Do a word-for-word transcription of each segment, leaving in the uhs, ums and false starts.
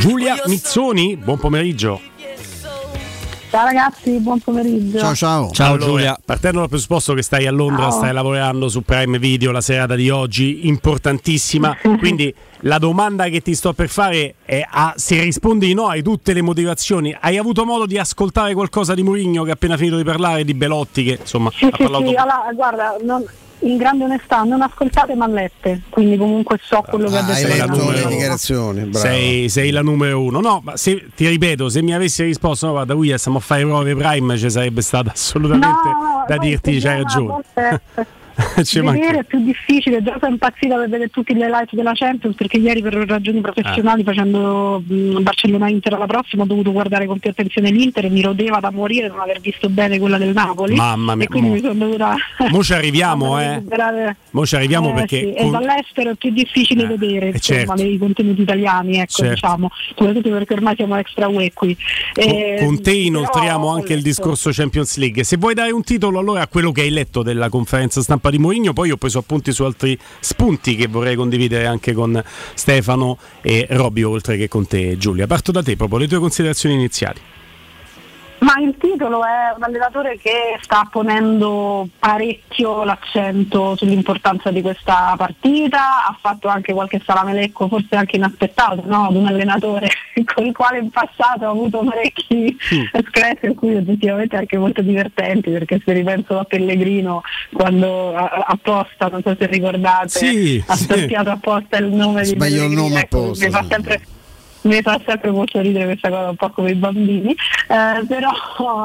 Giulia Mizzoni, buon pomeriggio. Ciao ragazzi, buon pomeriggio. Ciao ciao. Ciao allora, Giulia. Partendo dal presupposto che stai a Londra, ciao. Stai lavorando su Prime Video la serata di oggi, importantissima. Quindi la domanda che ti sto per fare è a, se rispondi di no hai tutte le motivazioni. Hai avuto modo di ascoltare qualcosa di Mourinho che ha appena finito di parlare, di Belotti che insomma sì, ha sì, parlato? Sì, allora, guarda, non, in grande onestà non ascoltate ma lette, quindi comunque so quello che ah, ha detto. Hai la letto le dichiarazioni, bravo. Sei, sei la numero uno. No, ma se, ti ripeto, se mi avessi risposto no, guarda William, stiamo a fare prove Prime, ci sarebbe stata assolutamente no, da dirti c'hai ragione. Vedere è più difficile, già sono impazzita per vedere tutti le live della Champions perché ieri per ragioni professionali ah. facendo mh, Barcellona Inter alla prossima ho dovuto guardare con più attenzione l'Inter e mi rodeva da morire non aver visto bene quella del Napoli. Mamma mia, e quindi mo, mi sono dovuta mo ci arriviamo eh mo ci arriviamo eh, perché sì. con... e dall'estero è più difficile eh, vedere insomma certo. i contenuti italiani, ecco, certo. diciamo, soprattutto perché ormai siamo extra U E qui. Eh, con, con te inoltriamo anche il discorso Champions League. Se vuoi dare un titolo allora a quello che hai letto della conferenza stampa di Mourinho, poi io ho preso appunti su altri spunti che vorrei condividere anche con Stefano e Robby, oltre che con te Giulia. Parto da te, proprio le tue considerazioni iniziali. Ma il titolo è un allenatore che sta ponendo parecchio l'accento sull'importanza di questa partita, ha fatto anche qualche salamelecco, forse anche inaspettato, no? Ad un allenatore con il quale in passato ha avuto parecchi screzi, in cui oggettivamente anche molto divertenti, perché se ripenso a Pellegrino quando apposta, non so se ricordate, sì, ha sì. storpiato apposta il nome di Pellegrino. Sbaglio il nome ecco, apposta. mi fa sempre... mi fa sempre molto ridere questa cosa, un po' come i bambini, eh, però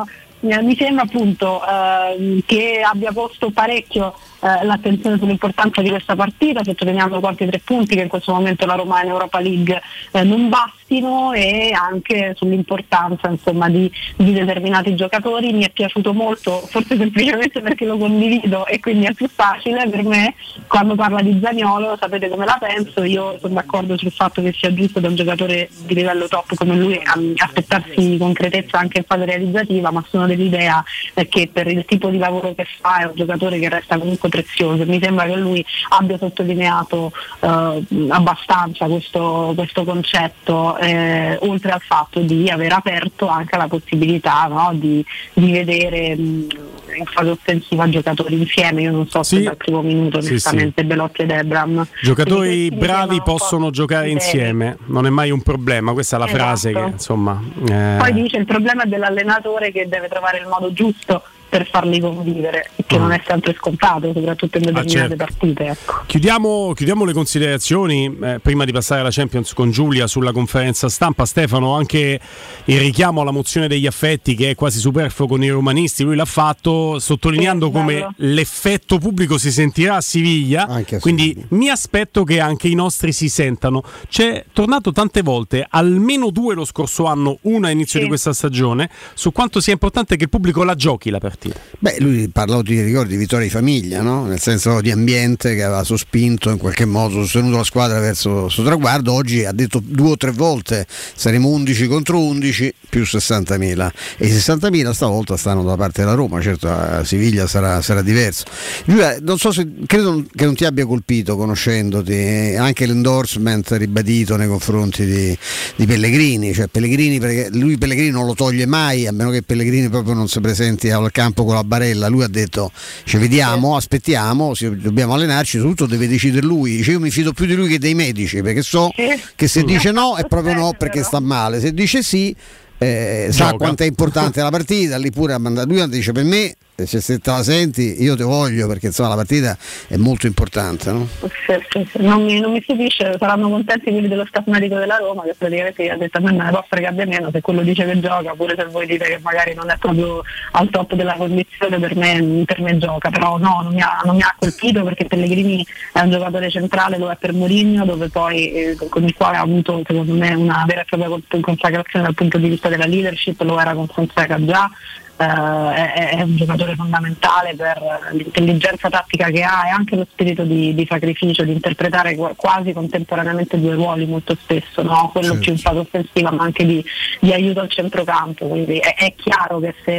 eh, mi sembra appunto eh, che abbia posto parecchio eh, l'attenzione sull'importanza di questa partita, sottolineando quanti tre punti che in questo momento la Roma in Europa League eh, non bastino, e anche sull'importanza insomma di, di determinati giocatori. Mi è piaciuto molto, forse semplicemente perché lo condivido e quindi è più facile per me, quando parla di Zaniolo. Sapete come la penso, io sono d'accordo sul fatto che sia giusto da un giocatore di livello top come lui aspettarsi concretezza anche in fase realizzativa, ma sono dell'idea che per il tipo di lavoro che fa è un giocatore che resta comunque prezioso. Mi sembra che lui abbia sottolineato eh, abbastanza questo, questo concetto, eh, oltre al fatto di aver aperto anche la possibilità, no, di, di vedere mh, in fase offensiva giocatori insieme. Io non so sì. se dal primo minuto onestamente sì, sì. Belotti ed Ebram, giocatori bravi possono giocare insieme, non è mai un problema, questa è la esatto. frase che insomma eh... poi dice il problema è dell'allenatore che deve trovare il modo giusto per farli convivere, che mm. non è sempre scontato, soprattutto in determinate ah, certo. partite. Ecco. Chiudiamo, chiudiamo le considerazioni eh, prima di passare alla Champions con Giulia sulla conferenza stampa. Stefano, anche il richiamo alla mozione degli affetti che è quasi superfluo con i romanisti, lui l'ha fatto sottolineando sì, come bello. L'effetto pubblico si sentirà a Siviglia, a quindi Siviglia. Mi aspetto che anche i nostri si sentano. C'è tornato tante volte, almeno due lo scorso anno, una a inizio sì. di questa stagione, su quanto sia importante che il pubblico la giochi la partita. Beh, lui parlò, ti ricordi, di vittoria di famiglia, no? Nel senso di ambiente che aveva sospinto, in qualche modo sostenuto la squadra verso questo traguardo. Oggi ha detto due o tre volte saremo undici contro undici più sessantamila, e i sessantamila stavolta stanno da parte della Roma. Certo a Siviglia sarà, sarà diverso. Giulia, non so se credo che non ti abbia colpito, conoscendoti, anche l'endorsement ribadito nei confronti di, di Pellegrini, cioè Pellegrini, perché lui Pellegrini non lo toglie mai, a meno che Pellegrini proprio non si presenti al campo con la barella. Lui ha detto ci vediamo, aspettiamo, dobbiamo allenarci, soprattutto deve decidere lui. Dice, io mi fido più di lui che dei medici, perché so che se dice no è proprio no perché sta male, se dice sì eh, sa quanto è importante la partita. Lì pure ha mandato, lui dice per me se, se te la senti io te voglio, perché insomma la partita è molto importante, no? Sì, sì, sì. Non, mi, non mi stupisce, saranno contenti quelli dello staff medico della Roma, che praticamente ha detto a me me ne può fregare meno se quello dice che gioca, pure se voi dite che magari non è proprio al top della condizione, per me, per me gioca. Però no, non mi, ha, non mi ha colpito, perché Pellegrini è un giocatore centrale, lo è per Mourinho, dove poi eh, con il quale ha avuto secondo me una vera e propria consacrazione dal punto di vista della leadership, lo era con Fonseca già. Uh, è, è un giocatore fondamentale per l'intelligenza tattica che ha, e anche lo spirito di, di sacrificio, di interpretare quasi contemporaneamente due ruoli molto spesso, no? Quello sì. più in fase offensiva, ma anche di, di aiuto al centrocampo. Quindi è, è chiaro che se,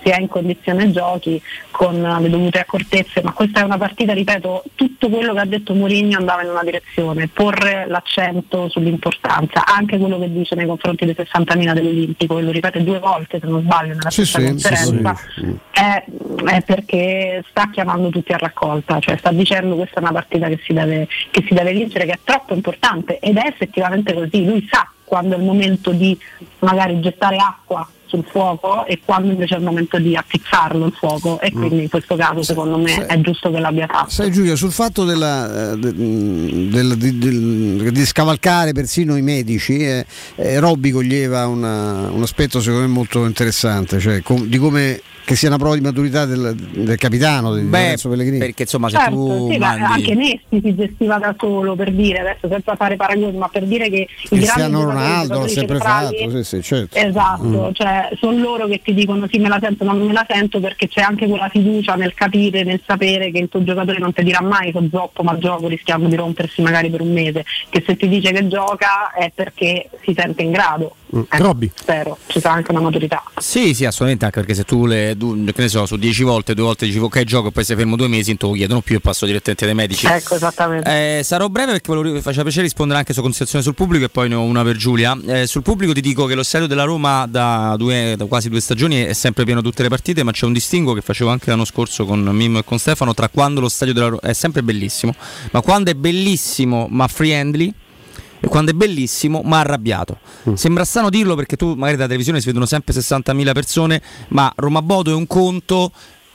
si è in condizione giochi con le dovute accortezze, ma questa è una partita, ripeto, tutto quello che ha detto Mourinho andava in una direzione, porre l'accento sull'importanza, anche quello che dice nei confronti dei sessantamila dell'Olimpico, e lo ripete due volte se non sbaglio nella sì, stessa sì, conferenza, sì, sì. È, è perché sta chiamando tutti a raccolta, cioè sta dicendo questa è una partita che si deve, che si deve vincere, che è troppo importante, ed è effettivamente così. Lui sa quando è il momento di magari gettare acqua sul fuoco e quando invece è il momento di appizzarlo il fuoco, e quindi in questo caso secondo me sai, è giusto che l'abbia fatto. Sai Giulia, sul fatto della, del, del, di, del, di scavalcare persino i medici, eh, eh, Robby coglieva una, un aspetto secondo me molto interessante, cioè com, di come che sia una prova di maturità del, del capitano di Beh, Lorenzo Pellegrini, perché insomma se certo, tu sì, mandi... anche Nesti si gestiva da solo, per dire, adesso senza fare paragoni, ma per dire che i Cristiano grandi Ronaldo l'ha sempre centrali, fatto, sì, sì, certo. esatto, Mm. cioè sono loro che ti dicono sì me la sento, non me la sento, perché c'è anche quella fiducia nel capire, nel sapere che il tuo giocatore non ti dirà mai che zoppo ma gioco, rischiando di rompersi magari per un mese, che se ti dice che gioca è perché si sente in grado. Mm. Eh, Robby, spero ci sia anche una maturità. Sì, sì, assolutamente, anche perché se tu le tu, che ne so, su dieci volte, due volte dici ok gioco e poi sei fermo due mesi, non te lo chiedono più e passo direttamente dai medici. Ecco, esattamente. Eh, sarò breve perché mi faceva piacere rispondere anche su considerazione sul pubblico e poi ne ho una per Giulia. Eh, sul pubblico ti dico che lo stadio della Roma da, due, da quasi due stagioni è sempre pieno tutte le partite, ma c'è un distinguo che facevo anche l'anno scorso con Mimmo e con Stefano tra quando lo stadio della Roma è sempre bellissimo, ma quando è bellissimo ma friendly, e quando è bellissimo ma arrabbiato. Mm. Sembra strano dirlo perché tu magari da televisione si vedono sempre sessantamila persone, ma Roma-Bodo è un conto,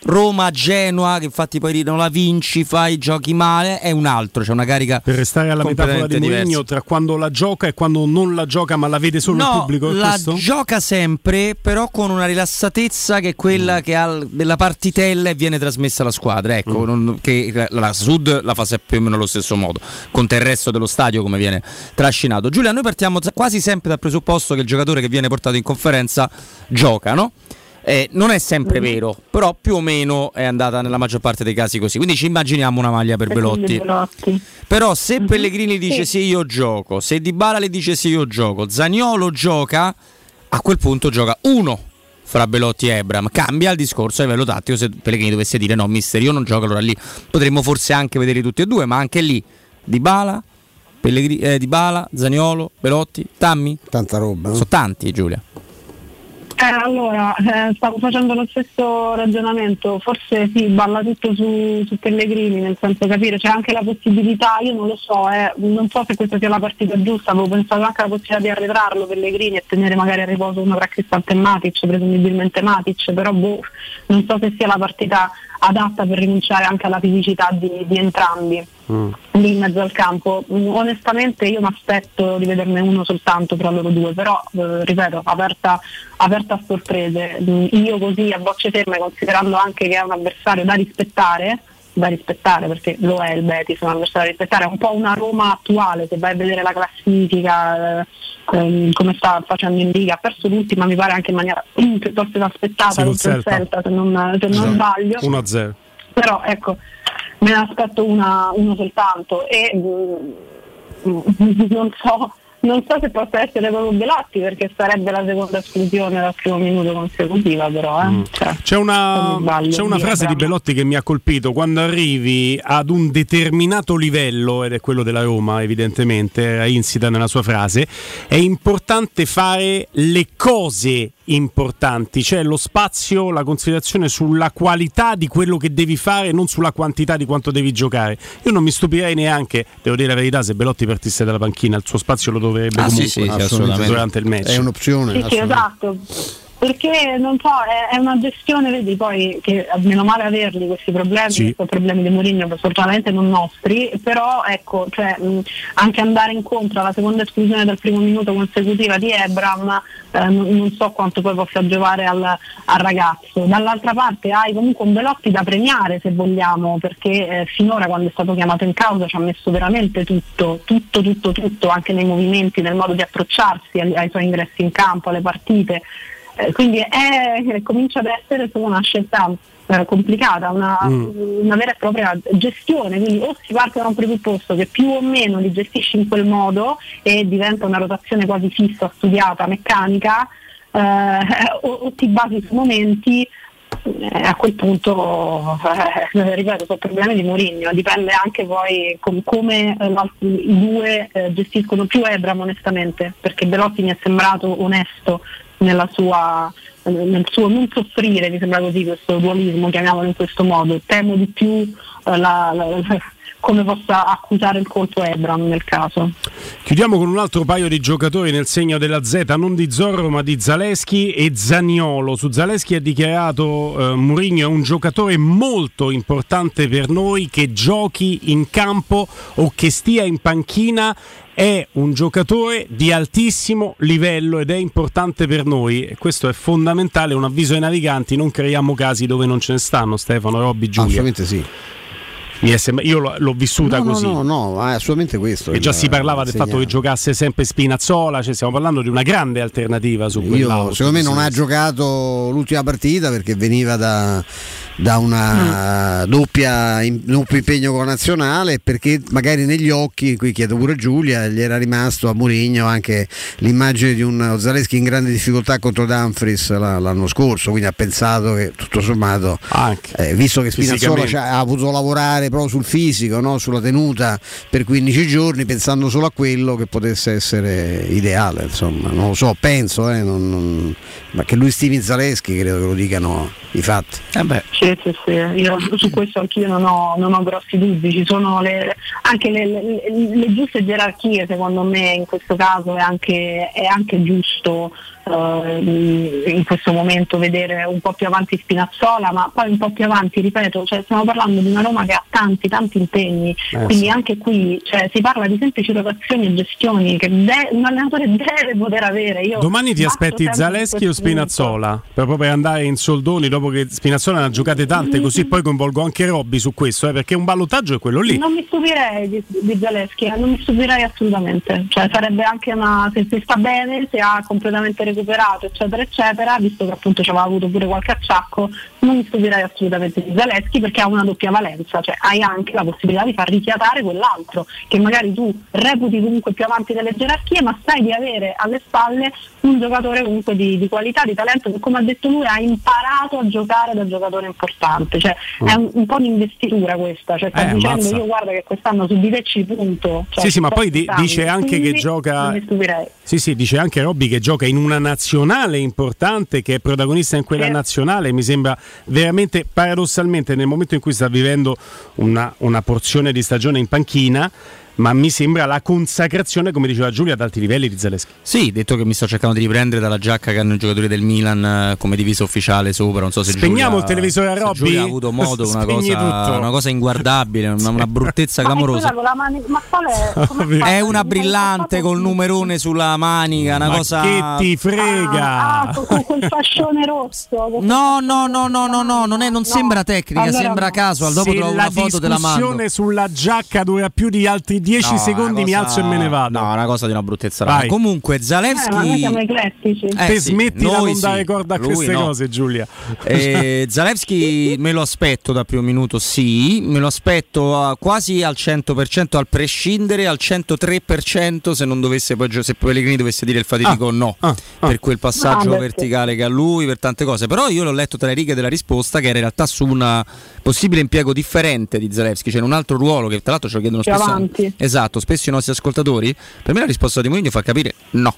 Roma-Genoa che infatti poi non la vinci, fai giochi male, è un altro, c'è una carica. Per restare alla metafora di Mourinho, tra quando la gioca e quando non la gioca ma la vede solo no, il pubblico, è la questo? Gioca sempre, però con una rilassatezza che è quella mm. che ha della partitella e viene trasmessa alla squadra, ecco, mm. non, che la Sud la fa sempre più o meno allo stesso modo, conta il resto dello stadio come viene trascinato. Giulia, noi partiamo quasi sempre dal presupposto che il giocatore che viene portato in conferenza gioca, no? Eh, non è sempre vero, però più o meno è andata nella maggior parte dei casi così. Quindi ci immaginiamo una maglia per Belotti. Belotti. Però se mm-hmm. Pellegrini dice sì. sì io gioco, se Dybala le dice sì io gioco, Zaniolo gioca, a quel punto gioca uno fra Belotti e Ebram. Cambia il discorso a livello tattico se Pellegrini dovesse dire no mister io non gioco, allora lì potremmo forse anche vedere tutti e due, ma anche lì Dybala, Pellegrini, eh, Dybala, Zaniolo, Belotti, Tammy, tanta roba, no? Sono tanti, Giulia. Eh, allora, eh, stavo facendo lo stesso ragionamento, forse sì, balla tutto su, su Pellegrini, nel senso capire, c'è anche la possibilità, io non lo so, eh, non so se questa sia la partita giusta, avevo pensato anche alla possibilità di arretrarlo Pellegrini e tenere magari a riposo uno tra Cristante e Matic, presumibilmente Matic, però boh, non so se sia la partita adatta per rinunciare anche alla fisicità di, di entrambi mm. lì in mezzo al campo. Onestamente io mi aspetto di vederne uno soltanto tra loro due, però eh, ripeto, aperta, aperta a sorprese. Io così a bocce ferme, considerando anche che è un avversario da rispettare, da rispettare perché lo è il Betis, un avversario da rispettare, è un po' una Roma attuale, se vai a vedere la classifica, eh, ehm, come sta facendo in Liga, ha perso l'ultima mi pare anche in maniera piuttosto inaspettata contro il Celta, se non, se non sbaglio, uno a zero. Però ecco, me ne aspetto una, uno soltanto e mh, non so non so se possa essere proprio Belotti, perché sarebbe la seconda esclusione dal primo minuto consecutiva, però eh? mm. cioè, c'è una, sbaglio, c'è una frase di Belotti che mi ha colpito: quando arrivi ad un determinato livello, ed è quello della Roma evidentemente, era insita nella sua frase, è importante fare le cose importanti, cioè lo spazio, la considerazione sulla qualità di quello che devi fare, non sulla quantità di quanto devi giocare. Io non mi stupirei neanche, devo dire la verità, se Belotti partisse dalla panchina, il suo spazio lo dovrebbe ah, comunque sì, sì, assolutamente. durante il match. È un'opzione. Sì, sì, esatto. Perché non so, è, è una gestione, vedi, poi che meno male averli questi problemi, sì. Sono problemi di Mourinho, fortunatamente non nostri, però ecco, cioè, mh, anche andare incontro alla seconda esclusione del primo minuto consecutiva di Ebram, eh, non, non so quanto poi possa giovare al, al ragazzo. Dall'altra parte hai comunque un Belotti da premiare, se vogliamo, perché eh, finora quando è stato chiamato in causa ci ha messo veramente tutto, tutto, tutto, tutto, anche nei movimenti, nel modo di approcciarsi ai, ai suoi ingressi in campo, alle partite. Quindi è, comincia ad essere solo una scelta eh, complicata, una, mm. una vera e propria gestione, quindi o si parte da un presupposto che più o meno li gestisci in quel modo e diventa una rotazione quasi fissa, studiata, meccanica, eh, o, o ti basi su momenti eh, a quel punto eh, ripeto, sono problemi di Mourinho, dipende anche poi com- come eh, i due eh, gestiscono più Ebram onestamente, perché Belotti mi è sembrato onesto nella sua nel suo non soffrire, mi sembra così, questo dualismo, chiamiamolo in questo modo. Temo di più eh, la, la, come possa accusare il colpo Ebram nel caso. Chiudiamo con un altro paio di giocatori nel segno della Z, non di Zorro ma di Zalewski e Zaniolo. Su Zalewski ha dichiarato eh, Mourinho è un giocatore molto importante per noi, che giochi in campo o che stia in panchina è un giocatore di altissimo livello ed è importante per noi, e questo è fondamentale. Un avviso ai naviganti: non creiamo casi dove non ce ne stanno. Stefano, Robby, Giulia. Assolutamente sì. Mi è sembra, io l'ho, l'ho vissuta no, così. No, no, no, è assolutamente questo. E già si parlava del segnale. fatto che giocasse sempre Spinazzola, cioè stiamo parlando di una grande alternativa su quell'auto. Secondo me non ha giocato l'ultima partita perché veniva da, da una mm. doppia in, doppio impegno con la nazionale, perché magari negli occhi, qui chiedo pure a Giulia, gli era rimasto a Mourinho anche l'immagine di un Zalewski in grande difficoltà contro Dumfries l'anno scorso, quindi ha pensato che tutto sommato, eh, visto che Spinazzola ha avuto lavorare proprio sul fisico, no? Sulla tenuta per quindici giorni, pensando solo a quello, che potesse essere ideale, insomma, non lo so, penso, eh, non, non, ma che lui stimi Zalewski credo che lo dicano i fatti. Eh beh. Sì, sì, sì. Io su questo anch'io non ho, non ho grossi dubbi, ci sono le, anche le, le, le giuste gerarchie, secondo me in questo caso è anche, è anche giusto uh, in questo momento vedere un po' più avanti Spinazzola, ma poi un po' più avanti, ripeto, cioè stiamo parlando di una Roma che ha tanti tanti impegni, eh, quindi sì. Anche qui cioè, si parla di semplici rotazioni e gestioni che de- un allenatore deve poter avere. Io domani ti aspetti Zalewski o Spinazzola per proprio andare in soldoni dopo che Spinazzola ne ha giocate tante, mm-hmm. Così poi coinvolgo anche Robby su questo, eh, perché un ballottaggio è quello lì. Non mi stupirei di, di Zalewski, eh, non mi stupirei assolutamente, cioè sarebbe anche una, se, se sta bene, se ha completamente recuperato eccetera eccetera, visto che appunto ci aveva avuto pure qualche acciacco, non mi stupirei assolutamente di Zalewski, perché ha una doppia valenza, cioè hai anche la possibilità di far rifiatare quell'altro che magari tu reputi comunque più avanti delle gerarchie, ma sai di avere alle spalle un giocatore comunque di, di qualità, di talento, che come ha detto lui ha imparato a giocare da giocatore importante, cioè mm. è un, un po' di investitura questa, cioè sta eh, dicendo ammazza. Io guarda che quest'anno su di te ci punto, cioè, sì sì, ma poi di, dice anche che gioca, sì sì, dice anche Robby che gioca in una nazionale importante, che è protagonista in quella sì. nazionale. Mi sembra veramente, paradossalmente, nel momento in cui sta vivendo una, una porzione di stagione in panchina, ma mi sembra la consacrazione, come diceva Giulia, ad alti livelli di Zalewski. Sì, detto che mi sto cercando di riprendere dalla giacca che hanno i giocatori del Milan come divisa ufficiale sopra, non so se spegniamo Giulia, il televisore a Robby. Giulia ha avuto modo, una cosa, una cosa inguardabile, una, una bruttezza clamorosa. Ma, mani- ma qual è? È una brillante col numerone sulla manica, una ma cosa che ti frega. Ah, ah, con quel fascione rosso. No, no, no, no, no, no, non, è, non no. sembra tecnica, allora sembra no. casual. Dopo se trovo una foto della mano. La discussione sulla giacca dura più di altri dieci no, secondi, cosa... mi alzo e me ne vado. No, una cosa di una bruttezza rara. Comunque Zalewski, eh, ma noi siamo eclettici. Eh, te sì, smetti di non sì, dare corda a queste no. cose, Giulia. eh, Zalewski me lo aspetto da più un minuto, sì, me lo aspetto uh, quasi al cento per cento al prescindere, al centotré per cento se non dovesse poi, se Pellegrini dovesse dire il fatidico ah, no ah, ah. per quel passaggio ah, verticale che ha lui, per tante cose. Però io l'ho letto tra le righe della risposta che era in realtà su un possibile impiego differente di Zalewski, cioè in un altro ruolo che tra l'altro ce lo chiedono più spesso avanti. Esatto, spesso i nostri ascoltatori. Per me la risposta di Mourinho fa capire no.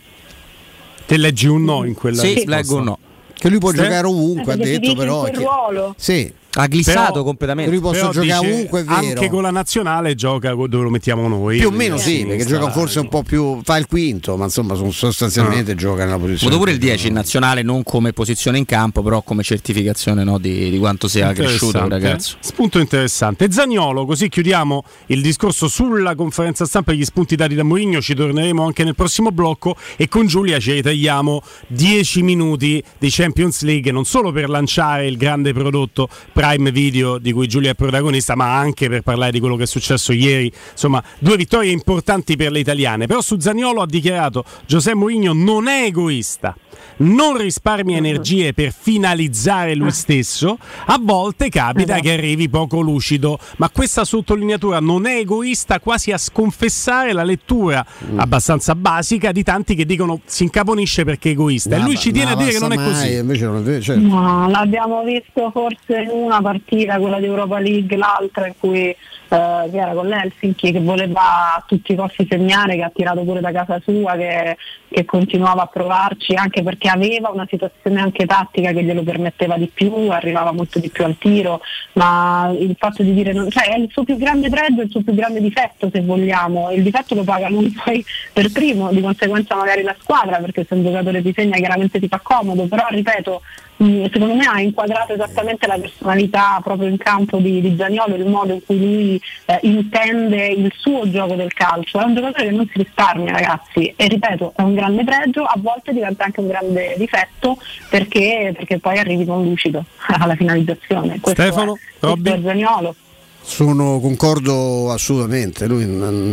Te leggi un no in quella sì, risposta? Leggo un no. Che lui può sì? giocare ovunque, eh, ha detto però che... ruolo. Sì. Ha glissato però, completamente. Lui posso però giocare dice, ovunque, è vero. Anche con la nazionale gioca dove lo mettiamo noi. Più o meno sì, perché gioca forse un po' più, fa il quinto, ma insomma sostanzialmente ah. gioca nella posizione. Voto pure il dieci in nazionale, non come posizione in campo, però come certificazione, no, di, di quanto sia cresciuto il ragazzo. Spunto interessante. Zaniolo, così chiudiamo il discorso sulla conferenza stampa e gli spunti dati da Mourinho. Ci torneremo anche nel prossimo blocco e con Giulia ci ritagliamo dieci minuti di Champions League, non solo per lanciare il grande prodotto Prime Video di cui Giulia è protagonista, ma anche per parlare di quello che è successo ieri. Insomma, due vittorie importanti per le italiane. Però su Zaniolo ha dichiarato José Mourinho non è egoista, non risparmia energie per finalizzare lui stesso, a volte capita che arrivi poco lucido, ma questa sottolineatura non è egoista, quasi a sconfessare la lettura abbastanza basica di tanti che dicono si incaponisce perché è egoista, no, e lui ci tiene a dire che non è così. Invece non è, certo. No, l'abbiamo visto forse in una partita, quella di Europa League, l'altra in cui eh, che era con l'Helsinki, che voleva a tutti i costi segnare, che ha tirato pure da casa sua, che, che continuava a provarci, anche perché aveva una situazione anche tattica che glielo permetteva di più, arrivava molto di più al tiro, ma il fatto di dire non, cioè è il suo più grande pregio, il suo più grande difetto, se vogliamo. Il difetto lo paga lui poi per primo, di conseguenza magari la squadra, perché se un giocatore ti segna chiaramente ti fa comodo, però ripeto, secondo me ha inquadrato esattamente la personalità proprio in campo di, di Zaniolo, il modo in cui lui eh, intende il suo gioco del calcio. È un giocatore che non si risparmia, ragazzi, e ripeto, è un grande pregio, a volte diventa anche un grande difetto perché, perché poi arrivi non lucido alla finalizzazione. Questo Stefano, è, questo è Zaniolo. Sono concordo assolutamente. Lui,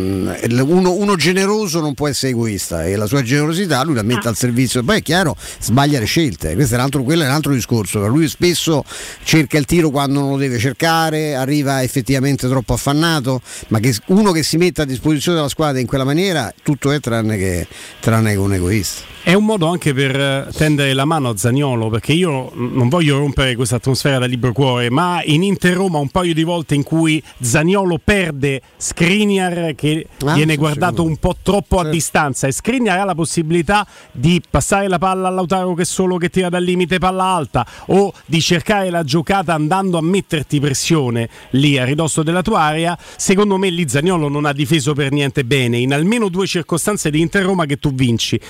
uno, uno generoso non può essere egoista, e la sua generosità lui la mette al servizio. Poi è chiaro, sbaglia le scelte. Questo è un altro, quello è un altro discorso. Lui spesso cerca il tiro quando non lo deve cercare, arriva effettivamente troppo affannato. Ma che uno che si mette a disposizione della squadra in quella maniera, tutto è tranne che, tranne che un egoista. È un modo anche per tendere la mano a Zaniolo, perché io non voglio rompere questa atmosfera da libero cuore, ma in Inter Roma un paio di volte in cui Zaniolo perde Skriniar, che ah, viene guardato sicuro. un po' troppo certo. a distanza, e Skriniar ha la possibilità di passare la palla a Lautaro che solo che tira dal limite palla alta, o di cercare la giocata andando a metterti pressione lì a ridosso della tua area. Secondo me lì Zaniolo non ha difeso per niente bene in almeno due circostanze di Inter Roma che tu vinci.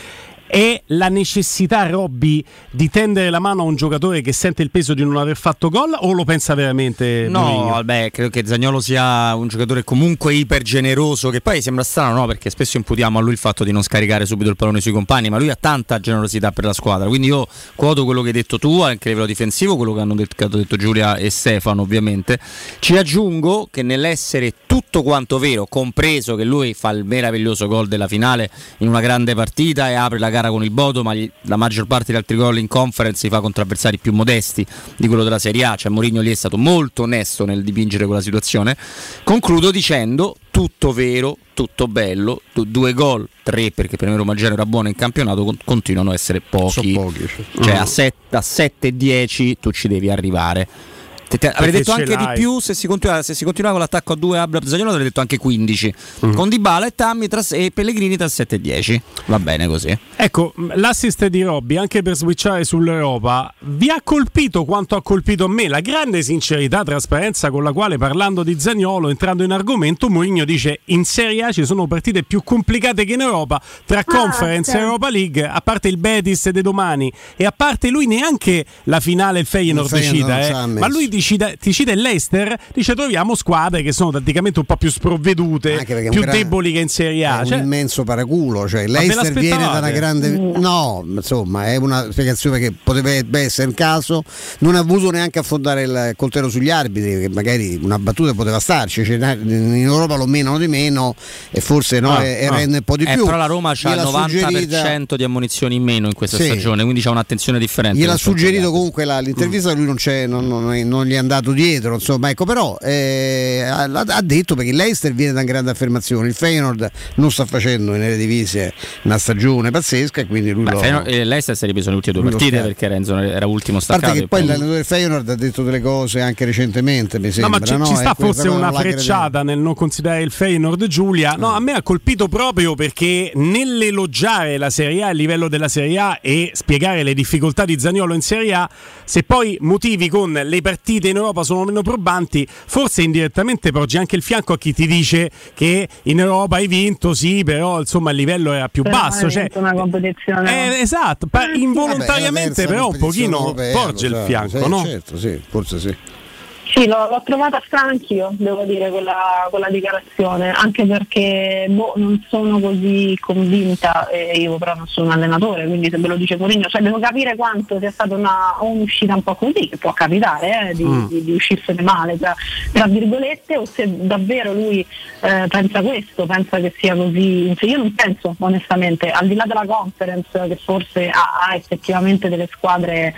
È la necessità, Robby, di tendere la mano a un giocatore che sente il peso di non aver fatto gol, o lo pensa veramente No, Mourinho? Beh, credo che Zaniolo sia un giocatore comunque iper generoso, che poi sembra strano, no? Perché spesso imputiamo a lui il fatto di non scaricare subito il pallone sui compagni, ma lui ha tanta generosità per la squadra. Quindi io quoto quello che hai detto tu anche a livello difensivo, quello che hanno detto, che hanno detto Giulia e Stefano, ovviamente. Ci aggiungo che nell'essere tutto quanto vero, compreso che lui fa il meraviglioso gol della finale in una grande partita e apre la gara con il Bodo, ma gli, la maggior parte degli altri gol in conference si fa contro avversari più modesti di quello della Serie A, cioè Mourinho lì è stato molto onesto nel dipingere quella situazione. Concludo dicendo tutto vero, tutto bello, tu, due gol, tre perché per me Roma Genova era buono in campionato, con, continuano a essere pochi, pochi cioè uh-huh. a sette a sette dieci tu ci devi arrivare. Te, te, avrei detto anche l'hai. di più se si continua, se si continua con l'attacco a due Abra Zaniolo, avrei detto anche quindici mm. con Dybala e Tammy tra, e Pellegrini tra sette e dieci. Va bene così. Ecco, l'assist di Robby anche per switchare sull'Europa vi ha colpito quanto ha colpito me la grande sincerità, trasparenza con la quale, parlando di Zaniolo, entrando in argomento, Mourinho dice in Serie A ci sono partite più complicate che in Europa, tra ah, Conference e Europa League, a parte il Betis di domani e a parte lui neanche la finale il Feyenoord decida, eh. ma lui dice Cita, ti cita il Leicester, dice troviamo squadre che sono tatticamente un po' più sprovvedute, più gran, deboli che in Serie A. È cioè, un immenso paraculo, cioè il Leicester viene da una grande no, insomma, è una spiegazione che potrebbe essere un caso, non ha voluto neanche affondare il coltello sugli arbitri, che magari una battuta poteva starci, cioè, in Europa lo menano di meno e forse no, ah, e, ah. rende un po' di eh, più. Però la Roma c'ha il novanta per cento di ammunizioni in meno in questa sì. stagione, quindi c'ha un'attenzione differente. Gliel'ha suggerito comunque la, l'intervista, mm. lui non c'è, non, non, non gli è andato dietro, insomma, ecco, però eh, ha, ha detto, perché il Leicester viene da grande affermazione, il Feyenoord non sta facendo in Eredivisie una stagione pazzesca e quindi lui Beh, lo, Feyenoord, il Leicester si è ripreso le ultime due partite perché Renzo era ultimo staccato. A parte che poi l'allenatore del Feyenoord ha detto delle cose anche recentemente, mi sembra, no, ma ci, no? ci sta eh, forse una frecciata nel non considerare il Feyenoord, Giulia. No, a me ha colpito proprio perché nell'elogiare la Serie A, il livello della Serie A, e spiegare le difficoltà di Zaniolo in Serie A, se poi motivi con le partite in Europa sono meno probanti, forse indirettamente porgi anche il fianco a chi ti dice che in Europa hai vinto, sì, però insomma il livello era più però basso, cioè, una competizione eh, esatto, involontariamente. Vabbè, però un pochino europea, porge il fianco, sì, no? Certo, sì, forse sì. Sì, l'ho, l'ho trovata strana anch'io, devo dire, quella, quella dichiarazione, anche perché boh, non sono così convinta, e io però non sono un allenatore, quindi se ve lo dice Mourinho, cioè devo capire quanto sia stata una, un'uscita un po' così, che può capitare, eh, di, mm. di, di uscirsene male, tra, tra virgolette, o se davvero lui eh, pensa questo, pensa che sia così. Io non penso, onestamente, al di là della conference, che forse ha, ha effettivamente delle squadre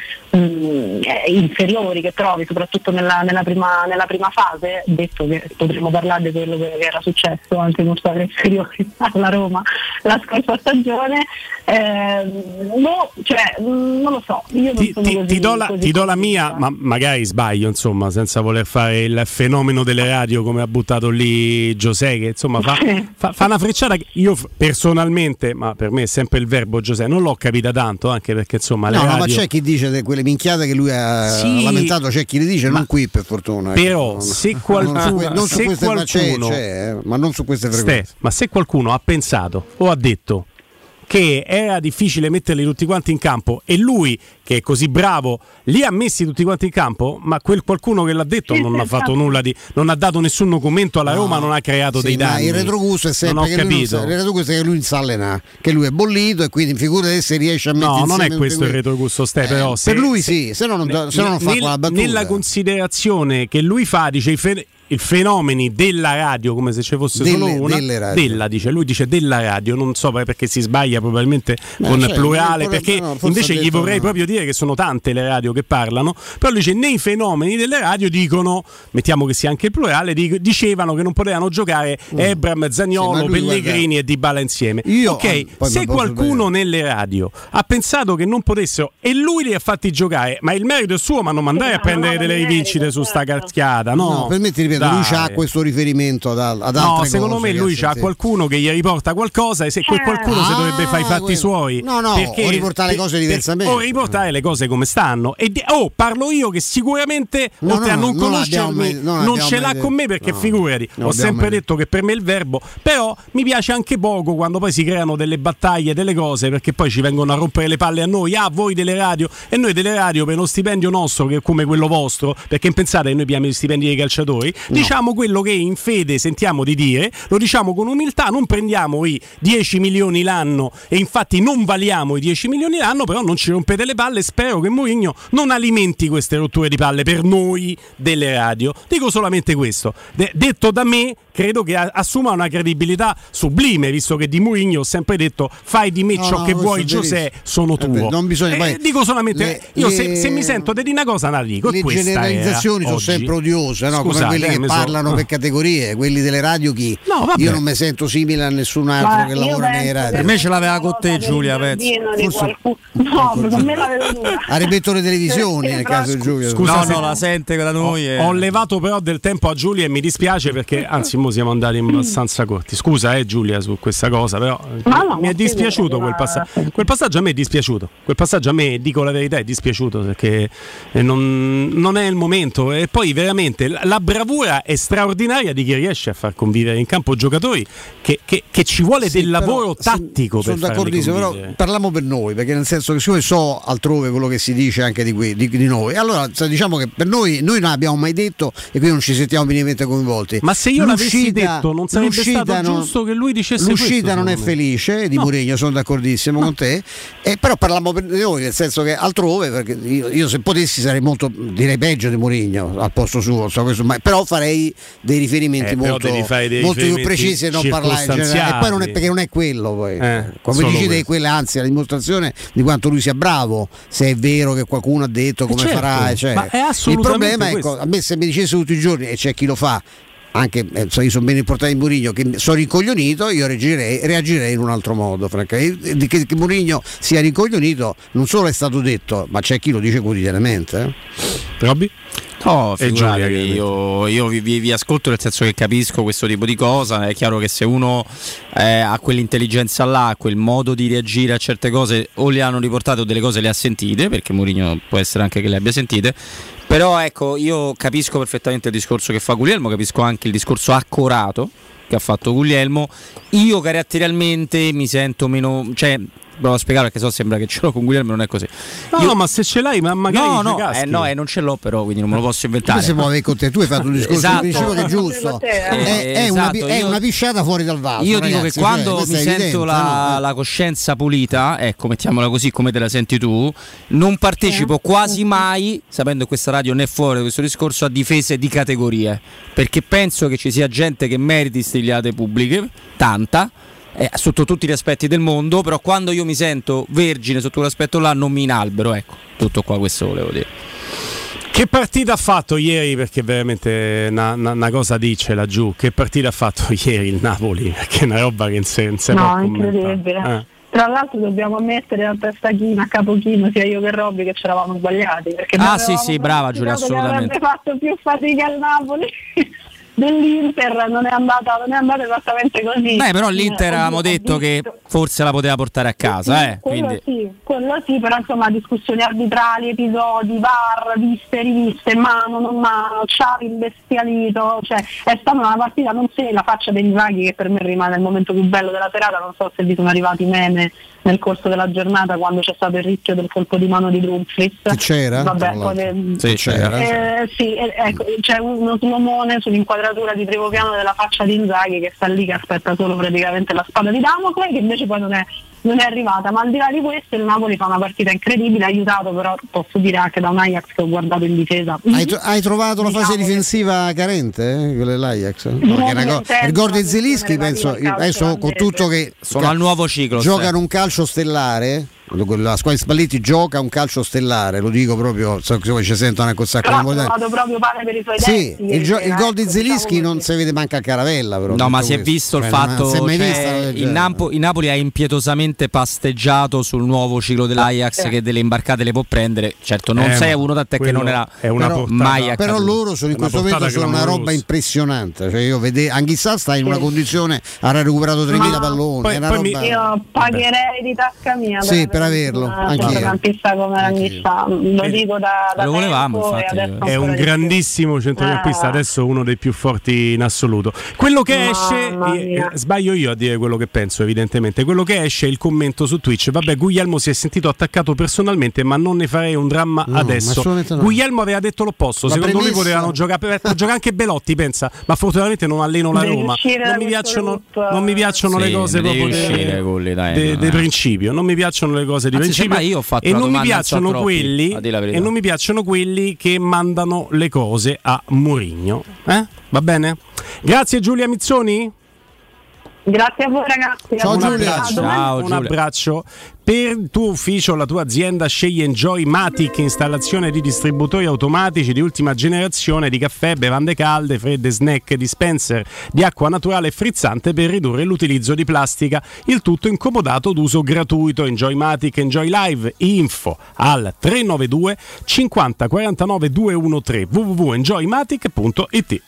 mh, inferiori che trovi, soprattutto nella, nella Prima, nella prima fase, detto che potremmo parlare di quello che era successo anche con squadre inferiori alla Roma la scorsa stagione, eh, no, cioè, non lo so, io non ti, sono ti, così, ti do la, così ti do la mia, ma magari sbaglio, insomma, senza voler fare il fenomeno delle radio come ha buttato lì Giuseppe, che insomma fa, fa, fa una frecciata che io personalmente, ma per me è sempre il verbo Giuseppe, non l'ho capita tanto, anche perché insomma le no, radio... no, ma c'è chi dice de quelle minchiate che lui ha sì, lamentato, c'è chi le dice, ma... non qui per fortuna, però ecco, se qualcuno, non su, se queste, qualcuno ma, c'è, c'è, ma non su queste frequenze. Ste, ma se qualcuno ha pensato o ha detto che era difficile metterli tutti quanti in campo e lui, che è così bravo, li ha messi tutti quanti in campo, ma quel qualcuno che l'ha detto non ha fatto nulla di, non ha dato nessun commento alla Roma, no, non ha creato sì, dei danni. Il retrogusto è sempre non ho che capito. Lui non, il retrogusto è che lui non sa allenare, che lui è bollito e quindi figurati se riesce a mettere no, insieme. No, non è questo il retrogusto, Ste, eh, però se, per lui se, sì, se no non, ne, se no non fa nel, quella battuta. Nella considerazione che lui fa, dice i fe- i fenomeni della radio, come se ci fosse delle, solo una della, dice lui dice della radio, non so perché si sbaglia probabilmente Beh, con cioè, plurale, perché no, invece gli vorrei no. proprio dire che sono tante le radio che parlano, però lui dice nei fenomeni delle radio dicono, mettiamo che sia anche il plurale, dicevano che non potevano giocare mm. Ebram, Zaniolo, sì, Pellegrini guarda, e Dybala insieme. Io, ok, se qualcuno bene. nelle radio ha pensato che non potessero e lui li ha fatti giocare, ma il merito è suo, ma non mandare a prendere delle rivincite su sta cacchiata, no? no permetti, ripeto, lui c'ha questo riferimento ad, ad altre no, cose. Secondo me lui c'ha qualcuno che gli riporta qualcosa e se quel qualcuno ah, si dovrebbe fare i fatti quello. suoi. No, no, o riportare le cose diversamente. O riportare le cose come stanno. E di- oh, parlo io che sicuramente no, oltre no, a non, non conoscermi mai, non, non ce l'ha con me perché no, figurati, ho sempre mai. detto che per me è il verbo, però mi piace anche poco quando poi si creano delle battaglie, delle cose, perché poi ci vengono a rompere le palle a noi, a ah, voi delle radio, e noi delle radio per uno stipendio nostro che è come quello vostro, perché pensate che noi abbiamo gli stipendi dei calciatori, no. diciamo quello che in fede sentiamo di dire, lo diciamo con umiltà, non prendiamo i dieci milioni l'anno e infatti non valiamo i dieci milioni l'anno, però non ci rompete le palle, spero che Mourinho non alimenti queste rotture di palle per noi delle radio, dico solamente questo. De- detto da me, credo che a- assuma una credibilità sublime, visto che di Mourinho ho sempre detto fai di me no, ciò no, che vuoi Giuseppe, sono tuo. Non bisogna, eh, poi, dico solamente le, io le, se, se mi sento di una cosa la dico, le generalizzazioni sono oggi. sempre odiose, no? Scusate, come quelle che parlano so. per categorie, quelli delle radio chi? No, io non mi sento simile a nessun altro Ma che lavora nelle radio. Per me ce l'aveva con te Giulia, penso. Forse... No, per me l'aveva dura. Ha ripeto le televisioni nel caso di Giulia. Scusa, no, no, la sente da noi. Ho, e... ho levato però del tempo a Giulia e mi dispiace perché anzi mo siamo andati abbastanza corti. Scusa eh Giulia su questa cosa, però no, mi è dispiaciuto quel passaggio. Quel passaggio a me è dispiaciuto. Quel passaggio a me, dico la verità, è dispiaciuto perché non, non è il momento e poi veramente la bravura è straordinaria di chi riesce a far convivere in campo giocatori che, che, che ci vuole sì, del lavoro tattico sono per d'accordissimo, però parliamo per noi, perché nel senso che siccome so altrove quello che si dice anche di, qui, di, di noi, allora diciamo che per noi noi non abbiamo mai detto e quindi non ci sentiamo minimamente coinvolti. Ma se io l'avessi detto non sarebbe stato non, giusto che lui dicesse l'uscita questo, non è felice di no. Mourinho, sono d'accordissimo no. con te, eh, però parliamo per noi, nel senso che altrove, perché io, io se potessi sarei molto, direi peggio di Mourinho al posto suo, so questo, ma, però farei dei riferimenti eh, molto, dei molto più precisi e non parlare in generale. E poi non è perché non è quello poi. Eh, come dici te, quella anzi è la dimostrazione di quanto lui sia bravo, se è vero che qualcuno ha detto come certo, farà, cioè. Ma è il problema è ecco, a me se mi dicesse tutti i giorni e c'è chi lo fa anche eh, io sono ben importante in Mourinho che sono rincoglionito, io reagirei, reagirei in un altro modo francamente. Che, che Mourinho sia rincoglionito non solo è stato detto, ma c'è chi lo dice quotidianamente eh. Robby? No, figurati, io, io vi, vi, vi ascolto nel senso che capisco questo tipo di cosa. È chiaro che se uno eh, ha quell'intelligenza là, quel modo di reagire a certe cose, o le hanno riportate o delle cose le ha sentite, perché Mourinho può essere anche che le abbia sentite. Però ecco, io capisco perfettamente il discorso che fa Guglielmo, capisco anche il discorso accorato che ha fatto Guglielmo. Io caratterialmente mi sento meno, cioè provo a spiegare perché so sembra che ce l'ho con Guglielmo, non è così. No, Io... ma se ce l'hai, ma magari no, no, eh, no, eh, non ce l'ho però, quindi non me lo posso inventare. Come si può avere con te? Tu hai fatto un discorso esatto. principio che è giusto. Eh, è, è, esatto. una, è io, una pisciata fuori dal vaso. Io ragazzi, dico che quando cioè, mi è sento evidente, la, no? la coscienza pulita, ecco, mettiamola così come te la senti tu, non partecipo quasi mai, sapendo che questa radio non è fuori da questo discorso, a difese di categorie, perché penso che ci sia gente che meriti stigliate pubbliche, tanta, Eh, sotto tutti gli aspetti del mondo, però quando io mi sento vergine sotto quell'aspetto là non mi inalbero, ecco, tutto qua, questo volevo dire. Che partita ha fatto ieri? Perché veramente una, una, una cosa dice laggiù. Che partita ha fatto ieri il Napoli? Perché è una roba che non si, non si no, può incredibile. Eh. Tra l'altro dobbiamo ammettere a testa china, a capo chino, sia io che Robby, che ci eravamo sbagliati. Perché ah sì sì, brava Giulia, assolutamente. Avrebbe fatto più fatica il Napoli dell'Inter, non è andata non è andata esattamente così. Beh, però l'Inter eh, avevamo detto che forse la poteva portare a casa, sì, eh, quello quindi... sì, quello sì, però insomma discussioni arbitrali, episodi, V A R, viste, riviste, mano, non mano, Xavi imbestialito, cioè è stata una partita, non sé, la faccia dei Inzaghi che per me rimane il momento più bello della serata, non so se vi sono arrivati meme nel corso della giornata quando c'è stato il rischio del colpo di mano di Dumfries. Che c'era? Vabbè, poi, sì, c'era. Eh, sì, eh, ecco, c'è uno slomone sull'inquadratura di primo piano della faccia di Inzaghi che sta lì che aspetta solo praticamente la spada di Damocle, che invece poi non è non è arrivata, ma al di là di questo il Napoli fa una partita incredibile, aiutato però posso dire anche da un Ajax che ho guardato in difesa. Hai, tro- hai trovato diciamo la fase difensiva che... carente, eh, quella dell'Ajax? No, co- il gol di Zelinski penso, adesso con tutto che sono al nuovo ciclo, giocano un calcio stellare, la squadra di Spalletti gioca un calcio stellare, lo dico proprio, so che ci sentono anche un sacco di vado proprio pane per i suoi sì, denti, il, gio- il gol di ecco, Zelinski diciamo non si vede manca a Caravella però, no, ma si questo. è visto il cioè, fatto cioè, cioè, il, Napo- il Napoli ha impietosamente pasteggiato sul nuovo ciclo dell'Ajax, eh. che delle imbarcate le può prendere, certo non eh, sei uno da te che non era è una però, portata, mai accaduto. Però loro sono in questo momento sono una roba impressionante, cioè io vedevo Anghissà sta in una condizione, avrà recuperato tremila palloni, poi, è una poi roba... mi, io pagherei di tasca mia sì, per averlo anche come Anghissà, lo dico da, da lo volevamo, infatti, è un grandissimo centrocampista, ah. adesso uno dei più forti in assoluto. Quello che esce, eh, sbaglio io a dire quello che penso evidentemente, quello che esce è il commento su Twitch, vabbè Guglielmo si è sentito attaccato personalmente ma non ne farei un dramma no, adesso. No. Guglielmo aveva detto l'opposto, la secondo premessa... lui potevano giocare, giocare anche Belotti pensa, ma fortunatamente non alleno la Roma, non mi piacciono, non mi piacciono sì, le cose proprio di principio, non mi piacciono le cose di Anzi, principio io ho fatto e non mi piacciono quelli e non mi piacciono quelli che mandano le cose a Mourinho, eh? Va bene? Grazie Giulia Mizzoni. Grazie a voi ragazzi. Ciao un Giulia. Abbraccio. Ciao, un Giulia. abbraccio. Per il tuo ufficio, la tua azienda, scegli Enjoy Matic, installazione di distributori automatici di ultima generazione di caffè, bevande calde, fredde, snack, dispenser di acqua naturale e frizzante per ridurre l'utilizzo di plastica. Il tutto incomodato d'uso gratuito. Enjoy Matic, Enjoy Live, info al tre nove due cinquanta quarantanove duecentotredici w w w punto enjoy matic punto i t.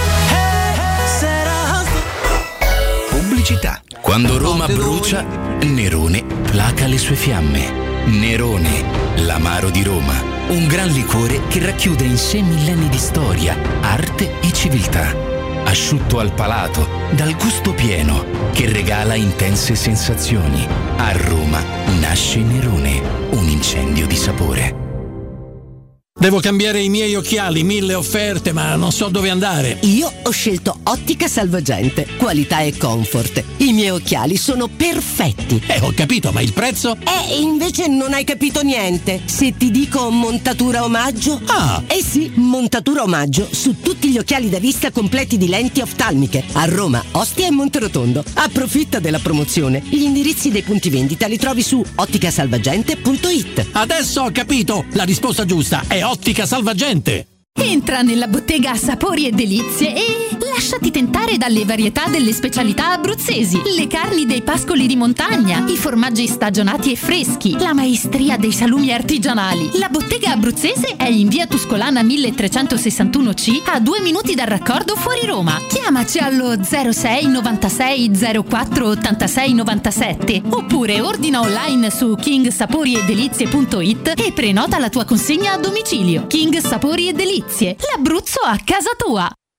Pubblicità. Quando Roma brucia, Nerone placa le sue fiamme. Nerone, l'amaro di Roma, un gran liquore che racchiude in sé millenni di storia, arte e civiltà. Asciutto al palato, dal gusto pieno, che regala intense sensazioni. A Roma nasce Nerone, un incendio di sapore. Devo cambiare i miei occhiali, mille offerte, ma non so dove andare. Io ho scelto Ottica Salvagente, qualità e comfort. I miei occhiali sono perfetti. Eh, ho capito, ma il prezzo? Eh, invece non hai capito niente. Se ti dico montatura omaggio? Ah! Eh sì, montatura omaggio su tutti gli occhiali da vista completi di lenti oftalmiche. A Roma, Ostia e Monterotondo. Approfitta della promozione. Gli indirizzi dei punti vendita li trovi su ottica salvagente punto it. Adesso ho capito! La risposta giusta è Ottica Salvagente. Entra nella bottega Sapori e Delizie e lasciati tentare dalle varietà delle specialità abruzzesi, le carni dei pascoli di montagna, i formaggi stagionati e freschi, la maestria dei salumi artigianali. La bottega abruzzese è in via Tuscolana milletrecentosessantuno C, a due minuti dal raccordo fuori Roma. Chiamaci allo zero sei novantasei zero quattro ottantasei novantasette oppure ordina online su king sapori e delizie punto it e prenota la tua consegna a domicilio. King Sapori e Delizie, l'Abruzzo a casa tua.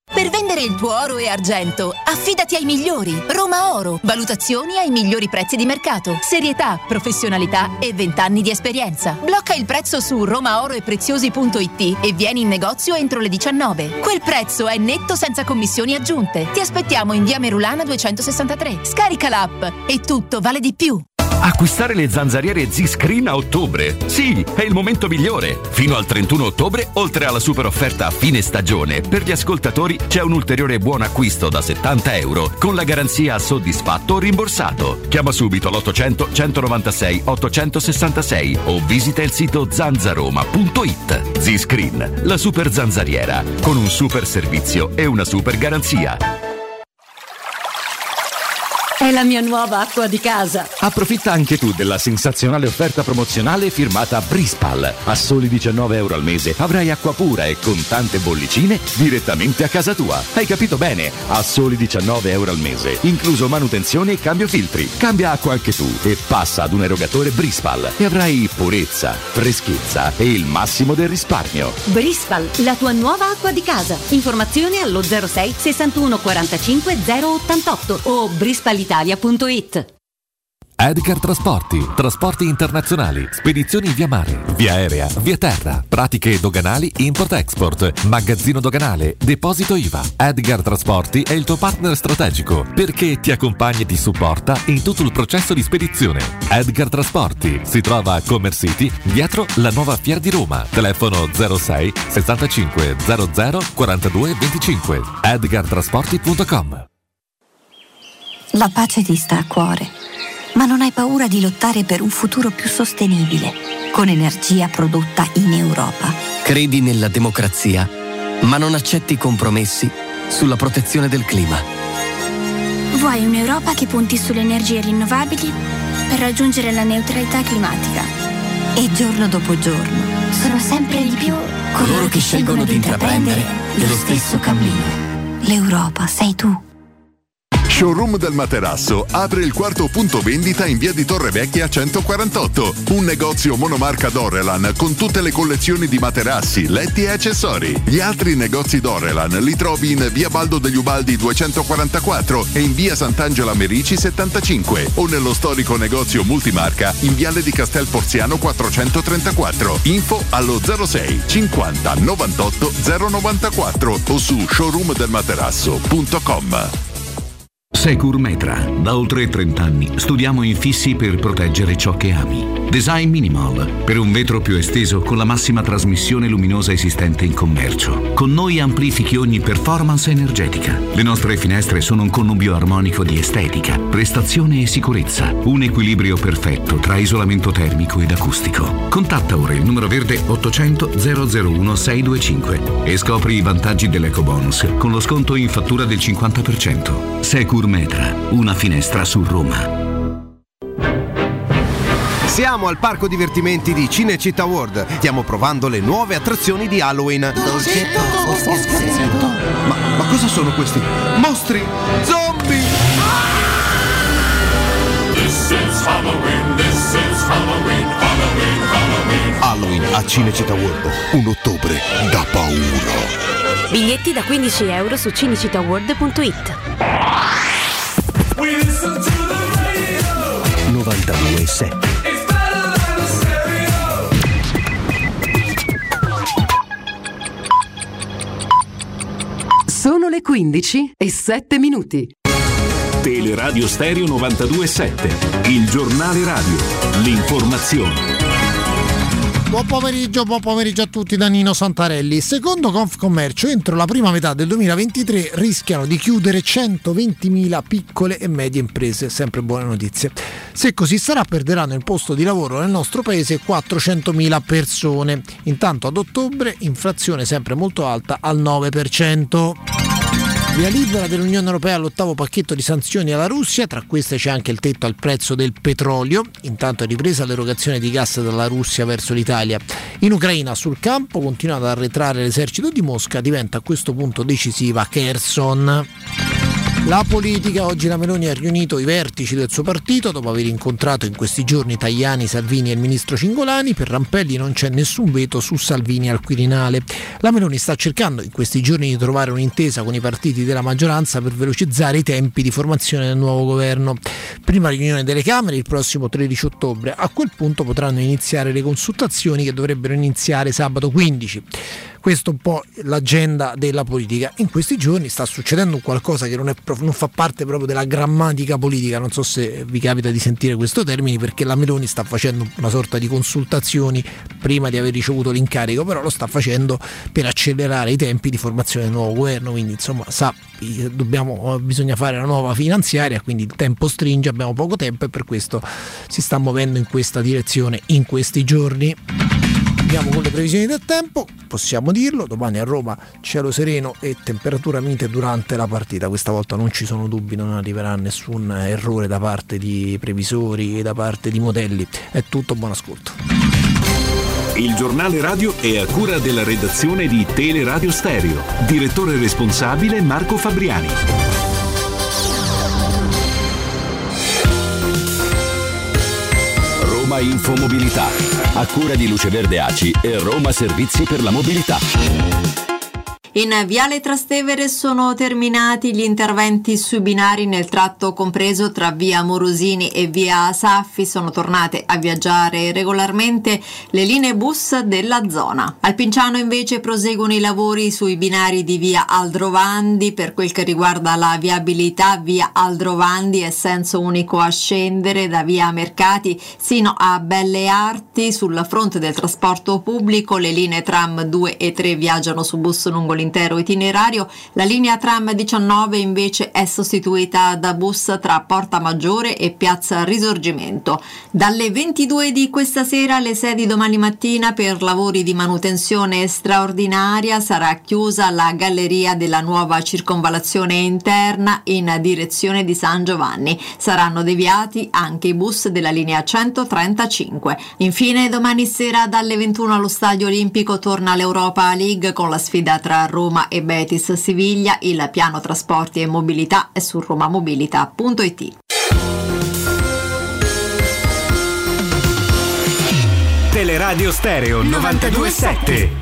Per vendere il tuo oro e argento, affidati ai migliori. Roma Oro. Valutazioni ai migliori prezzi di mercato. Serietà, professionalità e vent'anni di esperienza. Blocca il prezzo su romaoroepreziosi punto it e vieni in negozio entro le diciannove. Quel prezzo è netto senza commissioni aggiunte. Ti aspettiamo in via Merulana duecentosessantatré. Scarica l'app e tutto vale di più. Acquistare le zanzariere Z-Screen a ottobre. Sì, è il momento migliore. Fino al trentuno ottobre, oltre alla super offerta a fine stagione, per gli ascoltatori c'è un ulteriore buon acquisto da settanta euro con la garanzia soddisfatto o rimborsato. Chiama subito l'ottocento centonovantasei ottocentosessantasei o visita il sito zanzaroma punto it. Z-Screen, la super zanzariera, con un super servizio e una super garanzia. È la mia nuova acqua di casa. Approfitta anche tu della sensazionale offerta promozionale firmata Brispal. A soli diciannove euro al mese avrai acqua pura e con tante bollicine direttamente a casa tua. Hai capito bene? A soli diciannove euro al mese, incluso manutenzione e cambio filtri. Cambia acqua anche tu e passa ad un erogatore Brispal e avrai purezza, freschezza e il massimo del risparmio. Brispal, la tua nuova acqua di casa. Informazioni allo zero sei sessantuno quarantacinque zero ottantotto o brispal italia punto it. Edgar Trasporti, trasporti internazionali, spedizioni via mare, via aerea, via terra, pratiche doganali import-export, magazzino doganale, deposito I V A. Edgar Trasporti è il tuo partner strategico perché ti accompagna e ti supporta in tutto il processo di spedizione. Edgar Trasporti si trova a Commerce City, dietro la nuova Fiera di Roma. Telefono zero sei sessantacinque zero zero quarantadue venticinque. edgar trasporti punto com. La pace ti sta a cuore, ma non hai paura di lottare per un futuro più sostenibile, con energia prodotta in Europa. Credi nella democrazia, ma non accetti compromessi sulla protezione del clima. Vuoi un'Europa che punti sulle energie rinnovabili per raggiungere la neutralità climatica. E giorno dopo giorno sono sempre di più coloro che scelgono di intraprendere lo stesso cammino. L'Europa sei tu. Showroom del Materasso apre il quarto punto vendita in via di Torrevecchia centoquarantotto. Un negozio monomarca Dorelan con tutte le collezioni di materassi, letti e accessori. Gli altri negozi Dorelan li trovi in via Baldo degli Ubaldi duecentoquarantaquattro e in via Sant'Angela Merici settantacinque o nello storico negozio multimarca in viale di Castel Porziano quattrocentotrentaquattro. Info allo zero sei cinquanta novantotto zero novantaquattro o su showroom del materasso punto com. Securmetra. Da oltre trenta anni studiamo infissi per proteggere ciò che ami. Design Minimal, per un vetro più esteso con la massima trasmissione luminosa esistente in commercio. Con noi amplifichi ogni performance energetica. Le nostre finestre sono un connubio armonico di estetica, prestazione e sicurezza. Un equilibrio perfetto tra isolamento termico ed acustico. Contatta ora il numero verde ottocento zero zero uno sei due cinque e scopri i vantaggi dell'ecobonus con lo sconto in fattura del cinquanta per cento. Securmetra, una finestra su Roma. Siamo al parco divertimenti di Cinecittà World. Stiamo provando le nuove attrazioni di Halloween. Ma, ma cosa sono questi? Mostri! Zombie! This is Halloween, this is Halloween, Halloween, Halloween. Halloween a Cinecittà World. Un ottobre da paura. Biglietti da quindici euro su cinecittà world punto it. novantadue sette. Sono le quindici e sette minuti. Teleradio Stereo novantadue sette, il giornale radio, l'informazione. Buon pomeriggio, buon pomeriggio a tutti da Nino Santarelli. Secondo Confcommercio, entro la prima metà del duemilaventitré rischiano di chiudere centoventimila piccole e medie imprese. Sempre buone notizie. Se così sarà, perderanno il posto di lavoro nel nostro paese quattrocentomila persone. Intanto ad ottobre inflazione sempre molto alta al nove per cento. Via libera dell'Unione Europea all'ottavo pacchetto di sanzioni alla Russia, tra queste c'è anche il tetto al prezzo del petrolio. Intanto è ripresa l'erogazione di gas dalla Russia verso l'Italia. In Ucraina sul campo continua ad arretrare l'esercito di Mosca, diventa a questo punto decisiva Kherson. La politica, oggi la Meloni ha riunito i vertici del suo partito dopo aver incontrato in questi giorni Tajani, Salvini e il ministro Cingolani. Per Rampelli non c'è nessun veto su Salvini al Quirinale. La Meloni sta cercando in questi giorni di trovare un'intesa con i partiti della maggioranza per velocizzare i tempi di formazione del nuovo governo. Prima riunione delle Camere il prossimo tredici ottobre. A quel punto potranno iniziare le consultazioni che dovrebbero iniziare sabato quindici. Questo è un po' l'agenda della politica. In questi giorni sta succedendo qualcosa che non, è, non fa parte proprio della grammatica politica, non so se vi capita di sentire questo termine, perché la Meloni sta facendo una sorta di consultazioni prima di aver ricevuto l'incarico, però lo sta facendo per accelerare i tempi di formazione del nuovo governo, quindi insomma sa, dobbiamo, bisogna fare la nuova finanziaria, quindi il tempo stringe, abbiamo poco tempo e per questo si sta muovendo in questa direzione in questi giorni. Andiamo con le previsioni del tempo, possiamo dirlo, domani a Roma cielo sereno e temperatura mite durante la partita. Questa volta non ci sono dubbi, non arriverà nessun errore da parte di previsori e da parte di modelli. È tutto, buon ascolto. Il giornale radio è a cura della redazione di Teleradio Stereo. Direttore responsabile Marco Fabriani. Roma Infomobilità, a cura di Luce Verde A C I e Roma Servizi per la Mobilità. In Viale Trastevere sono terminati gli interventi sui binari nel tratto compreso tra via Morosini e via Saffi. Sono tornate a viaggiare regolarmente le linee bus della zona. Al Pinciano invece proseguono i lavori sui binari di via Aldrovandi. Per quel che riguarda la viabilità, via Aldrovandi è senso unico a scendere da via Mercati sino a Belle Arti. Sul fronte del trasporto pubblico le linee tram due e tre viaggiano su bus lungo l'intero itinerario. La linea tram diciannove invece è sostituita da bus tra Porta Maggiore e Piazza Risorgimento. Dalle ventidue di questa sera alle sei di domani mattina per lavori di manutenzione straordinaria sarà chiusa la galleria della nuova circonvallazione interna in direzione di San Giovanni. Saranno deviati anche i bus della linea centotrentacinque. Infine domani sera dalle ventuno allo Stadio Olimpico torna l'Europa League con la sfida tra Roma e Betis Siviglia. Il piano trasporti e mobilità è su romamobilità punto it. Teleradio Stereo novantadue sette.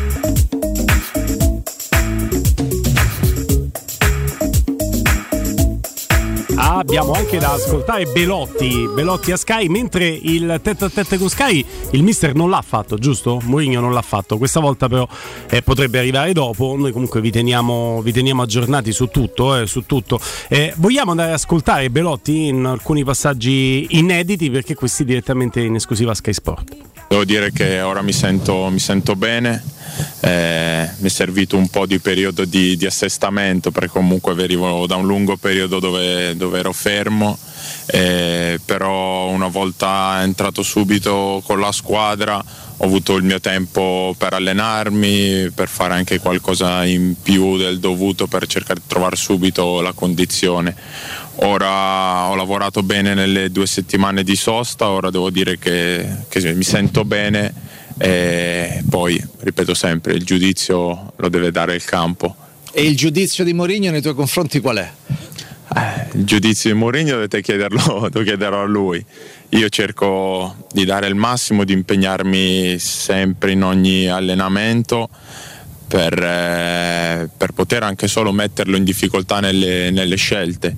Abbiamo anche da ascoltare Belotti, Belotti a Sky, mentre il tête a tête con Sky il mister non l'ha fatto, giusto? Mourinho non l'ha fatto, questa volta però eh, potrebbe arrivare dopo. Noi comunque vi teniamo, vi teniamo aggiornati su tutto, eh, su tutto. Eh, vogliamo andare ad ascoltare Belotti in alcuni passaggi inediti, perché questi direttamente in esclusiva a Sky Sport. Devo dire che ora mi sento, mi sento bene, eh, mi è servito un po' di periodo di, di assestamento, perché comunque venivo da un lungo periodo dove, dove ero fermo, eh, però una volta entrato subito con la squadra ho avuto il mio tempo per allenarmi, per fare anche qualcosa in più del dovuto per cercare di trovare subito la condizione. Ora ho lavorato bene nelle due settimane di sosta, ora devo dire che, che mi sento bene e poi, ripeto sempre, il giudizio lo deve dare il campo. E il giudizio di Mourinho nei tuoi confronti qual è? Eh, il giudizio di Mourinho dovete chiederlo, devo chiederlo a lui. Io cerco di dare il massimo, di impegnarmi sempre in ogni allenamento per, eh, per poter anche solo metterlo in difficoltà nelle, nelle scelte.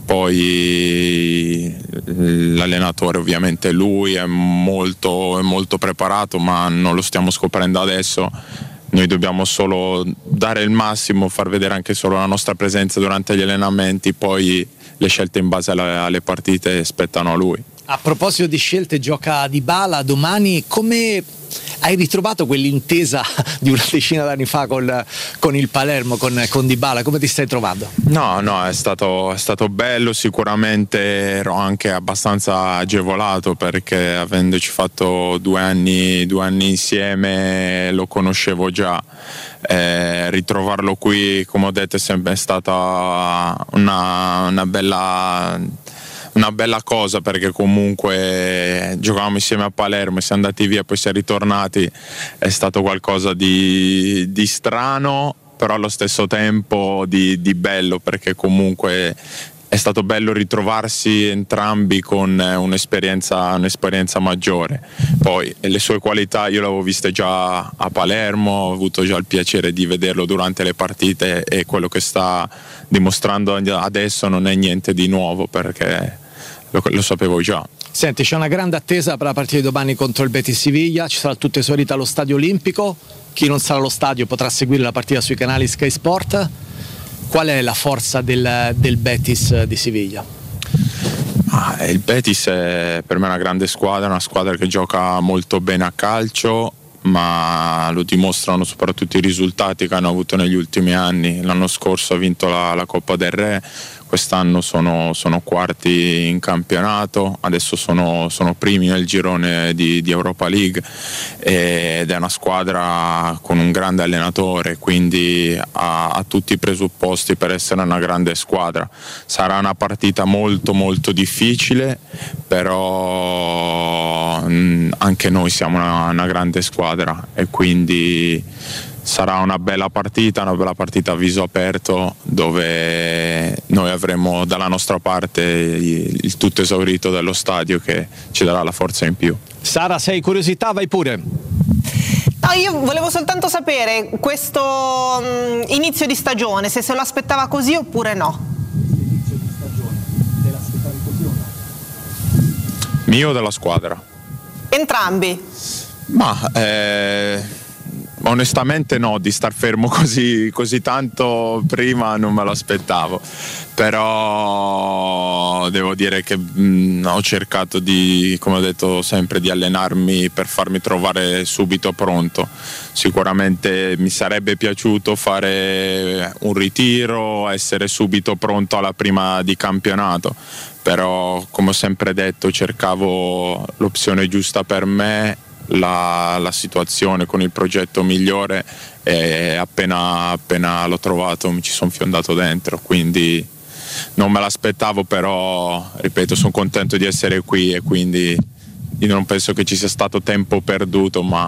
Poi l'allenatore ovviamente lui è molto, è molto preparato, ma non lo stiamo scoprendo adesso. Noi dobbiamo solo dare il massimo, far vedere anche solo la nostra presenza durante gli allenamenti, poi le scelte in base alle, alle partite spettano a lui. A proposito di scelte, gioca Dybala domani. Come hai ritrovato quell'intesa di una decina d'anni fa col, con il Palermo, con, con Dybala? Come ti stai trovando? No, no, è stato, è stato bello, sicuramente ero anche abbastanza agevolato perché avendoci fatto due anni, due anni insieme lo conoscevo già. Eh, ritrovarlo qui, come ho detto, è sempre stata una, una bella... una bella cosa, perché comunque giocavamo insieme a Palermo e siamo andati via, poi siamo ritornati, è stato qualcosa di, di strano, però allo stesso tempo di, di bello, perché comunque è stato bello ritrovarsi entrambi con un'esperienza, un'esperienza maggiore. Poi le sue qualità io le avevo viste già a Palermo, ho avuto già il piacere di vederlo durante le partite, e quello che sta dimostrando adesso non è niente di nuovo, perché lo, lo sapevo già. Senti, c'è una grande attesa per la partita di domani contro il Betis Siviglia, ci sarà tutto esaurito allo Stadio Olimpico, chi non sarà allo stadio potrà seguire la partita sui canali Sky Sport. Qual è la forza del, del Betis di Siviglia? Ah, il Betis è per me una grande squadra, una squadra che gioca molto bene a calcio, ma lo dimostrano soprattutto i risultati che hanno avuto negli ultimi anni. L'anno scorso ha vinto la, la Coppa del Re, quest'anno sono, sono quarti in campionato, adesso sono, sono primi nel girone di, di Europa League, ed è una squadra con un grande allenatore, quindi ha, ha tutti i presupposti per essere una grande squadra. Sarà una partita molto molto difficile, però mh, anche noi siamo una, una grande squadra, e quindi sarà una bella partita, una bella partita a viso aperto, dove noi avremo dalla nostra parte il, il tutto esaurito dello stadio, che ci darà la forza in più. Sara, se hai curiosità vai pure. No, io volevo soltanto sapere questo um, inizio di stagione, se se lo aspettava così oppure no. Inizio di stagione, te l'aspettavi così o no? Mio o della squadra? Entrambi. Ma eh... onestamente no, di star fermo così, così tanto prima non me lo aspettavo, però devo dire che mh, ho cercato di, come ho detto sempre, di allenarmi per farmi trovare subito pronto. Sicuramente mi sarebbe piaciuto fare un ritiro, essere subito pronto alla prima di campionato, però come ho sempre detto cercavo l'opzione giusta per me, La, la situazione con il progetto migliore, e appena, appena l'ho trovato mi ci sono fiondato dentro, quindi non me l'aspettavo, però ripeto, sono contento di essere qui, e quindi io non penso che ci sia stato tempo perduto, ma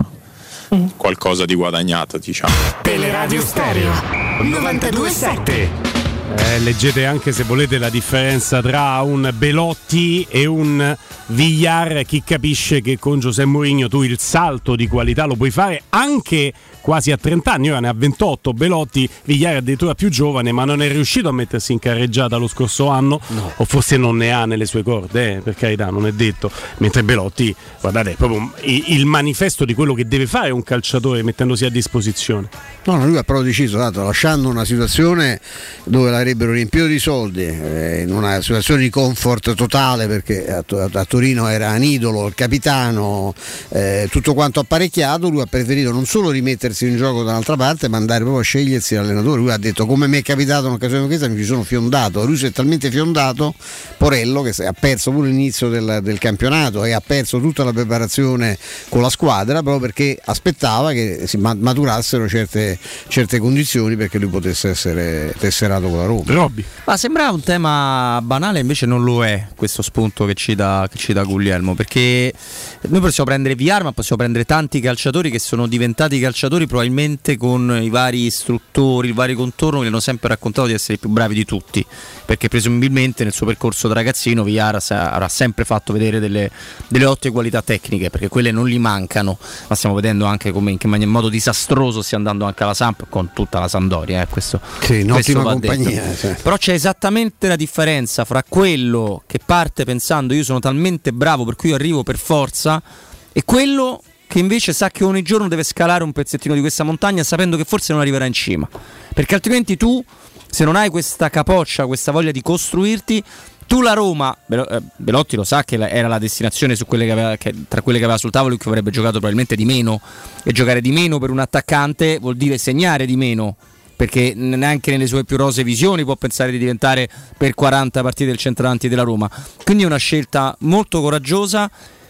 qualcosa di guadagnato, diciamo. Teleradio Stereo novantadue sette. Eh, leggete anche, se volete, la differenza tra un Belotti e un Villar. Chi capisce che con José Mourinho tu il salto di qualità lo puoi fare anche quasi a trenta anni, ora ne ha ventotto Belotti, Villar è addirittura più giovane, ma non è riuscito a mettersi in carreggiata lo scorso anno, no. O forse non ne ha nelle sue corde, eh, per carità, non è detto, mentre Belotti, guardate, è proprio il manifesto di quello che deve fare un calciatore mettendosi a disposizione. No, no, lui ha proprio deciso, tanto, lasciando una situazione dove l'avrebbero riempito di soldi, eh, in una situazione di comfort totale, perché a, a Torino era un idolo, il capitano, eh, tutto quanto apparecchiato. Lui ha preferito non solo rimettersi in gioco da un'altra parte, ma andare proprio a scegliersi l'allenatore. Lui ha detto: come mi è capitato in un'occasione come questa, mi ci sono fiondato. Lui si è talmente fiondato, Porello, che ha perso pure l'inizio del, del campionato e ha perso tutta la preparazione con la squadra, proprio perché aspettava che si maturassero certe, certe condizioni perché lui potesse essere tesserato con la Roma. Robby. Ma sembra un tema banale, invece non lo è, questo spunto che ci dà, che ci dà Guglielmo, perché noi possiamo prendere Villar, ma possiamo prendere tanti calciatori che sono diventati calciatori probabilmente con i vari istruttori, il vari contorno, che hanno sempre raccontato di essere i più bravi di tutti, perché presumibilmente nel suo percorso da ragazzino Villar avrà sempre fatto vedere delle, delle ottime qualità tecniche, perché quelle non gli mancano, ma stiamo vedendo anche come in che maniera, in modo disastroso stia andando anche alla Samp, con tutta la Sampdoria, eh, questo, sì, in questo ottima va compagnia, detto. Sì. Però c'è esattamente la differenza fra quello che parte pensando io sono talmente bravo per cui arrivo per forza, e quello che invece sa che ogni giorno deve scalare un pezzettino di questa montagna sapendo che forse non arriverà in cima, perché altrimenti tu, se non hai questa capoccia, questa voglia di costruirti, tu la Roma, Belotti lo sa che era la destinazione su quelle che aveva, che, tra quelle che aveva sul tavolo, che avrebbe giocato probabilmente di meno, e giocare di meno per un attaccante vuol dire segnare di meno, perché neanche nelle sue più rosee visioni può pensare di diventare per quaranta partite il centravanti della Roma. Quindi è una scelta molto coraggiosa,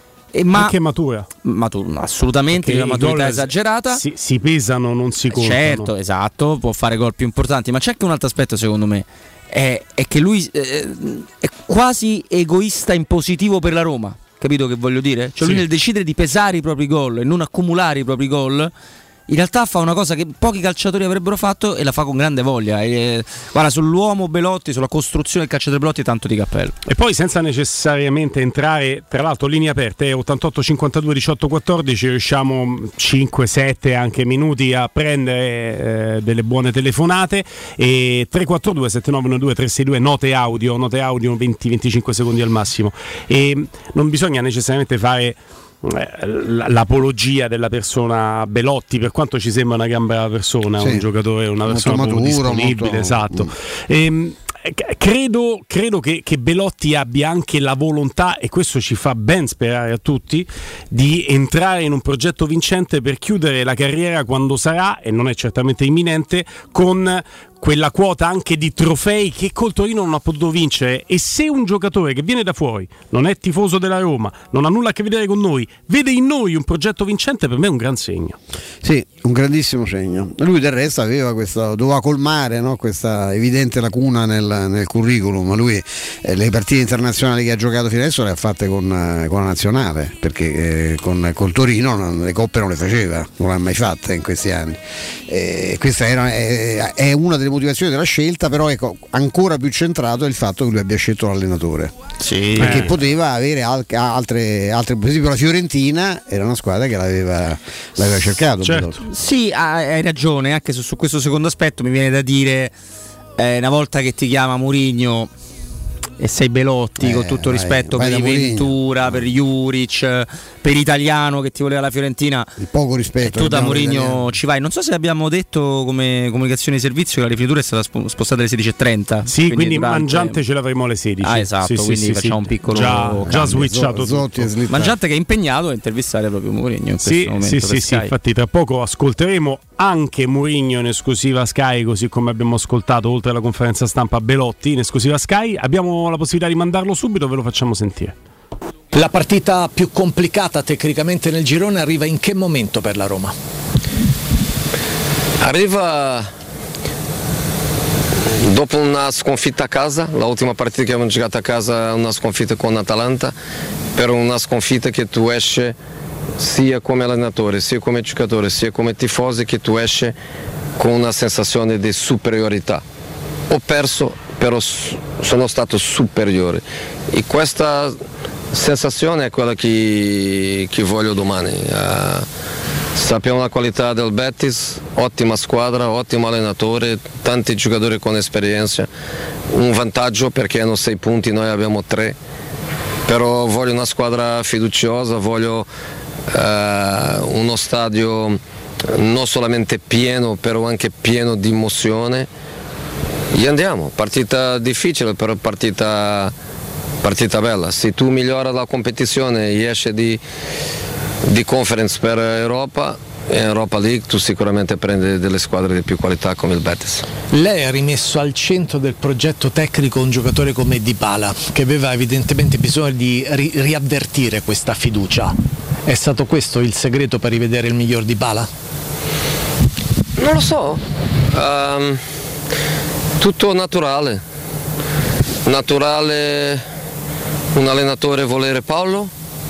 e ma anche matura, matura assolutamente, una maturità esagerata. Si, si pesano, non si contano. Certo, esatto, può fare gol più importanti, ma c'è anche un altro aspetto secondo me, è, è che lui eh, è quasi egoista in positivo per la Roma, capito che voglio dire? Cioè lui, sì, nel decidere di pesare i propri gol e non accumulare i propri gol, in realtà fa una cosa che pochi calciatori avrebbero fatto e la fa con grande voglia. E, guarda, sull'uomo Belotti, sulla costruzione del calciatore Belotti, tanto di cappello. E poi senza necessariamente entrare, tra l'altro linee aperte, ottantotto cinquantadue diciotto quattordici, riusciamo cinque sette anche minuti a prendere eh, delle buone telefonate. E tre quattro due sette nove uno due tre sei due, note audio, note audio venti venticinque secondi al massimo. E non bisogna necessariamente fare l'apologia della persona Belotti, per quanto ci sembra una gran brava persona, sì, un giocatore, una persona molto molto maturo, disponibile, molto... esatto. E, credo, credo che, che Belotti abbia anche la volontà, e questo ci fa ben sperare a tutti, di entrare in un progetto vincente per chiudere la carriera quando sarà, e non è certamente imminente, con quella quota anche di trofei che col Torino non ha potuto vincere. E se un giocatore che viene da fuori, non è tifoso della Roma, non ha nulla a che vedere con noi, vede in noi un progetto vincente, per me è un gran segno. Sì, un grandissimo segno. Lui del resto aveva questa, doveva colmare, no, questa evidente lacuna nel, nel curriculum. Lui eh, le partite internazionali che ha giocato fino adesso le ha fatte con, eh, con la nazionale, perché eh, con col Torino non, le coppe non le faceva, non le ha mai fatte in questi anni. Eh, questa era, è, è una delle motivazioni della scelta, però ecco, ancora più centrato è il fatto che lui abbia scelto l'allenatore, sì, perché eh. poteva avere al- altre, altre, per esempio la Fiorentina era una squadra che l'aveva, l'aveva cercato, certo. Sì, hai ragione, anche su, su questo secondo aspetto mi viene da dire, eh, una volta che ti chiama Mourinho e sei Belotti, eh, con tutto vai, rispetto vai per Ventura, per Juric, per Italiano che ti voleva la Fiorentina, il poco rispetto, e tu da Mourinho ci vai. Non so se abbiamo detto come comunicazione di servizio che la rifinitura è stata spostata alle sedici e trenta. Sì, quindi, quindi durante... Mangiante ce l'avremo alle sedici. Ah, esatto, sì, quindi sì, facciamo sì, un piccolo già, già switchato tutto. Mangiante che è impegnato a intervistare proprio Mourinho in sì, questo momento. Sì, sì, sì, infatti tra poco ascolteremo anche Mourinho in esclusiva Sky, così come abbiamo ascoltato oltre alla conferenza stampa Belotti in esclusiva Sky. Abbiamo la possibilità di mandarlo subito, ve lo facciamo sentire. La partita più complicata tecnicamente nel girone arriva in che momento per la Roma? Arriva dopo una sconfitta a casa, l'ultima partita che abbiamo giocato a casa è una sconfitta con l'Atalanta, per una sconfitta che tu esci sia come allenatore, sia come giocatore, sia come tifosi, che tu esci con una sensazione di superiorità. Ho perso, però sono stato superiore, e questa sensazione è quella che, che voglio domani. Uh, sappiamo la qualità del Betis, ottima squadra, ottimo allenatore, tanti giocatori con esperienza, un vantaggio perché hanno sei punti, noi abbiamo tre, però voglio una squadra fiduciosa, voglio uh, uno stadio non solamente pieno, però anche pieno di emozione. E andiamo, partita difficile, però partita, partita bella. Se tu migliora la competizione e esci di, di conference per Europa, in Europa League tu sicuramente prendi delle squadre di più qualità come il Betis. Lei ha rimesso al centro del progetto tecnico un giocatore come Dybala, che aveva evidentemente bisogno di ri- riavvertire questa fiducia. È stato questo il segreto per rivedere il miglior Dybala? Non lo so. Um, tutto naturale. Naturale un allenatore volere Paolo.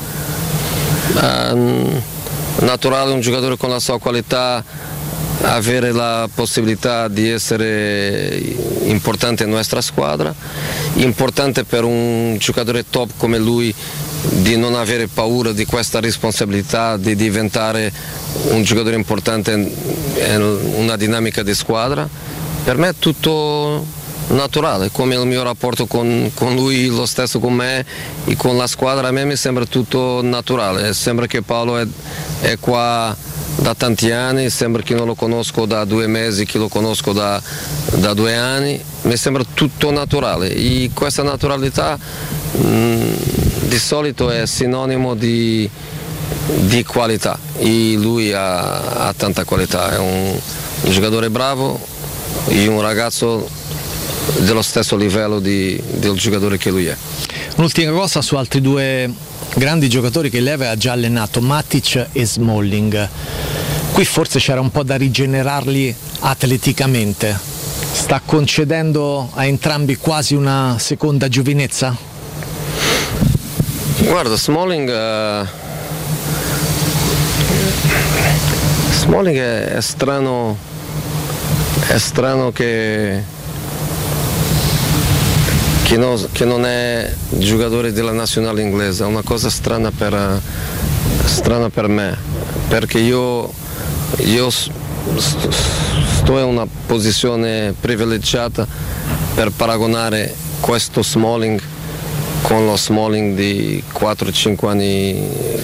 Um, naturale un giocatore con la sua qualità avere la possibilità di essere importante in nostra squadra, importante per un giocatore top come lui di non avere paura di questa responsabilità di diventare un giocatore importante in una dinamica di squadra. Per me è tutto naturale, come il mio rapporto con, con lui, lo stesso con me e con la squadra, a me mi sembra tutto naturale. Sembra che Paolo è, è qua da tanti anni, sembra che non lo conosco da due mesi, che lo conosco da, da due anni, mi sembra tutto naturale, e questa naturalità mh, di solito è sinonimo di, di qualità, e lui ha, ha tanta qualità, è un, un giocatore bravo e un ragazzo dello stesso livello di, del giocatore che lui è. Un'ultima cosa su altri due grandi giocatori che lei aveva già allenato, Matic e Smalling. Qui forse c'era un po' da rigenerarli atleticamente. Sta concedendo a entrambi quasi una seconda giovinezza? Guarda, Smalling uh, Smalling è, è strano, è strano che, che, no, che non è giocatore della nazionale inglese, è una cosa strana per, strana per me, perché io, io sto in una posizione privilegiata per paragonare questo Smalling con lo Smalling di quattro cinque anni,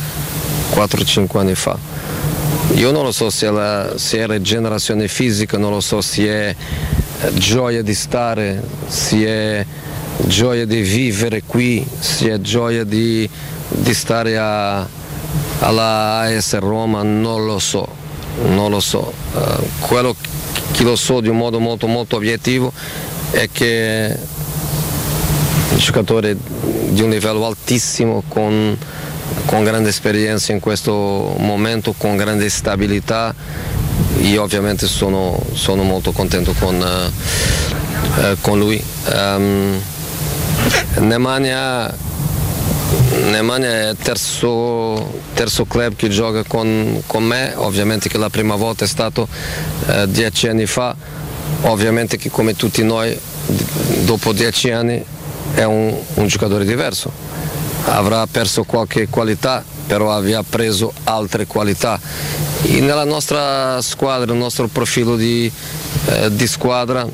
anni fa. Io non lo so se, la, se è rigenerazione fisica, non lo so se è gioia di stare, se è gioia di vivere qui, se è gioia di, di stare a, alla A S Roma, non lo so, non lo so. Uh, quello che lo so di un modo molto molto obiettivo è che è un giocatore di un livello altissimo, con, con grande esperienza in questo momento, con grande stabilità. Io ovviamente sono, sono molto contento con, uh, uh, con lui. Um, Nemanja, Nemanja è il terzo, terzo club che gioca con, con me, ovviamente che la prima volta è stato uh, dieci anni fa, ovviamente che come tutti noi dopo dieci anni è un, un giocatore diverso, avrà perso qualche qualità, però aveva preso altre qualità. E nella nostra squadra, il nostro profilo di, eh, di squadra,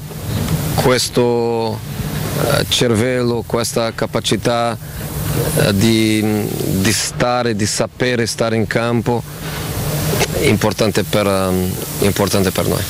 questo eh, cervello, questa capacità eh, di, di stare, di sapere stare in campo è importante per, um, importante per noi.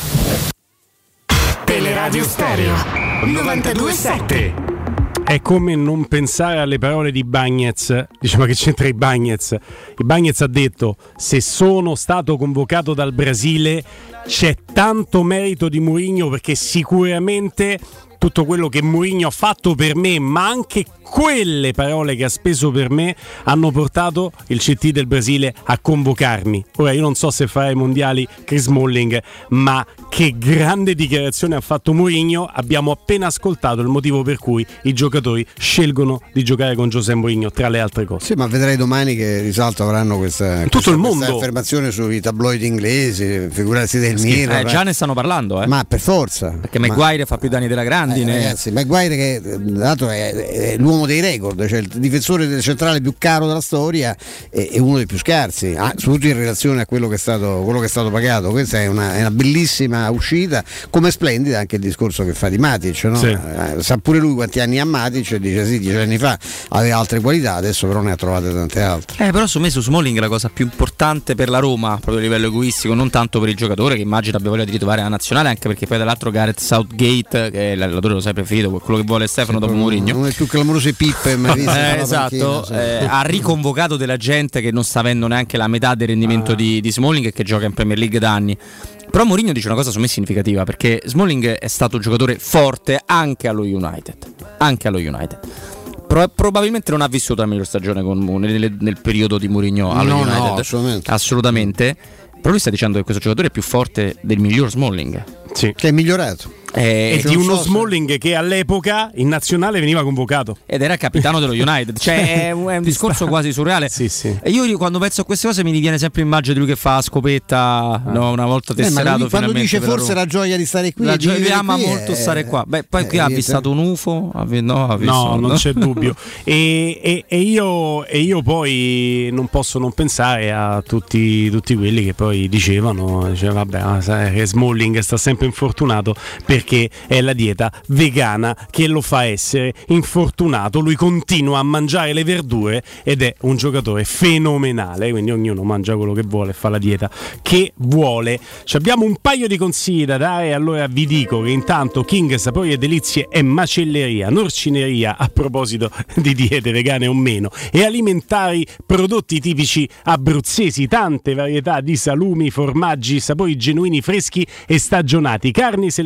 Teleradio Stereo novantadue sette. È come non pensare alle parole di Bagnez. Dice, ma che c'entra i Bagnez? Il Bagnez ha detto: se sono stato convocato dal Brasile c'è tanto merito di Mourinho, perché sicuramente tutto quello che Mourinho ha fatto per me, ma anche quelle parole che ha speso per me, hanno portato il C T del Brasile a convocarmi. Ora io non so se farà i mondiali Chris Smalling, ma che grande dichiarazione ha fatto Mourinho. Abbiamo appena ascoltato il motivo per cui i giocatori scelgono di giocare con José Mourinho, tra le altre cose. Sì, ma vedrai domani che risalto avranno questa, in tutto questa, il mondo questa affermazione sui tabloidi inglesi, figurarsi del sì, Mirror. Eh, già ne stanno parlando, eh. Ma per forza. Perché Maguire ma... fa più danni della Grandine. Eh, ragazzi, Maguire che dato è, è l'uomo dei record, cioè il difensore centrale più caro della storia e, e uno dei più scarsi, ah, soprattutto in relazione a quello che è stato, quello che è stato pagato. Questa è una, è una bellissima uscita, come splendida anche il discorso che fa di Matic, no? Sì. Eh, sa pure lui quanti anni ha Matic e dice sì, dieci anni fa aveva altre qualità, adesso però ne ha trovate tante altre. Eh, però su me su Smalling la cosa più importante per la Roma, proprio a livello egoistico, non tanto per il giocatore che immagino abbia voglia di ritrovare la nazionale, anche perché poi dall'altro Gareth Southgate, che è l'allenatore lo sai preferito, quello che vuole Stefano sì, dopo Mourinho, uno dei più clamorosi pippe mai visto. eh, esatto, panchina, eh, ha riconvocato della gente che non sta avendo neanche la metà del rendimento ah. di, di Smalling e che gioca in Premier League da anni. Però Mourinho dice una cosa su me significativa, perché Smalling è stato un giocatore forte anche allo United, anche allo United. Pro- probabilmente non ha vissuto la miglior stagione con, nel, nel periodo di Mourinho allo no, United, no, assolutamente. assolutamente. Però lui sta dicendo che questo giocatore è più forte del miglior Smalling, sì. che è migliorato. Eh, e di uno so Smalling se... che all'epoca in nazionale veniva convocato ed era capitano dello United, cioè è un, è un discorso quasi surreale. Sì, sì. E io quando penso a queste cose mi viene sempre l'immagine di lui che fa a scopetta, ah. no, una volta tesserato. Eh, quando dice forse la gioia di stare qui, la gioia, lui ama qui molto è... stare qua. Beh, poi eh, qui ha avvistato un U F O, no, ha visto, no, non c'è dubbio. E, e, e, io, e io poi non posso non pensare a tutti, tutti quelli che poi dicevano, diceva, vabbè, sai, che Smalling sta sempre infortunato perché è la dieta vegana che lo fa essere infortunato. Lui continua a mangiare le verdure ed è un giocatore fenomenale, quindi ognuno mangia quello che vuole e fa la dieta che vuole. Ci abbiamo un paio di consigli da dare, allora vi dico che intanto King Sapori e Delizie è macelleria, norcineria, a proposito di diete vegane o meno, e alimentari, prodotti tipici abruzzesi, tante varietà di salumi, formaggi, sapori genuini, freschi e stagionati, carni selezionate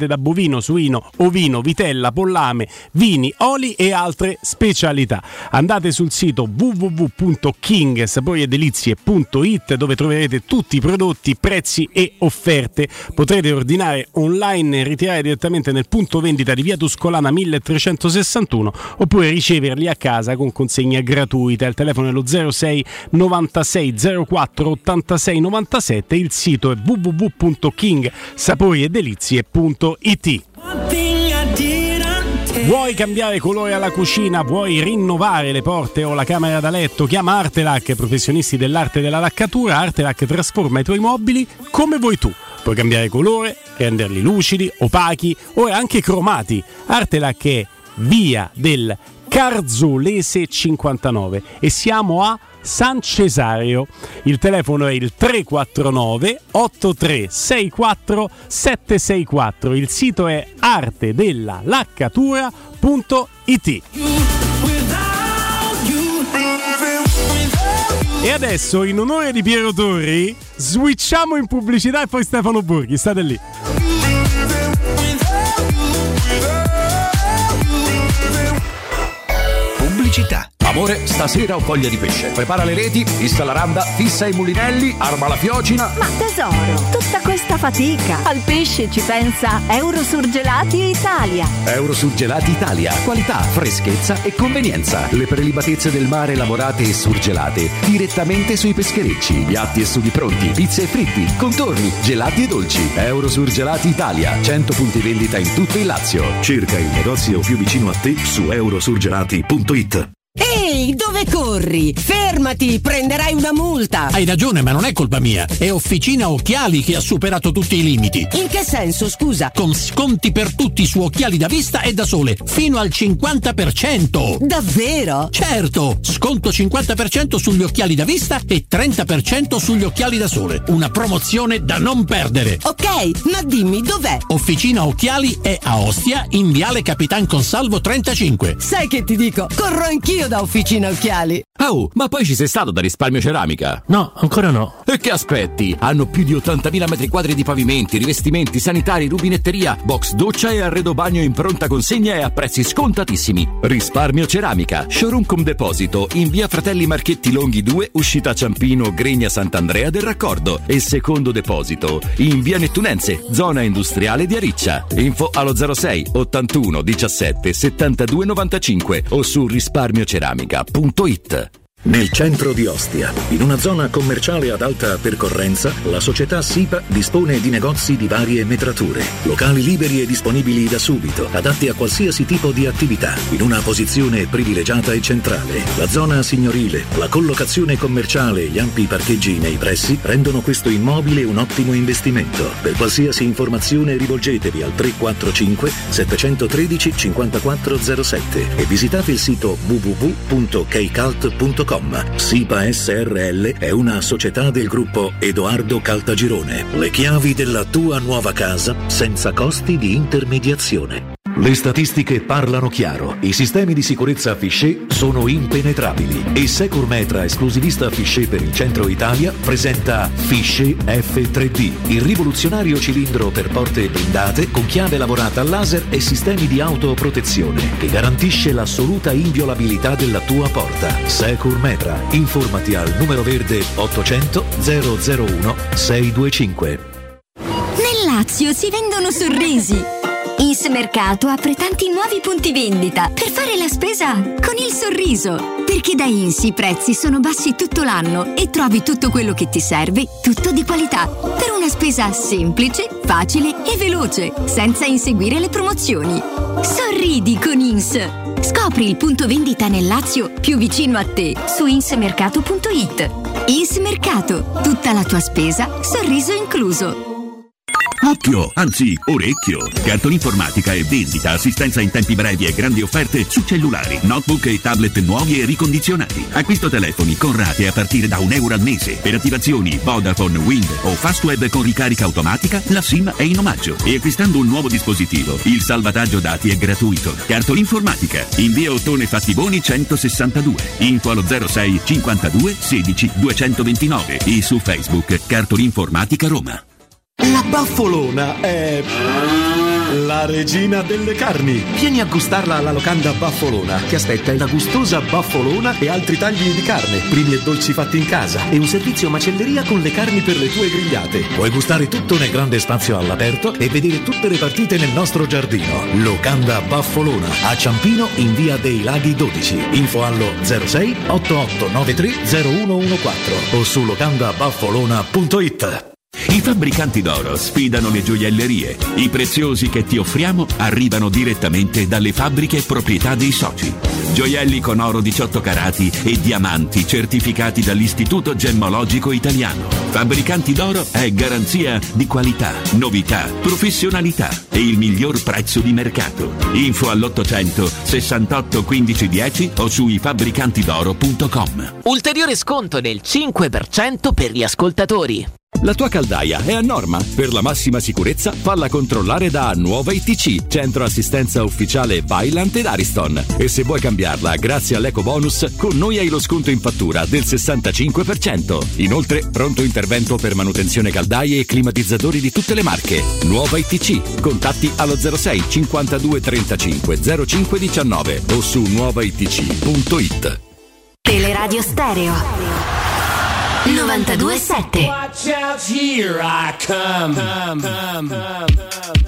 selezionate da bovino, suino, ovino, vitella, pollame, vini, oli e altre specialità. Andate sul sito w w w punto king sapori e delizie punto it dove troverete tutti i prodotti, prezzi e offerte. Potrete ordinare online e ritirare direttamente nel punto vendita di via Tuscolana milletrecentosessantuno oppure riceverli a casa con consegna gratuita. Il telefono è lo zero sei novantasei zero quattro ottantasei novantasette. Il sito è w w w punto king sapori e delizie punto it. Vuoi cambiare colore alla cucina? Vuoi rinnovare le porte o la camera da letto? Chiama Artelac, professionisti dell'arte della laccatura. Artelac trasforma i tuoi mobili come vuoi tu. Puoi cambiare colore, renderli lucidi, opachi o anche cromati. Artelac è via del Carzolese cinquantanove e siamo a San Cesario. Il telefono è il tre quattro nove otto tre sei quattro sette sei quattro. Il sito è arte della laccatura punto it. E adesso, in onore di Piero Torri, switchiamo in pubblicità e poi Stefano Borghi. State lì. Pubblicità. Amore, stasera ho voglia di pesce. Prepara le reti, fissa la randa, fissa i mulinelli, arma la fiocina. Ma tesoro, tutta questa fatica. Al pesce ci pensa Eurosurgelati Italia. Eurosurgelati Italia. Qualità, freschezza e convenienza. Le prelibatezze del mare lavorate e surgelate direttamente sui pescherecci. Piatti e sughi pronti, pizze e fritti, contorni, gelati e dolci. Eurosurgelati Italia. cento punti vendita in tutto il Lazio. Cerca il negozio più vicino a te su eurosurgelati punto it. Ehi, dove corri? Fermati, prenderai una multa. Hai ragione, ma non è colpa mia. È Officina Occhiali che ha superato tutti i limiti. In che senso, scusa? Con sconti per tutti su occhiali da vista e da sole, fino al cinquanta per cento. Davvero? Certo, sconto cinquanta per cento sugli occhiali da vista e trenta per cento sugli occhiali da sole. Una promozione da non perdere. Ok, ma dimmi dov'è? Officina Occhiali è a Ostia, in Viale Capitan Consalvo trentacinque. Sai che ti dico? Corro anch'io da Officina Occhiali. Oh, ma poi ci sei stato da Risparmio Ceramica? No, ancora no. E che aspetti? Hanno più di ottantamila metri quadri di pavimenti, rivestimenti, sanitari, rubinetteria, box doccia e arredo bagno in pronta consegna e a prezzi scontatissimi. Risparmio Ceramica, showroom con deposito in via Fratelli Marchetti Longhi due, uscita Ciampino, Gregna Sant'Andrea del Raccordo, e secondo deposito in via Nettunense, zona industriale di Ariccia. Info allo zero sei ottantuno diciassette settantadue novantacinque o su risparmio ceramica punto it. Nel centro di Ostia, in una zona commerciale ad alta percorrenza, la società SIPA dispone di negozi di varie metrature, locali liberi e disponibili da subito, adatti a qualsiasi tipo di attività, in una posizione privilegiata e centrale. La zona signorile, la collocazione commerciale e gli ampi parcheggi nei pressi rendono questo immobile un ottimo investimento. Per qualsiasi informazione rivolgetevi al tre quattro cinque sette uno tre cinque zero sette e visitate il sito w w w punto keicalt punto com. SIPA S R L è una società del gruppo Edoardo Caltagirone. Le chiavi della tua nuova casa senza costi di intermediazione. Le statistiche parlano chiaro. I sistemi di sicurezza Fichet sono impenetrabili e Securmetra, esclusivista Fichet per il centro Italia, presenta Fichet F tre D, il rivoluzionario cilindro per porte blindate con chiave lavorata a laser e sistemi di autoprotezione che garantisce l'assoluta inviolabilità della tua porta. Securmetra. Informati al numero verde ottocento zero zero uno sei due cinque. Nel Lazio si vendono sorrisi. Insmercato apre tanti nuovi punti vendita per fare la spesa con il sorriso. Perché da Ins i prezzi sono bassi tutto l'anno e trovi tutto quello che ti serve, tutto di qualità, per una spesa semplice, facile e veloce, senza inseguire le promozioni. Sorridi con Ins. Scopri il punto vendita nel Lazio più vicino a te su insmercato punto it. Insmercato, tutta la tua spesa, sorriso incluso. Occhio, anzi orecchio! Cartolinformatica e vendita, assistenza in tempi brevi e grandi offerte su cellulari, notebook e tablet nuovi e ricondizionati. Acquisto telefoni con rate a partire da un euro al mese. Per attivazioni Vodafone, Wind o Fastweb con ricarica automatica, la SIM è in omaggio. E acquistando un nuovo dispositivo, il salvataggio dati è gratuito. Cartolinformatica, in via Ottone Fattiboni centosessantadue. Info allo zero sei cinquantadue sedici duecentoventinove e su Facebook Cartolinformatica Roma. La Baffolona è la regina delle carni. Vieni a gustarla alla locanda Baffolona. Ti aspetta una gustosa baffolona e altri tagli di carne, primi e dolci fatti in casa e un servizio macelleria con le carni per le tue grigliate. Puoi gustare tutto nel grande spazio all'aperto e vedere tutte le partite nel nostro giardino. Locanda Baffolona a Ciampino in via dei Laghi dodici. Info allo zero sei otto otto nove tre zero uno uno quattro o su locanda baffolona punto it. I fabbricanti d'oro sfidano le gioiellerie. I preziosi che ti offriamo arrivano direttamente dalle fabbriche proprietà dei soci. Gioielli con oro diciotto carati e diamanti certificati dall'Istituto Gemmologico Italiano. Fabbricanti d'oro è garanzia di qualità, novità, professionalità e il miglior prezzo di mercato. Info all'ottocento sessantotto quindici dieci o su i fabbricanti d'oro punto com. Ulteriore sconto del cinque per cento per gli ascoltatori. La tua caldaia è a norma. Per la massima sicurezza, falla controllare da Nuova I T C, centro assistenza ufficiale Vaillant ed Ariston. E se vuoi cambiarla grazie all'eco bonus, con noi hai lo sconto in fattura del sessantacinque per cento. Inoltre, pronto intervento per manutenzione caldaie e climatizzatori di tutte le marche. Nuova I T C. Contatti allo zero sei cinquantadue trentacinque zero cinque diciannove o su nuova i t c punto it. Teleradio Stereo novantadue sette. Watch out, here I come. come, come, come.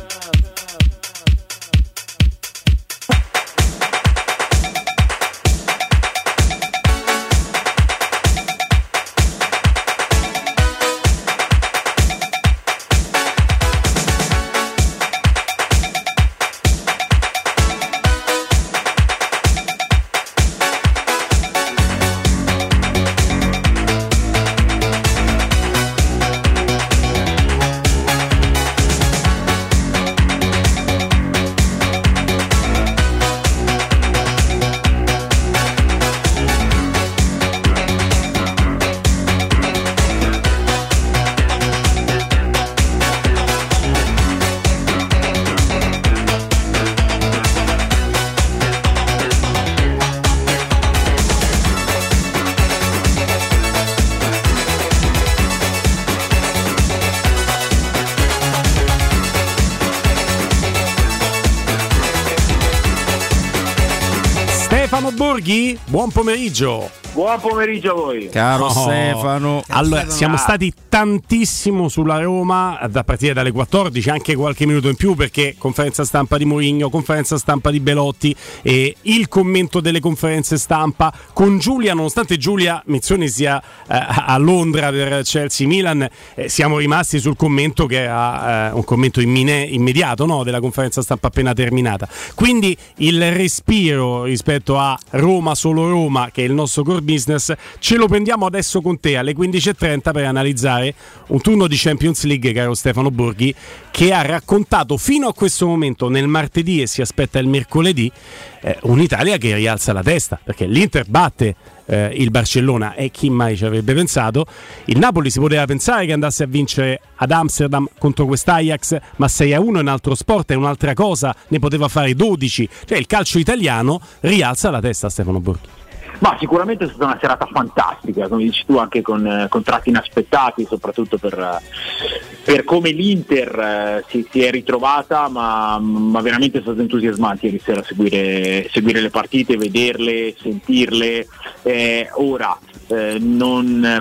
Borghi, buon pomeriggio. Buon pomeriggio a voi. Caro oh. Stefano. Allora, siamo stati tantissimo sulla Roma a partire dalle quattordici, anche qualche minuto in più, perché conferenza stampa di Mourinho, conferenza stampa di Belotti e il commento delle conferenze stampa con Giulia, nonostante Giulia Mizzoni sia eh, a Londra per Chelsea Milan, eh, siamo rimasti sul commento che era eh, un commento immine, immediato, no, della conferenza stampa appena terminata. Quindi il respiro rispetto a Roma, solo Roma, che è il nostro core business, ce lo prendiamo adesso con te alle quindici e trenta per analizzare un turno di Champions League, caro Stefano Borghi, che ha raccontato fino a questo momento, nel martedì e si aspetta il mercoledì, eh, un'Italia che rialza la testa, perché l'Inter batte eh, il Barcellona e chi mai ci avrebbe pensato. Il Napoli si poteva pensare che andasse a vincere ad Amsterdam contro quest'Ajax, ma sei a uno è un altro sport, è un'altra cosa, ne poteva fare dodici, cioè il calcio italiano rialza la testa, Stefano Borghi. Ma sicuramente è stata una serata fantastica, come dici tu, anche con eh, contratti inaspettati, soprattutto per, per come l'Inter eh, si, si è ritrovata, ma, ma veramente è stato entusiasmante ieri sera seguire, seguire le partite, vederle, sentirle. Eh, ora eh, non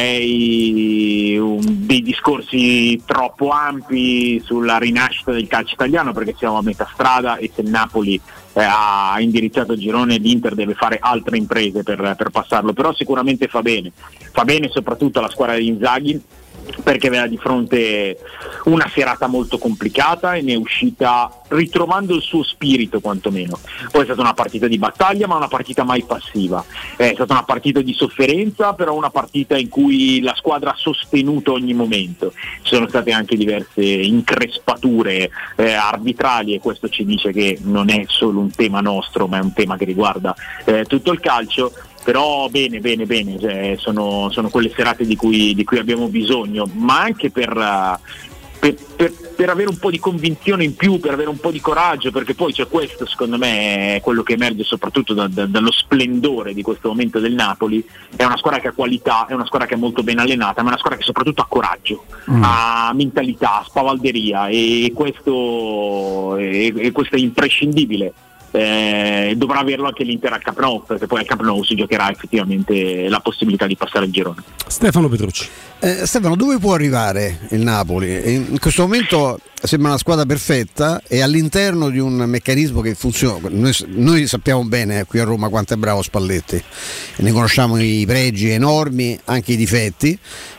farei un, dei discorsi troppo ampi sulla rinascita del calcio italiano, perché siamo a metà strada e se il Napoli Eh, ha indirizzato il girone, l'Inter deve fare altre imprese per, per passarlo, però sicuramente fa bene, fa bene soprattutto alla squadra di Inzaghi, perché aveva di fronte una serata molto complicata e ne è uscita ritrovando il suo spirito quantomeno. Poi è stata una partita di battaglia, ma una partita mai passiva, è stata una partita di sofferenza, però una partita in cui la squadra ha sostenuto ogni momento. Ci sono state anche diverse increspature eh, arbitrali, e questo ci dice che non è solo un tema nostro, ma è un tema che riguarda eh, tutto il calcio. Però bene, bene, bene, cioè, sono, sono quelle serate di cui, di cui abbiamo bisogno, ma anche per, uh, per, per, per avere un po' di convinzione in più, per avere un po' di coraggio, perché poi c'è questo, secondo me, è quello che emerge soprattutto da, da, dallo splendore di questo momento del Napoli. È una squadra che ha qualità, è una squadra che è molto ben allenata, ma è una squadra che soprattutto ha coraggio, mm. ha mentalità, ha spavalderia, e questo, e, e questo è imprescindibile. Eh, dovrà averlo anche l'Inter al Camp Nou, perché poi al Camp Nou si giocherà effettivamente la possibilità di passare il girone. Stefano Petrucci. Eh, Stefano, dove può arrivare il Napoli? In questo momento sembra una squadra perfetta e all'interno di un meccanismo che funziona. Noi, noi sappiamo bene eh, qui a Roma quanto è bravo Spalletti, ne conosciamo i pregi enormi, anche i difetti.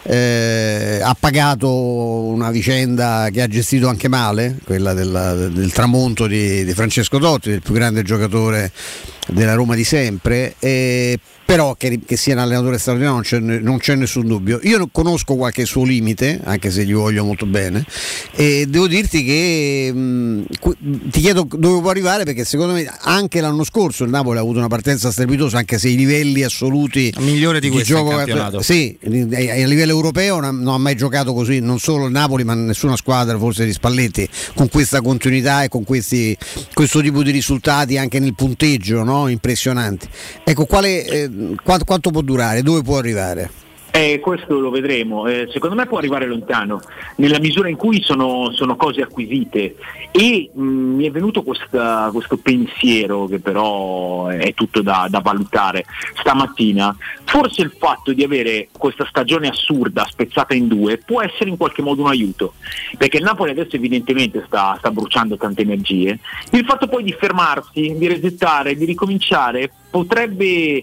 Eh, ha pagato una vicenda che ha gestito anche male, quella del, del tramonto di, di Francesco Totti, del più grande giocatore della Roma di sempre, e però che, che sia un allenatore straordinario non c'è, non c'è nessun dubbio. Io conosco qualche suo limite, anche se gli voglio molto bene, e devo dirti che mh, ti chiedo dove può arrivare, perché secondo me anche l'anno scorso il Napoli ha avuto una partenza strepitosa, anche se i livelli assoluti migliore di, di questo gioco, campionato, sì, a livello europeo non ha mai giocato così, non solo il Napoli ma nessuna squadra forse di Spalletti con questa continuità e con questi, questo tipo di risultati anche nel punteggio, no? Impressionanti. Ecco, quale eh, quanto, quanto può durare, dove può arrivare? Eh, questo lo vedremo, eh, secondo me può arrivare lontano, nella misura in cui sono, sono cose acquisite, e mh, mi è venuto questa, questo pensiero, che però è tutto da, da valutare stamattina. Forse il fatto di avere questa stagione assurda spezzata in due può essere in qualche modo un aiuto, perché il Napoli adesso evidentemente sta, sta bruciando tante energie. Il fatto poi di fermarsi, di resettare, di ricominciare potrebbe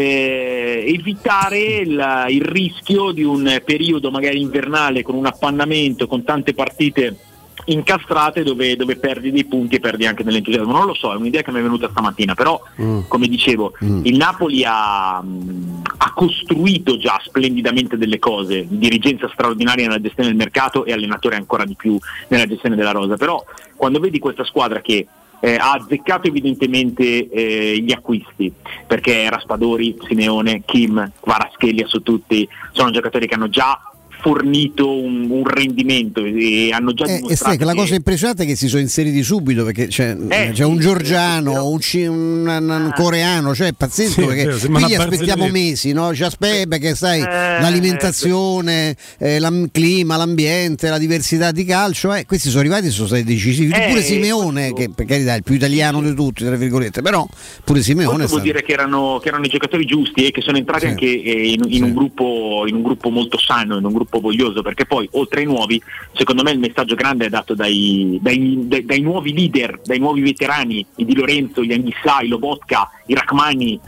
eh, evitare il, il rischio di un periodo magari invernale con un appannamento, con tante partite incastrate dove, dove perdi dei punti e perdi anche nell'entusiasmo. Non lo so, è un'idea che mi è venuta stamattina, però mm. come dicevo mm. il Napoli ha, ha costruito già splendidamente delle cose, dirigenza straordinaria nella gestione del mercato e allenatore ancora di più nella gestione della rosa. Però quando vedi questa squadra che Eh, ha azzeccato evidentemente eh, gli acquisti, perché Raspadori, Simeone, Kim, Kvaratskhelia su tutti sono giocatori che hanno già fornito un, un rendimento e hanno già eh, dimostrato e che la cosa impressionante è che si sono inseriti subito, perché c'è, eh, c'è un sì, georgiano, però... un, un, un, un coreano, cioè è pazzesco, sì, perché sì, qui gli aspettiamo mesi, no? Ci aspetta perché sai eh, l'alimentazione, eh, il clima, l'ambiente, la diversità di calcio, eh, questi sono arrivati e sono stati decisivi. Eh, pure Simeone, questo... che per carità è il più italiano di tutti, tra virgolette, però pure Simeone questo vuol dire che erano, che erano i giocatori giusti e che sono entrati sì. anche eh, in, in, sì. un gruppo, in un gruppo molto sano, in un gruppo voglioso, perché poi oltre ai nuovi, secondo me il messaggio grande è dato dai, dai, dai, dai nuovi leader, dai nuovi veterani, i Di Lorenzo, gli Anghissà, i Lobotka, i Rachmani,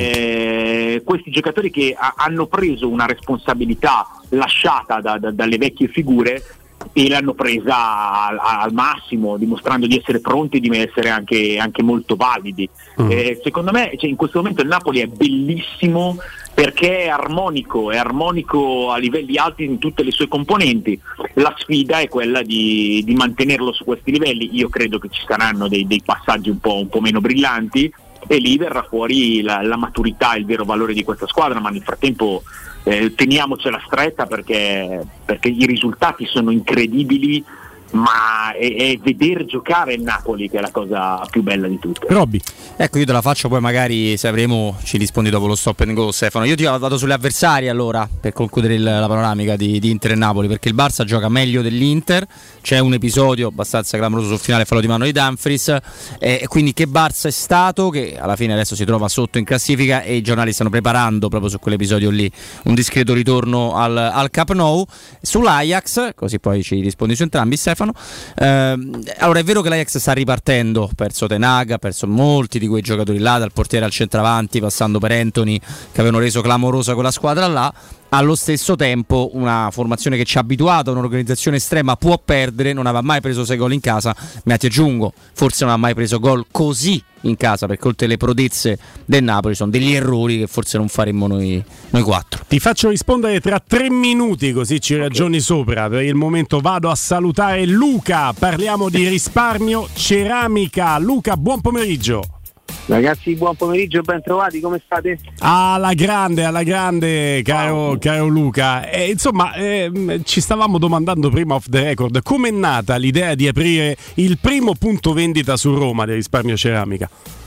eh, questi giocatori che a, hanno preso una responsabilità lasciata da, da, dalle vecchie figure e l'hanno presa al, al massimo, dimostrando di essere pronti e di essere anche, anche molto validi. Mm. Eh, secondo me, cioè, in questo momento il Napoli è bellissimo perché è armonico, è armonico a livelli alti in tutte le sue componenti. La sfida è quella di, di mantenerlo su questi livelli. Io credo che ci saranno dei, dei passaggi un po', un po' meno brillanti e lì verrà fuori la, la maturità, il vero valore di questa squadra, ma nel frattempo eh, teniamocela stretta perché, perché i risultati sono incredibili, ma è, è vedere giocare il Napoli che è la cosa più bella di tutte. Robby, ecco, io te la faccio, poi magari se avremo ci rispondi dopo lo stop and go, Stefano. Io ti vado sulle avversarie allora per concludere il, la panoramica di, di Inter e Napoli, perché il Barça gioca meglio dell'Inter, c'è un episodio abbastanza clamoroso sul finale, fallo di mano di Dumfries, e quindi che Barça è stato, che alla fine adesso si trova sotto in classifica e i giornali stanno preparando proprio su quell'episodio lì un discreto ritorno al, al Camp Nou. Sull'Ajax, così poi ci rispondi su entrambi, Stefano. Eh, allora è vero che l'Ajax sta ripartendo, ha perso Ten Hag, ha perso molti di quei giocatori là, dal portiere al centravanti, passando per Anthony, che avevano reso clamorosa quella squadra là. Allo stesso tempo una formazione che ci ha abituato a un'organizzazione estrema può perdere, non aveva mai preso sei gol in casa, ma ti aggiungo, forse non ha mai preso gol così in casa, perché oltre le prodezze del Napoli sono degli errori che forse non faremmo noi, noi quattro. Ti faccio rispondere tra tre minuti così ci ragioni okay. sopra. Per il momento vado a salutare Luca, parliamo di risparmio ceramica. Luca, buon pomeriggio. Ragazzi, buon pomeriggio, ben trovati, come state? Alla grande, alla grande, caro, caro Luca. E, insomma, eh, ci stavamo domandando prima off the record, come è nata l'idea di aprire il primo punto vendita su Roma del risparmio ceramica?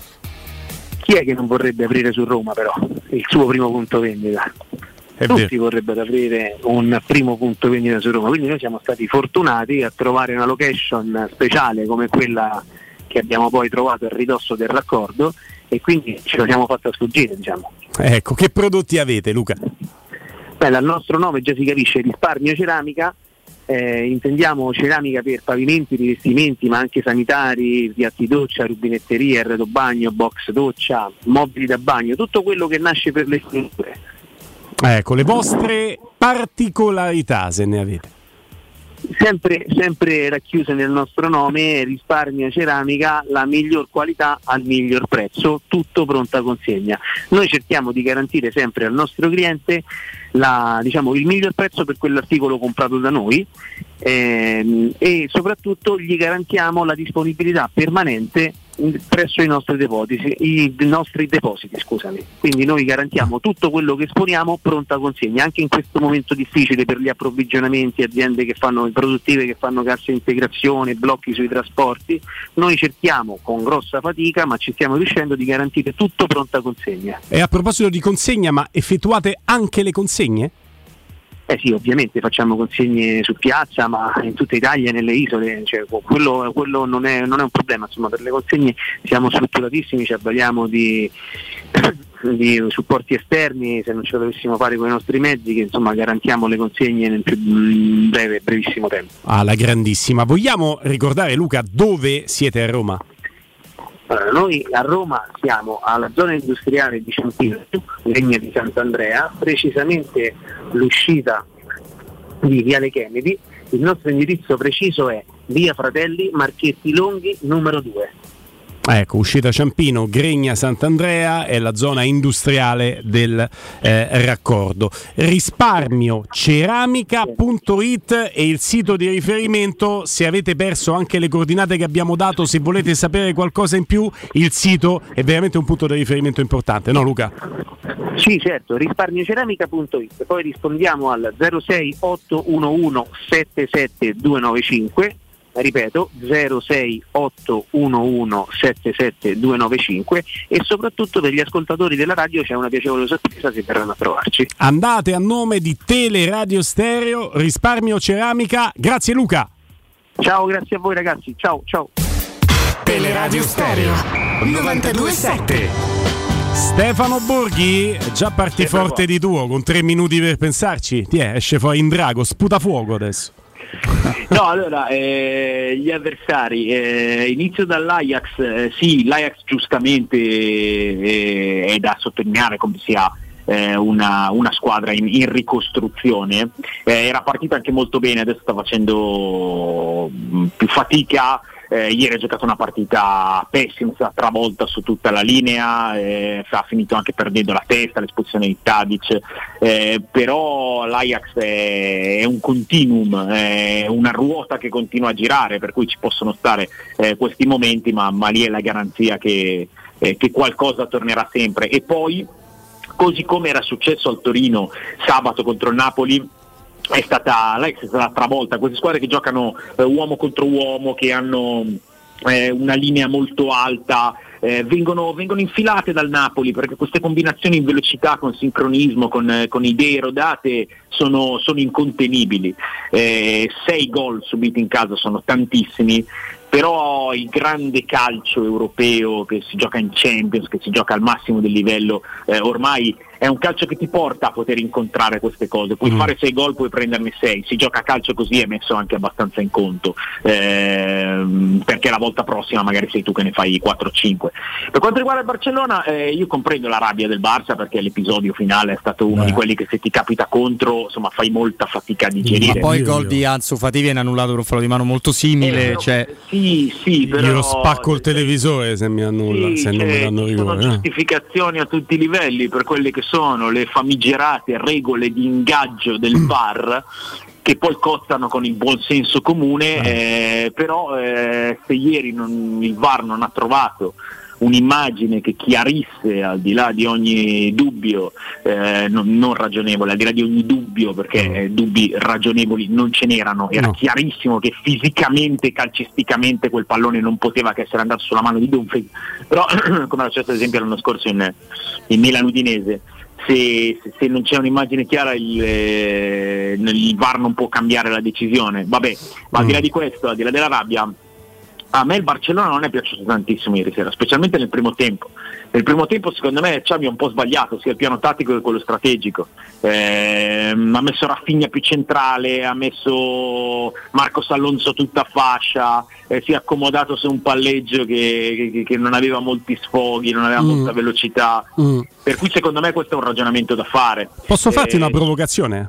Chi è che non vorrebbe aprire su Roma però il suo primo punto vendita? È Tutti vero. vorrebbero aprire un primo punto vendita su Roma, quindi noi siamo stati fortunati a trovare una location speciale come quella che abbiamo poi trovato a ridosso del raccordo e quindi ce lo siamo fatto sfuggire, diciamo. Ecco, che prodotti avete, Luca? Beh, dal nostro nome già si capisce, risparmio ceramica. Eh, intendiamo ceramica per pavimenti, rivestimenti, ma anche sanitari, piatti doccia, rubinetterie, arredo bagno, box doccia, mobili da bagno, tutto quello che nasce per le strutture. Ecco, le vostre particolarità, se ne avete. Sempre, sempre racchiuse nel nostro nome, risparmio ceramica, la miglior qualità al miglior prezzo, tutto pronta consegna. Noi cerchiamo di garantire sempre al nostro cliente la, diciamo, il miglior prezzo per quell'articolo comprato da noi ehm, e soprattutto gli garantiamo la disponibilità permanente presso i nostri depositi, i nostri depositi, scusami. Quindi noi garantiamo tutto quello che esponiamo pronta consegna, anche in questo momento difficile per gli approvvigionamenti, aziende che fanno produttive che fanno cassa integrazione, blocchi sui trasporti. Noi cerchiamo con grossa fatica, ma ci stiamo riuscendo, di garantire tutto pronta consegna. E a proposito di consegna, ma effettuate anche le consegne? Eh sì, ovviamente facciamo consegne su piazza, ma in tutta Italia e nelle isole, cioè, quello, quello non, è, non è un problema, insomma, per le consegne siamo strutturatissimi, ci avvaliamo di, di supporti esterni, se non ce lo dovessimo fare con i nostri mezzi, che insomma garantiamo le consegne nel più breve, brevissimo tempo. Alla grandissima. Vogliamo ricordare, Luca, dove siete a Roma? Allora, noi a Roma siamo alla zona industriale di Ciampino, Legna di Sant'Andrea, precisamente l'uscita di Viale Kennedy. Il nostro indirizzo preciso è Via Fratelli Marchetti Longhi numero due. Ecco, uscita Ciampino, Gregna Sant'Andrea è la zona industriale del eh, raccordo. risparmio ceramica punto it è il sito di riferimento. Se avete perso anche le coordinate che abbiamo dato, se volete sapere qualcosa in più, il sito è veramente un punto di riferimento importante, no Luca? Sì, certo, risparmio ceramica punto it. Poi rispondiamo al zero sei otto uno uno sette sette due nove cinque. Ripeto, zero sei otto uno uno sette sette due nove cinque, e soprattutto per gli ascoltatori della radio c'è una piacevole sorpresa se verranno a trovarci. Andate a nome di Teleradio Stereo, risparmio ceramica. Grazie Luca. Ciao, grazie a voi ragazzi. Ciao, ciao. Teleradio Stereo novantadue sette. Stefano Borghi, già parti Sempre forte qua. di tuo, con tre minuti per pensarci. Ti è, esce fuori in drago, sputa fuoco adesso. No, allora, eh, gli avversari, eh, inizio dall'Ajax, eh, sì, l'Ajax giustamente eh, è da sottolineare come sia eh, una, una squadra in, in ricostruzione, eh, era partita anche molto bene, adesso sta facendo mh, più fatica. Eh, ieri ha giocato una partita pessima, è stata travolta su tutta la linea, eh, ha finito anche perdendo la testa, l'espulsione di Tadic, eh, però l'Ajax è, è un continuum, è una ruota che continua a girare, per cui ci possono stare eh, questi momenti, ma, ma lì è la garanzia che, eh, che qualcosa tornerà sempre. E poi, così come era successo al Torino sabato contro il Napoli, è stata l'Ajax è stata travolta. Queste squadre che giocano eh, uomo contro uomo, che hanno eh, una linea molto alta, eh, vengono, vengono infilate dal Napoli, perché queste combinazioni in velocità, con sincronismo, con, eh, con idee rodate sono, sono incontenibili. Eh, sei gol subiti in casa sono tantissimi, però il grande calcio europeo che si gioca in Champions, che si gioca al massimo del livello, eh, ormai è un calcio che ti porta a poter incontrare queste cose. Puoi mm. fare sei gol, puoi prenderne sei. Si gioca a calcio così, è messo anche abbastanza in conto, ehm, perché la volta prossima magari sei tu che ne fai quattro o cinque. Per quanto riguarda il Barcellona, eh, io comprendo la rabbia del Barça, perché l'episodio finale è stato uno Beh. di quelli che, se ti capita contro, insomma, fai molta fatica a digerire. Ma poi il gol di Ansu Fati viene annullato per un fallo di mano molto simile, eh, cioè... sì, sì, però io spacco il televisore se mi annulla, sì, se non mi danno ci sono rigore. giustificazioni a tutti i livelli per quelle che sono le famigerate regole di ingaggio del V A R, che poi costano con il buon senso comune, eh, però eh, se ieri non, il V A R non ha trovato un'immagine che chiarisse al di là di ogni dubbio, eh, non, non ragionevole, al di là di ogni dubbio, perché eh, dubbi ragionevoli non ce n'erano, era no. chiarissimo che fisicamente, calcisticamente quel pallone non poteva che essere andato sulla mano di Dumfries, però come era successo ad esempio l'anno scorso in, in Milan Udinese, se, se, se non c'è un'immagine chiara il, eh, il V A R non può cambiare la decisione. Vabbè, ma al di là di questo, al di là della rabbia, a me il Barcellona non è piaciuto tantissimo ieri sera, specialmente nel primo tempo. Nel primo tempo secondo me Xavi ha un po' sbagliato sia il piano tattico che quello strategico, eh, ha messo Rafinha più centrale, ha messo Marcos Alonso tutta fascia, eh, si è accomodato su un palleggio che, che, che non aveva molti sfoghi, non aveva mm. molta velocità, mm. per cui secondo me questo è un ragionamento da fare. Posso farti eh, una provocazione?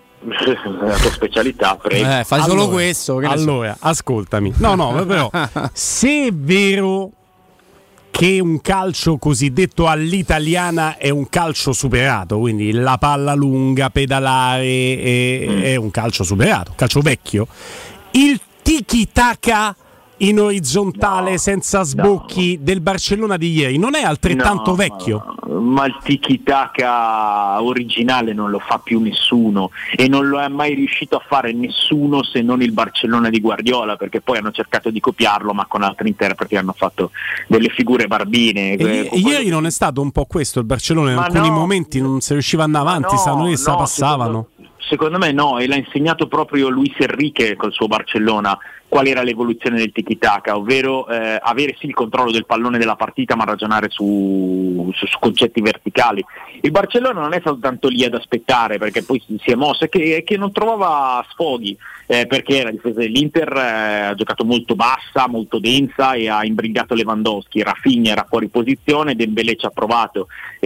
La tua specialità, prego. Eh, fai allora, solo questo. Che allora, ascoltami. No, no, però, se è vero che un calcio cosiddetto all'italiana è un calcio superato, quindi la palla lunga, pedalare, è, mm. è un calcio superato, un calcio vecchio, il tiki-taka in orizzontale no, senza sbocchi no. del Barcellona di ieri non è altrettanto no, vecchio? Ma il tiki-taka originale non lo fa più nessuno e non lo è mai riuscito a fare nessuno se non il Barcellona di Guardiola, perché poi hanno cercato di copiarlo ma con altri interpreti hanno fatto delle figure barbine. E eh, ieri non è stato un po' questo il Barcellona, in ma alcuni no, momenti non si riusciva ad andare avanti, no, stavano lì e no, passavano. Secondo, secondo me no, e l'ha insegnato proprio Luis Enrique col suo Barcellona qual era l'evoluzione del tiki-taka, ovvero eh, avere sì il controllo del pallone della partita ma ragionare su, su, su concetti verticali. Il Barcellona non è stato tanto lì ad aspettare perché poi si, si è mosso, è che, è che non trovava sfoghi, eh, perché la difesa dell'Inter eh, ha giocato molto bassa, molto densa e ha imbrigato Lewandowski, Rafinha era fuori posizione, Dembélé ci ha provato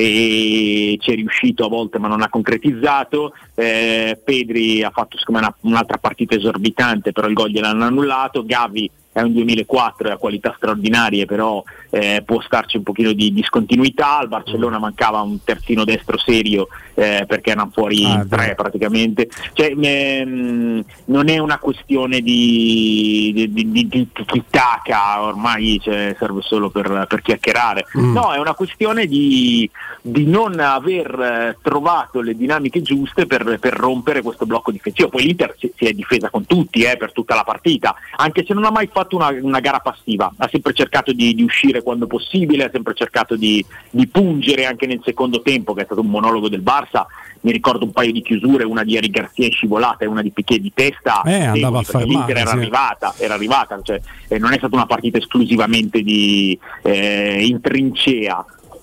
e ci è riuscito a volte ma non ha concretizzato, eh, Pedri ha fatto secondo me una, un'altra partita esorbitante, però il gol gliel'hanno annullato. Gavi è un duemilaquattro e ha qualità straordinarie, però eh, può starci un pochino di discontinuità. Al Barcellona mancava un terzino destro serio eh, perché erano fuori ah, tre beh. praticamente, cioè, ehm, non è una questione di, di, di, di, di tiki-taka, ormai cioè, serve solo per, per chiacchierare, mm. no, è una questione di, di non aver trovato le dinamiche giuste per, per rompere questo blocco difensivo. Poi l'Inter si, si è difesa con tutti eh, per tutta la partita, anche se non ha mai fatto Una, una gara passiva, ha sempre cercato di, di uscire quando possibile, ha sempre cercato di, di pungere anche nel secondo tempo, che è stato un monologo del Barça. Mi ricordo un paio di chiusure, una di Eric Garcia in scivolata e una di Piqué di testa, eh, andava a far l'Inter male, era sì. arrivata, era arrivata, cioè, eh, non è stata una partita esclusivamente di eh, in trincea.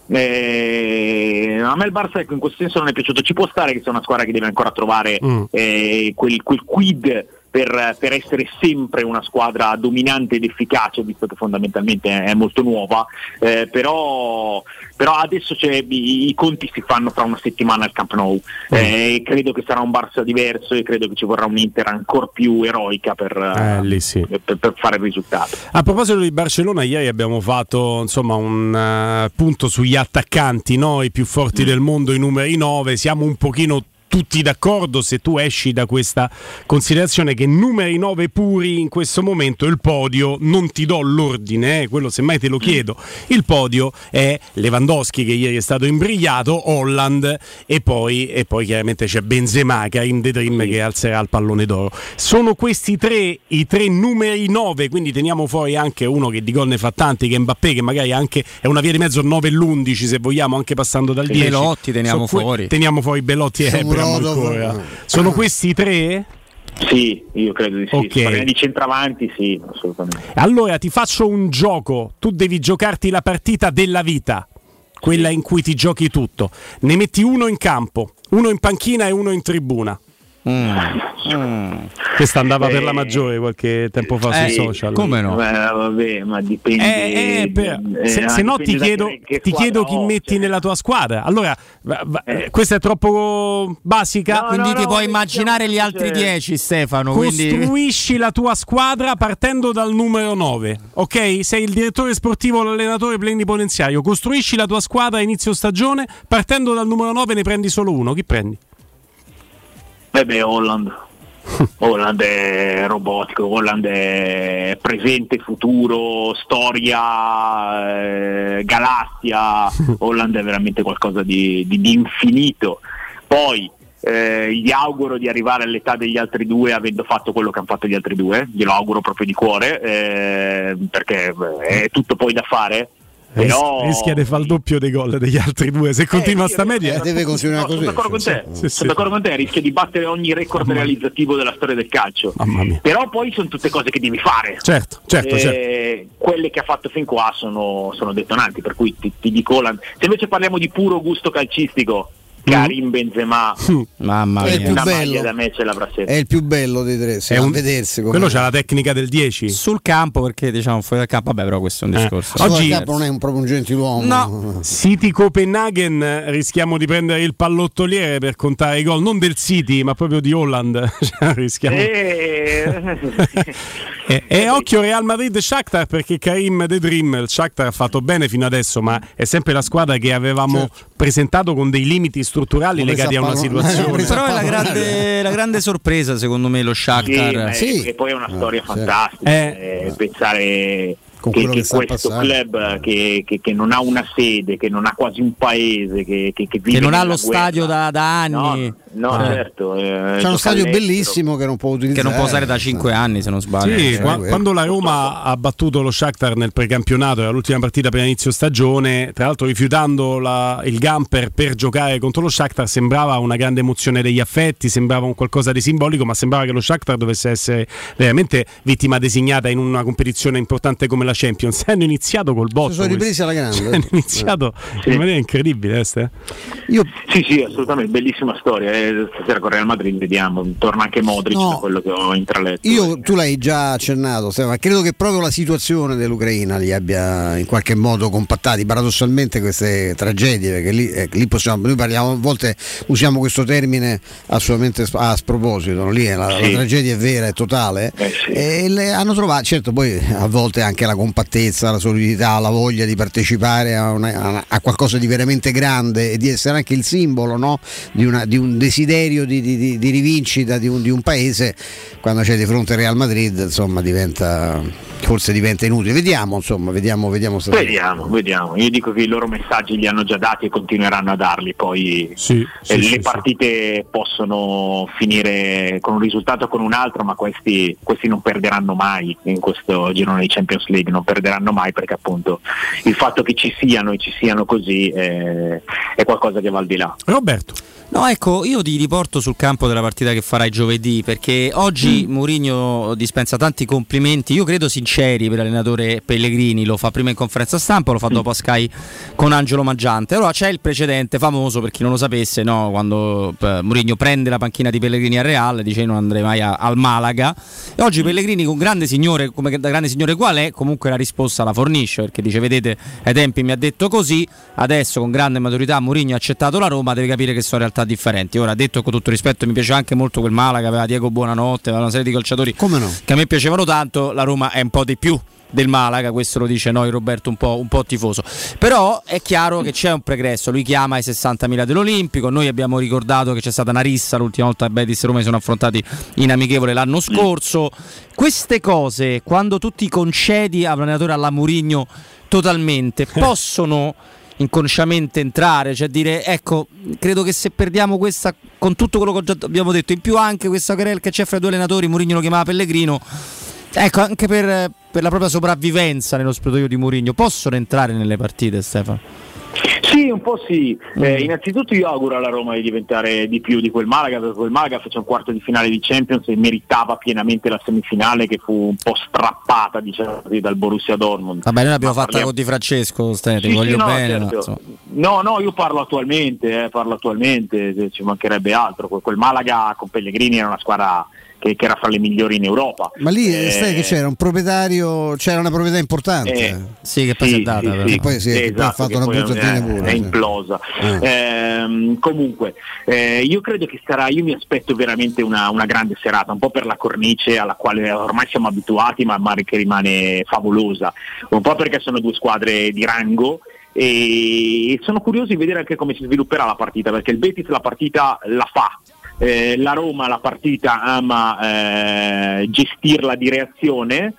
Eh, a me il Barça ecco, in questo senso non è piaciuto. Ci può stare che sia una squadra che deve ancora trovare mm. eh, quel, quel quid Per, per essere sempre una squadra dominante ed efficace, visto che fondamentalmente è molto nuova, eh, però, però adesso c'è, i, i conti si fanno fra una settimana al Camp Nou, eh, e credo che sarà un Barça diverso e credo che ci vorrà un'Inter ancora più eroica per, eh, lì sì. per, per fare il risultato. A proposito di Barcellona, ieri abbiamo fatto insomma un uh, punto sugli attaccanti, no? I più forti mm. del mondo, i numeri nove, siamo un pochino tutti d'accordo, se tu esci da questa considerazione che numeri nove puri in questo momento il podio, non ti do l'ordine, eh, quello semmai te lo chiedo, il podio è Lewandowski che ieri è stato imbrigliato, Holland e poi, e poi chiaramente c'è Benzema, Karim The Dream che alzerà il pallone d'oro. Sono questi tre i tre numeri nove, quindi teniamo fuori anche uno che di gol ne fa tanti, che è Mbappé, che magari anche è una via di mezzo nove e l'undici se vogliamo, anche passando dal dieci. Belotti teniamo so, fuori. Teniamo fuori Belotti e Ebra. Ancora. Sono questi i tre? Sì, io credo di sì. Okay. Parliamo di centravanti, sì, assolutamente. Allora ti faccio un gioco. Tu devi giocarti la partita della vita, quella in cui ti giochi tutto. Ne metti uno in campo, uno in panchina e uno in tribuna. Mm. Mm. Questa andava eh, per la maggiore qualche tempo fa eh, sui social. Come no? Beh, vabbè, ma dipende. Eh, eh, per, eh, se, se no ti chiedo, che, che ti chiedo chi no, metti cioè. nella tua squadra. Allora, eh. questa è troppo basica. No, quindi no, ti no, puoi immaginare gli altri cioè... dieci, Stefano. Costruisci quindi... la tua squadra partendo dal numero nove. Ok? Sei il direttore sportivo, l'allenatore plenipotenziario. Costruisci la tua squadra a inizio stagione partendo dal numero nove, ne prendi solo uno. Chi prendi? Eh beh, Holland. Holland è robotico, Holland è presente, futuro, storia, eh, galassia. Holland è veramente qualcosa di, di, di infinito. Poi eh, gli auguro di arrivare all'età degli altri due avendo fatto quello che hanno fatto gli altri due, glielo auguro proprio di cuore, eh, perché è tutto poi da fare. Però... rischia di fare il doppio dei gol degli altri due se continua eh, sta media, eh, deve continuare così. Sono d'accordo con te, sì, sì. sono d'accordo con te, rischia di battere ogni record Mamma realizzativo della storia del calcio. Mamma mia. Però poi sono tutte cose che devi fare. Certo, certo, eh, certo. Quelle che ha fatto fin qua sono, sono detonanti, per cui ti, ti dico Holland. Se invece parliamo di puro gusto calcistico, Karim Benzema, mamma è il più una bello. maglia da me ce l'avrà sempre. È il più bello dei tre, se È va un- a vedersi come quello c'ha la tecnica del dieci sul campo, perché diciamo fuori dal campo, vabbè, però questo è un Eh. discorso. Oggi- Oggi capo non è un, proprio un gentiluomo. No. City Copenaghen, rischiamo di prendere il pallottoliere per contare i gol non del City ma proprio di Holland. Cioè, rischiamo. Eh, E, e occhio Real Madrid Shakhtar, perché Karim The Dream, il Shakhtar ha fatto bene fino adesso, ma è sempre la squadra che avevamo presentato con dei limiti strutturali Come legati a una sapevamo- situazione. Però è la grande, la grande sorpresa secondo me lo sì, Shakhtar. ma è- Sì. che poi è una storia sì. fantastica. Eh. eh, pensare Con che, quello che che sta questo passando. club che, che, che non ha una sede, che non ha quasi un paese, che, che, che vive Che non ha nella lo stadio guerra. da, da anni. No, no, Eh. certo. eh, C'è gioca uno stadio all'estero. bellissimo che non può utilizzare. Che non può usare da cinque anni, se non sbaglio. Sì, cioè, qua- quello. quando la Roma ha battuto lo Shakhtar nel precampionato, era l'ultima partita per inizio stagione, tra l'altro rifiutando la- il Gamper per giocare contro lo Shakhtar, sembrava una grande emozione degli affetti, sembrava un qualcosa di simbolico, ma sembrava che lo Shakhtar dovesse essere veramente vittima designata in una competizione importante come la Champions. Hanno iniziato col botto. Si sono ripresi alla questi- grande. Hanno iniziato Sì. in maniera incredibile. eh, ste. Io Sì, sì, assolutamente, bellissima storia. Eh, stasera con Real Madrid vediamo, torna anche Modric, No. da quello che ho intraletto. Io, tu l'hai già accennato, Stefano, credo che proprio la situazione dell'Ucraina li abbia in qualche modo compattati, paradossalmente queste tragedie, perché lì, eh, lì possiamo, noi parliamo, a volte usiamo questo termine assolutamente sp- a sproposito, no? Lì è la, Sì. la tragedia è vera, è totale, Eh, sì. e le hanno trovato, certo poi a volte anche la compattezza, la solidità, la voglia di partecipare a, una- a qualcosa di veramente grande e di essere anche il simbolo, no? di, una- di un desiderio di, di- di- di rivincita di un, di un paese. Quando c'è di fronte Real Madrid, insomma, diventa forse diventa inutile. Vediamo, insomma, vediamo, vediamo stasera. Vediamo, vediamo. Io dico che i loro messaggi li hanno già dati e continueranno a darli. Poi Sì, sì, eh, le sì, sì. partite possono finire con un risultato o con un altro, ma questi, questi non perderanno mai in questo girone di Champions League, non perderanno mai, perché appunto il fatto che ci siano e ci siano così eh, è qualcosa che va al di là. Roberto. No, ecco, io ti riporto sul campo della partita che farai giovedì, perché oggi Mm. Mourinho dispensa tanti complimenti, io credo sinceri, per l'allenatore Pellegrini. Lo fa prima in conferenza stampa, lo fa dopo a Sky con Angelo Maggiante. Allora c'è il precedente famoso, per chi non lo sapesse, no? Quando eh, Mourinho prende la panchina di Pellegrini al Real, dice: non andrei mai a- al Malaga. E oggi Pellegrini, con grande signore, come da grande signore qual è, comunque la risposta la fornisce, perché dice: vedete, ai tempi mi ha detto così, adesso con grande maturità Mourinho ha accettato la Roma, deve capire che sono realtà differenti. Ora, detto con tutto rispetto, mi piace anche molto quel Malaga, aveva Diego Buonanotte, aveva una serie di calciatori Come no? che a me piacevano tanto. La Roma è un po' di più del Malaga, questo lo dice noi Roberto, un po', un po' tifoso. Però è chiaro che c'è un pregresso, lui chiama i sessantamila dell'Olimpico, noi abbiamo ricordato che c'è stata una rissa l'ultima volta che Betis e Roma si sono affrontati in amichevole l'anno scorso. Queste cose, quando tu ti concedi all'allenatore, alla Mourinho totalmente, possono inconsciamente entrare, cioè dire: ecco, credo che se perdiamo questa, con tutto quello che già abbiamo detto, in più anche questa querela che c'è fra i due allenatori, Mourinho lo chiamava Pellegrino, ecco, anche per, per la propria sopravvivenza nello spogliatoio di Mourinho, possono entrare nelle partite, Stefano? Sì, un po' sì. Eh, innanzitutto io auguro alla Roma di diventare di più di quel Malaga, perché quel Malaga fece un quarto di finale di Champions e meritava pienamente la semifinale, che fu un po' strappata, diciamo così, dal Borussia Dortmund. Vabbè, noi l'abbiamo Ma fatta parliamo- con Di Francesco, Stefano, ti Sì, voglio sì, no, bene. certo. ma, insomma. No, no, io parlo attualmente, eh, parlo attualmente, se ci mancherebbe altro. Quel, quel Malaga con Pellegrini era una squadra che, che era fra le migliori in Europa. Ma lì Eh, stai che c'era un proprietario, c'era una proprietà importante. Eh, sì, che poi si è data, però. Che poi, sì, che poi ha esatto, fatto che una poi brutta è, fine pure. è sì. implosa. Eh. Ehm, comunque, eh, io credo che sarà, io mi aspetto veramente una, una grande serata, un po' per la cornice alla quale ormai siamo abituati, ma, ma che rimane favolosa, un po' perché sono due squadre di rango. E sono curioso di vedere anche come si svilupperà la partita, perché il Betis la partita la fa, Eh, la Roma la partita ama eh, gestirla di reazione.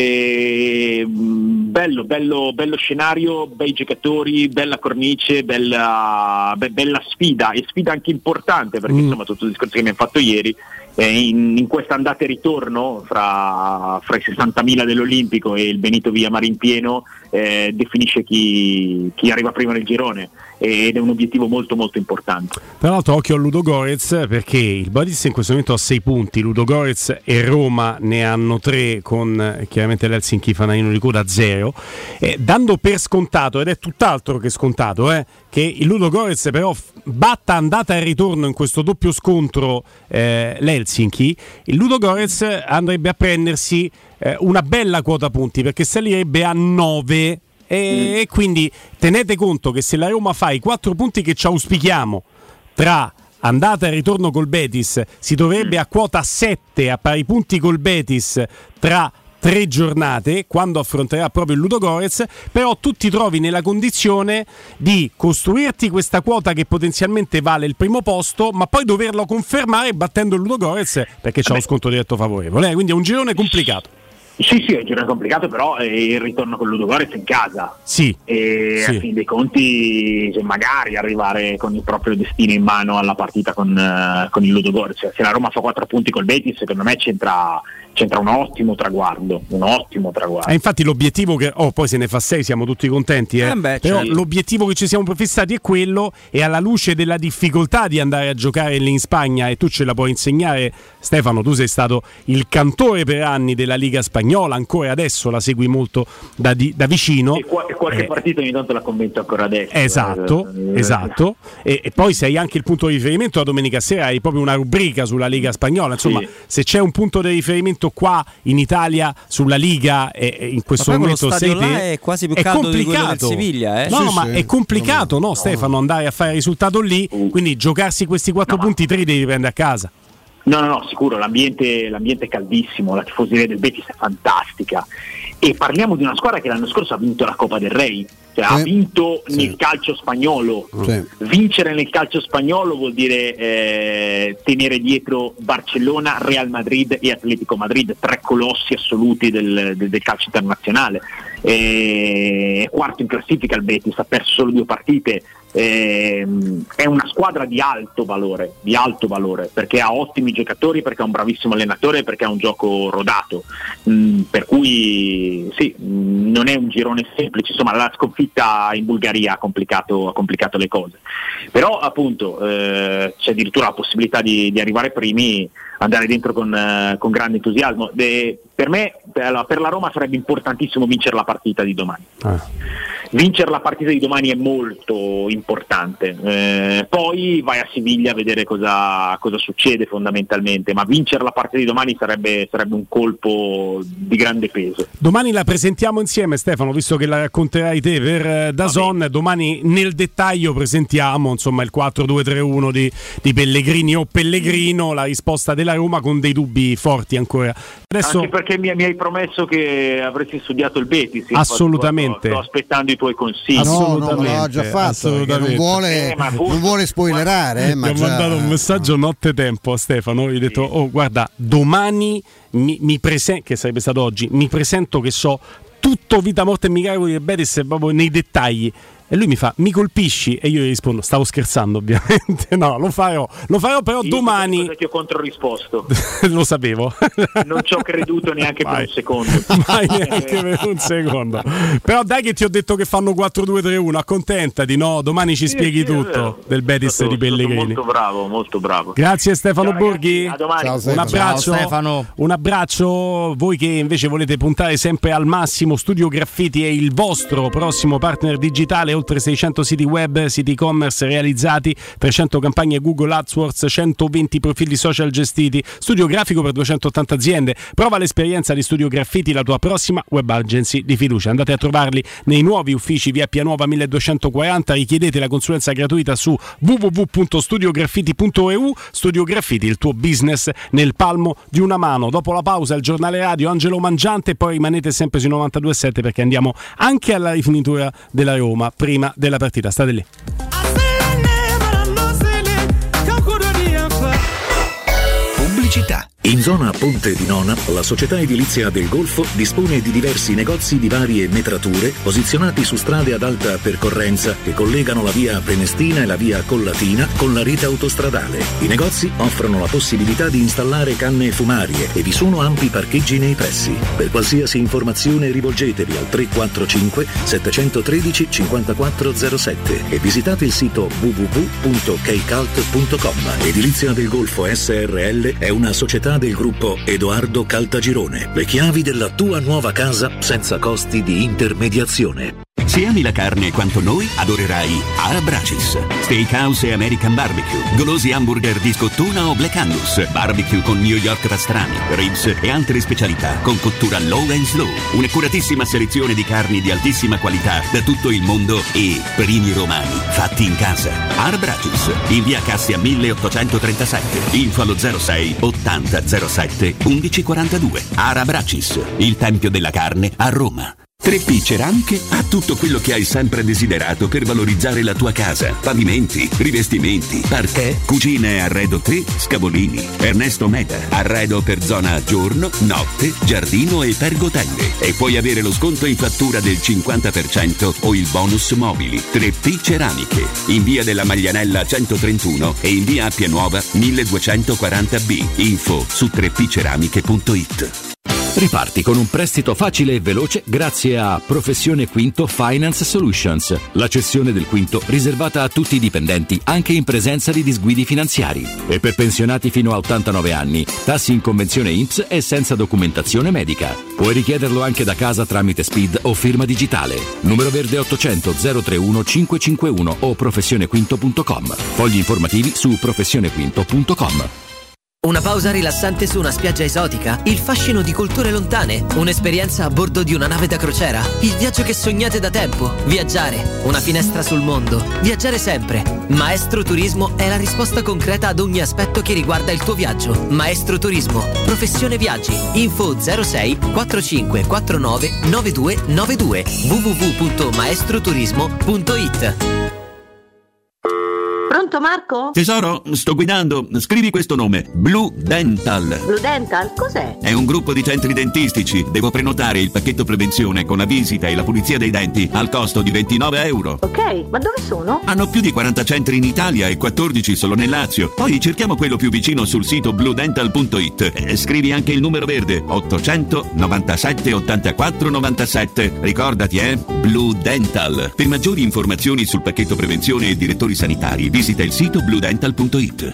Eh, bello, bello, bello scenario, bei giocatori, bella cornice, bella, be- bella sfida e sfida anche importante perché mm. insomma tutto il discorso che mi hanno fatto ieri eh, in, in questa andata e ritorno fra, fra i sessantamila dell'Olimpico e il Benito Villamarín pieno eh, definisce chi, chi arriva prima nel girone ed è un obiettivo molto molto importante. Tra l'altro occhio a Ludogorets perché il Betis in questo momento ha sei punti, Ludogorets e Roma ne hanno tre con eh, chiaramente l'Helsinki fanalino di coda zero, eh, dando per scontato, ed è tutt'altro che scontato, eh, che il Ludogorets però f- batta andata e ritorno in questo doppio scontro eh, l'Helsinki, il Ludogorets andrebbe a prendersi eh, una bella quota punti perché salirebbe a nove. E mm. quindi tenete conto che se la Roma fa i quattro punti che ci auspichiamo tra andata e ritorno col Betis, si dovrebbe a quota sette a pari punti col Betis tra tre giornate quando affronterà proprio il Ludogorets, però tu ti trovi nella condizione di costruirti questa quota che potenzialmente vale il primo posto ma poi doverlo confermare battendo il Ludogorets perché c'è uno sconto diretto favorevole, eh? Quindi è un girone complicato. Sì, sì, è un girone complicato, però è il ritorno con Ludogorets in casa. Sì. E sì. a fin dei conti, cioè, magari arrivare con il proprio destino in mano alla partita con, uh, con il Ludogorets. Cioè, se la Roma fa quattro punti col Betis, secondo me c'entra, c'entra un ottimo traguardo. Un ottimo traguardo. E infatti l'obiettivo che. Oh, poi se ne fa sei siamo tutti contenti, eh. eh beh, però certo. L'obiettivo che ci siamo prefissati è quello, e alla luce della difficoltà di andare a giocare lì in Spagna, e tu ce la puoi insegnare, Stefano, tu sei stato il cantore per anni della Liga Spagnola. Ancora adesso la segui molto da, di, da vicino e, qua, e qualche eh, partita ogni tanto la commento ancora adesso. Esatto, eh, esatto. E, e poi sei anche il punto di riferimento. La domenica sera hai proprio una rubrica sulla Liga Spagnola, insomma, sì. Se c'è un punto di riferimento qua in Italia sulla Liga e, e in questo ma momento sei te, è quasi più è caldo complicato. Di quello del Siviglia, eh? No, sì, no, sì. ma è complicato, no, no Stefano, andare a fare il risultato lì, uh. quindi giocarsi questi quattro no, punti, tre devi prendere a casa. No, no, no, sicuro, l'ambiente, l'ambiente è caldissimo, la tifoseria del Betis è fantastica e parliamo di una squadra che l'anno scorso ha vinto la Coppa del Rey, cioè eh, ha vinto sì. nel calcio spagnolo. Sì. Vincere nel calcio spagnolo vuol dire eh, tenere dietro Barcellona, Real Madrid e Atletico Madrid, tre colossi assoluti del, del, del calcio internazionale. E, è quarto in classifica il Betis, ha perso solo due partite. Eh, è una squadra di alto valore, di alto valore perché ha ottimi giocatori, perché ha un bravissimo allenatore, perché ha un gioco rodato, mm, per cui sì, mm, non è un girone semplice, insomma la sconfitta in Bulgaria ha complicato, ha complicato le cose, però appunto eh, c'è addirittura la possibilità di, di arrivare primi, andare dentro con, eh, con grande entusiasmo. De, per me, per, per la Roma sarebbe importantissimo vincere la partita di domani. Ah. Vincere la partita di domani è molto importante, eh, poi vai a Siviglia a vedere cosa, cosa succede fondamentalmente, ma vincere la partita di domani sarebbe, sarebbe un colpo di grande peso. Domani la presentiamo insieme, Stefano, visto che la racconterai te per D A Z N. Domani nel dettaglio presentiamo insomma il quattro due tre uno di, di Pellegrini o Pellegrino, la risposta della Roma con dei dubbi forti ancora. Adesso... Anche perché mi, mi hai promesso che avresti studiato il Betis. Assolutamente. Sto, sto aspettando i tuoi consigli. No, no, l'ho già fatto, non vuole, eh, non vuole spoilerare. Eh, ma ho già... mandato un messaggio notte tempo a Stefano, gli ho detto, oh guarda, domani mi, mi presento, che sarebbe stato oggi, mi presento che so tutto vita, morte e miracoli del Betis proprio nei dettagli. E lui mi fa, mi colpisci? E io gli rispondo, stavo scherzando ovviamente, no, lo farò, lo farò però io domani. Io ti ho controrisposto. Lo sapevo. Non ci ho creduto neanche Mai. per un secondo. Mai neanche per un secondo. Però dai che ti ho detto che fanno quattro due tre uno, accontentati, no? Domani ci sì, spieghi sì, tutto del Betis stato, di Pellegrini. Molto bravo, molto bravo. Grazie Stefano Ciao, Borghi. A domani. Ciao, un abbraccio. Ciao, Stefano. Un abbraccio, voi che invece volete puntare sempre al massimo. Studio Graffiti è il vostro prossimo partner digitale, oltre seicento siti web, siti e-commerce realizzati, trecento campagne Google AdWords, centoventi profili social gestiti, studio grafico per duecentottanta aziende. Prova l'esperienza di Studio Graffiti, la tua prossima web agency di fiducia. Andate a trovarli nei nuovi uffici via Pianova milleduecentoquaranta, richiedete la consulenza gratuita su w w w punto studio graffiti punto e u. Studio Graffiti, il tuo business nel palmo di una mano. Dopo la pausa il giornale radio Angelo Mangiante, poi rimanete sempre sui novantadue sette perché andiamo anche alla rifinitura della Roma prima della partita. State lì. pubblicità. In zona Ponte di Nona, la società edilizia del Golfo dispone di diversi negozi di varie metrature posizionati su strade ad alta percorrenza che collegano la via Prenestina e la via Collatina con la rete autostradale. I negozi offrono la possibilità di installare canne fumarie e vi sono ampi parcheggi nei pressi. Per qualsiasi informazione rivolgetevi al tre quattro cinque sette uno tre cinque quattro zero sette e visitate il sito w w w punto keycult punto com. Edilizia del Golfo S R L è una società del gruppo Edoardo Caltagirone. Le chiavi della tua nuova casa senza costi di intermediazione. Se ami la carne quanto noi, adorerai Arabracis. Steakhouse e American Barbecue, golosi hamburger di scottuna o Black Angus, barbecue con New York pastrami, ribs e altre specialità con cottura low and slow. Un'accuratissima selezione di carni di altissima qualità da tutto il mondo e primi romani fatti in casa. Arabracis, in via Cassia milleottocentotrentasette, info allo zero sei ottanta zero sette undici quarantadue. Arabracis, il tempio della carne a Roma. tre P Ceramiche ha tutto quello che hai sempre desiderato per valorizzare la tua casa. Pavimenti, rivestimenti, parquet, cucine e arredo tre, Scavolini. Ernesto Meda, arredo per zona giorno, notte, giardino e pergotelle. E puoi avere lo sconto in fattura del cinquanta per cento o il bonus mobili. tre P Ceramiche, in via della Maglianella centotrentuno e in via Appia Nuova milleduecentoquaranta B. Info su tre p ceramiche punto it. Riparti con un prestito facile e veloce grazie a Professione Quinto Finance Solutions, la cessione del quinto riservata a tutti i dipendenti anche in presenza di disguidi finanziari. E per pensionati fino a ottantanove anni, tassi in convenzione I N P S e senza documentazione medica. Puoi richiederlo anche da casa tramite S P I D o firma digitale. Numero verde ottocento zero trentuno cinquecentocinquantuno o professionequinto punto com. Fogli informativi su professionequinto punto com. Una pausa rilassante su una spiaggia esotica? Il fascino di culture lontane? Un'esperienza a bordo di una nave da crociera? Il viaggio che sognate da tempo? Viaggiare, una finestra sul mondo. Viaggiare sempre. Maestro Turismo è la risposta concreta ad ogni aspetto che riguarda il tuo viaggio. Maestro Turismo, professione viaggi. Info zero sei quarantacinque quarantanove novantadue novantadue w w w punto maestroturismo punto it. Pronto Marco? Tesoro, sto guidando. Scrivi questo nome. Blue Dental. Blue Dental? Cos'è? È un gruppo di centri dentistici. Devo prenotare il pacchetto prevenzione con la visita e la pulizia dei denti al costo di ventinove euro. Ok, ma dove sono? Hanno più di quaranta centri in Italia e quattordici solo nel Lazio. Poi cerchiamo quello più vicino sul sito blue dental punto it. E scrivi anche il numero verde ottocento novantasette ottantaquattro novantasette. Ricordati, eh? Blue Dental. Per maggiori informazioni sul pacchetto prevenzione e direttori sanitari, visita il sito blue dental punto it.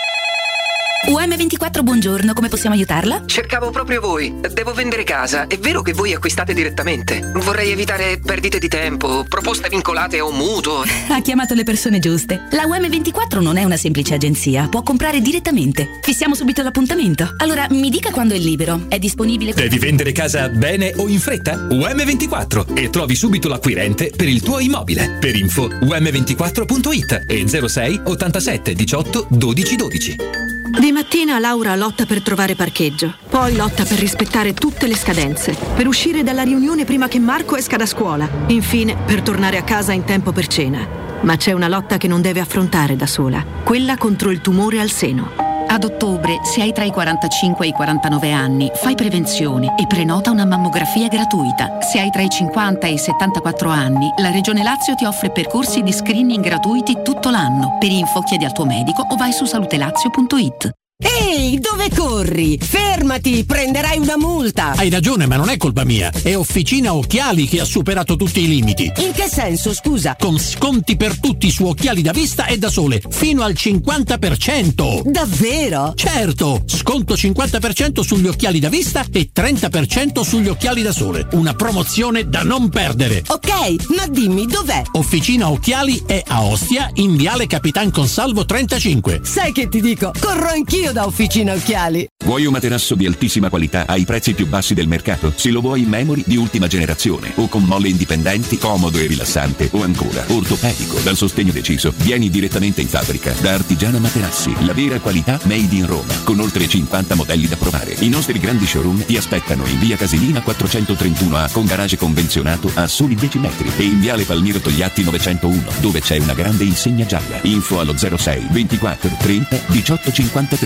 U M ventiquattro, buongiorno, come possiamo aiutarla? Cercavo proprio voi. Devo vendere casa. È vero che voi acquistate direttamente? Vorrei evitare perdite di tempo, proposte vincolate a un mutuo. Ha chiamato le persone giuste. La U M ventiquattro non è una semplice agenzia, può comprare direttamente. Fissiamo subito l'appuntamento. Allora, mi dica quando è libero. È disponibile? Devi vendere casa bene o in fretta? U M ventiquattro e trovi subito l'acquirente per il tuo immobile. Per info u m ventiquattro punto it e zero sei ottantasette diciotto dodici dodici. Di mattina Laura lotta per trovare parcheggio, poi lotta per rispettare tutte le scadenze, per uscire dalla riunione prima che Marco esca da scuola, infine per tornare a casa in tempo per cena. Ma c'è una lotta che non deve affrontare da sola, quella contro il tumore al seno. Ad ottobre, se hai tra i quarantacinque e i quarantanove anni, fai prevenzione e prenota una mammografia gratuita. Se hai tra i cinquanta e i settantaquattro anni, la Regione Lazio ti offre percorsi di screening gratuiti tutto l'anno. Per info chiedi al tuo medico o vai su salutelazio punto it. Ehi, dove corri? Fermati, prenderai una multa! Hai ragione, ma non è colpa mia. È Officina Occhiali che ha superato tutti i limiti. In che senso, scusa? Con sconti per tutti su occhiali da vista e da sole, fino al cinquanta per cento. Davvero? Certo, sconto cinquanta per cento sugli occhiali da vista e trenta per cento sugli occhiali da sole. Una promozione da non perdere. Ok, ma dimmi dov'è? Officina Occhiali è a Ostia, in Viale Capitan Consalvo trentacinque. Sai che ti dico? Corro anch'io da Officina Occhiali. Vuoi un materasso di altissima qualità ai prezzi più bassi del mercato? Se lo vuoi in memory di ultima generazione o con molle indipendenti, comodo e rilassante, o ancora ortopedico dal sostegno deciso, vieni direttamente in fabbrica da Artigiana Materassi, la vera qualità made in Roma, con oltre cinquanta modelli da provare. I nostri grandi showroom ti aspettano in via Casilina quattrocentotrentuno A con garage convenzionato a soli dieci metri e in viale Palmiro Togliatti novecentouno dove c'è una grande insegna gialla. Info allo zero sei ventiquattro trenta diciotto cinquantatré.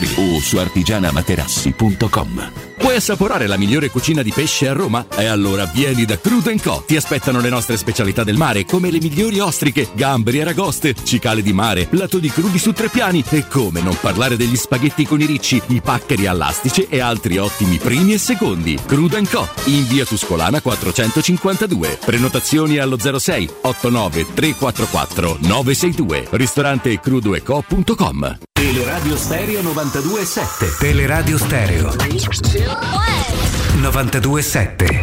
o su artigiana materassi punto com. Vuoi assaporare la migliore cucina di pesce a Roma? E allora vieni da Crudo and Co. Ti aspettano le nostre specialità del mare, come le migliori ostriche, gamberi, aragoste, cicale di mare, plato di crudi su tre piani e come non parlare degli spaghetti con i ricci, i paccheri all'astice e altri ottimi primi e secondi. Crudo and Co. in via Tuscolana quattrocentocinquantadue. Prenotazioni allo zero sei otto nove tre quattro quattro nove sei due. Ristorante crudo e co punto com. Teleradio Stereo novantadue sette. Teleradio Stereo novantadue sette.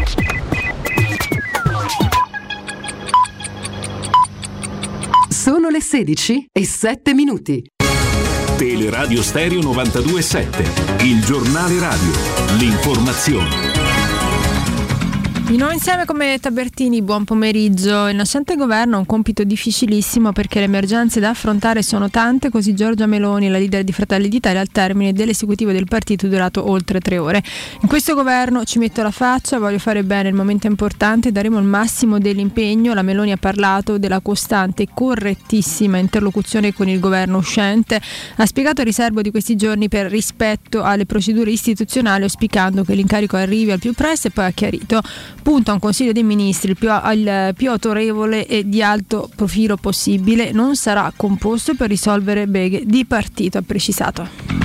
Sono le sedici e sette minuti. Teleradio Stereo novantadue sette. Il giornale radio. L'informazione. Di nuovo insieme come Tabertini, buon pomeriggio. Il nascente governo ha un compito difficilissimo perché le emergenze da affrontare sono tante, così Giorgia Meloni, la leader di Fratelli d'Italia, al termine dell'esecutivo del partito durato oltre tre ore. In questo governo ci metto la faccia, voglio fare bene, il momento è importante, daremo il massimo dell'impegno. La Meloni ha parlato della costante e correttissima interlocuzione con il governo uscente, ha spiegato il riservo di questi giorni per rispetto alle procedure istituzionali, auspicando che l'incarico arrivi al più presto, e poi ha chiarito: punto a un Consiglio dei Ministri il più, il più autorevole e di alto profilo possibile, non sarà composto per risolvere beghe di partito, ha precisato.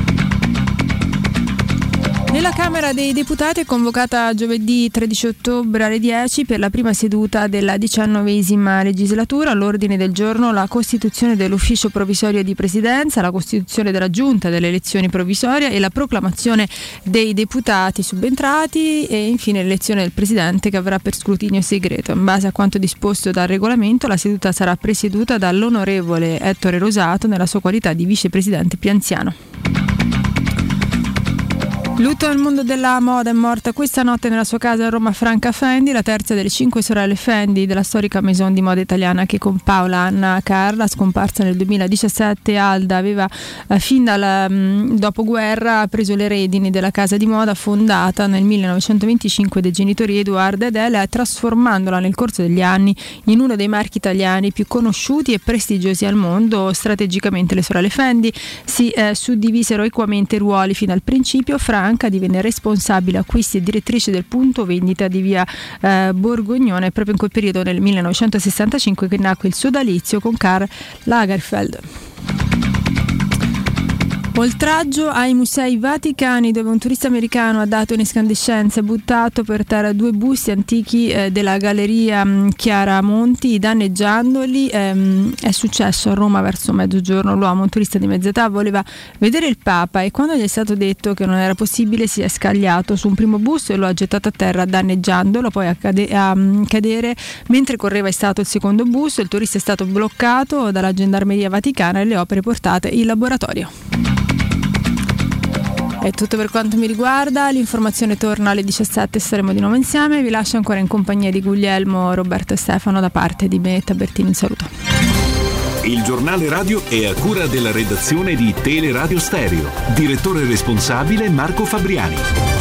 Nella Camera dei Deputati è convocata giovedì tredici ottobre alle dieci per la prima seduta della diciannovesima legislatura. All'ordine del giorno la costituzione dell'ufficio provvisorio di presidenza, la costituzione della giunta delle elezioni provvisorie e la proclamazione dei deputati subentrati e infine l'elezione del presidente, che avrà per scrutinio segreto. In base a quanto disposto dal regolamento, la seduta sarà presieduta dall'onorevole Ettore Rosato nella sua qualità di vicepresidente più anziano. Lutto nel mondo della moda, è morta questa notte nella sua casa a Roma Franca Fendi, la terza delle cinque sorelle Fendi della storica maison di moda italiana che con Paola Anna Carla, scomparsa nel duemiladiciassette. Alda aveva eh, fin dal mh, dopoguerra preso le redini della casa di moda fondata nel millenovecentoventicinque dai genitori Edoardo ed Elea, trasformandola nel corso degli anni in uno dei marchi italiani più conosciuti e prestigiosi al mondo. Strategicamente le sorelle Fendi si eh, suddivisero equamente i ruoli fin dal principio. Franca divenne responsabile acquisti e direttrice del punto vendita di via eh, Borgognone, proprio in quel periodo nel millenovecentosessantacinque che nacque il sodalizio con Karl Lagerfeld. Oltraggio ai Musei Vaticani, dove un turista americano ha dato in escandescenza e buttato per terra due busti antichi eh, della Galleria mh, Chiaramonti, danneggiandoli. Ehm, è successo a Roma verso mezzogiorno. L'uomo, un turista di mezza età, voleva vedere il Papa e quando gli è stato detto che non era possibile si è scagliato su un primo busto e lo ha gettato a terra danneggiandolo, poi a, cade- a um, cadere mentre correva è stato il secondo busto. Il turista è stato bloccato dalla Gendarmeria Vaticana e le opere portate in laboratorio. È tutto per quanto mi riguarda, l'informazione torna alle diciassette, saremo di nuovo insieme. Vi lascio ancora in compagnia di Guglielmo, Roberto e Stefano. Da parte di me, Tabertini, un saluto. Il giornale radio è a cura della redazione di Teleradio Stereo. Direttore responsabile Marco Fabriani.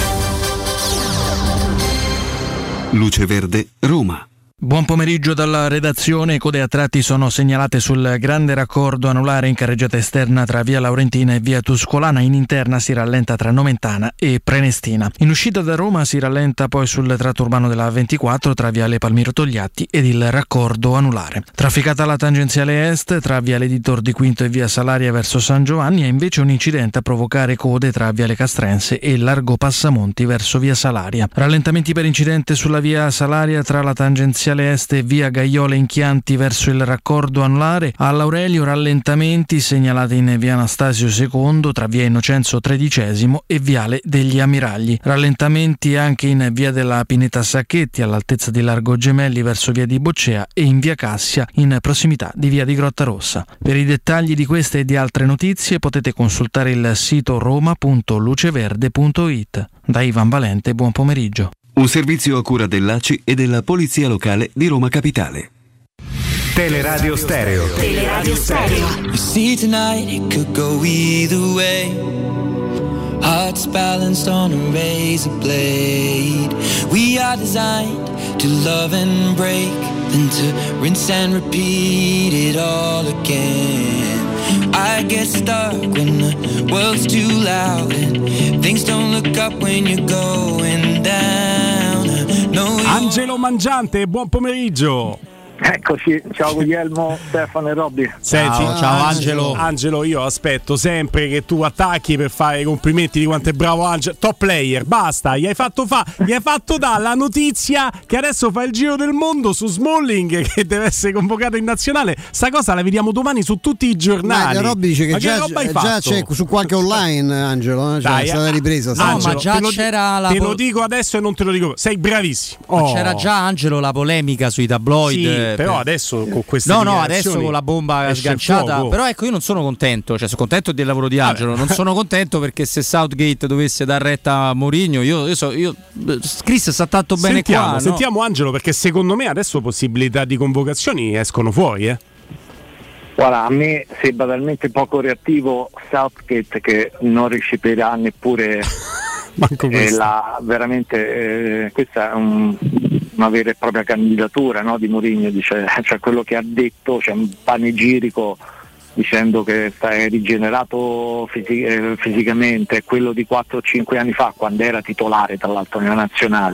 Luce Verde, Roma. Buon pomeriggio dalla redazione. Code a tratti sono segnalate sul grande raccordo anulare in carreggiata esterna tra via Laurentina e via Tuscolana. In interna si rallenta tra Nomentana e Prenestina. In uscita da Roma si rallenta poi sul tratto urbano della ventiquattro tra viale Palmiro Togliatti ed il raccordo anulare. Trafficata la tangenziale est tra viale Editor di Quinto e via Salaria verso San Giovanni. È invece un incidente a provocare code tra viale Castrense e largo Passamonti verso via Salaria. Rallentamenti per incidente sulla via Salaria tra la tangenziale est e via Gaiola in Chianti verso il raccordo anulare. All'Aurelio rallentamenti segnalati in via Anastasio secondo tra via Innocenzo tredicesimo e viale degli Ammiragli. Rallentamenti anche in via della Pineta Sacchetti all'altezza di Largo Gemelli verso via di Boccea e in via Cassia in prossimità di via di Grottarossa. Per i dettagli di queste e di altre notizie potete consultare il sito roma punto luceverde punto it. Da Ivan Valente, buon pomeriggio. Un servizio a cura dell'A C I e della Polizia Locale di Roma Capitale. Teleradio Stereo. Teleradio Stereo. You see tonight it could go either way. Hearts balanced on a razor blade. We are designed to love and break, then to rinse and repeat it all again. I get stuck when the world's too loud and things don't look up when you're going down. No, Angelo Mangiante, buon pomeriggio. Eccoci, ciao Guglielmo, Stefano e Robby. Senti, ciao, ciao Angelo. Angelo, io aspetto sempre che tu attacchi per fare i complimenti di quanto è bravo Angelo. Top player, basta, gli hai fatto fa, gli hai fatto dare la notizia che adesso fa il giro del mondo su Smalling che deve essere convocato in nazionale. Sta cosa la vediamo domani su tutti i giornali. Ma Robby dice che, ma già, che roba hai già fatto? c'è su qualche online, Angelo, eh? Cioè, Dai, è stata ripresa. No, Angelo, ma già te lo, c'era la te po- lo dico adesso e non te lo dico. Sei bravissimo. Ma Oh. c'era già Angelo la polemica sui tabloid. Sì, eh, però per... adesso con queste No, no, dichiarazioni adesso con la bomba esce sganciata. fuoco. Però ecco, io non sono contento. Cioè, sono contento del lavoro di Angelo. Vabbè. Non sono contento perché se Southgate dovesse dar retta a Mourinho, io, io so, io Chris sta tanto bene sentiamo, qua. Sentiamo no? Angelo, perché secondo me adesso possibilità di convocazioni escono fuori, eh. Guarda, a me sembra talmente poco reattivo Southgate che non riuscirà neppure eh, la, veramente eh, questa è un, una vera e propria candidatura, no, di Mourinho, dice, cioè quello che ha detto, c'è cioè un panegirico dicendo che è rigenerato fisi- eh, fisicamente, quello di quattro o cinque anni fa quando era titolare tra l'altro nella nazionale,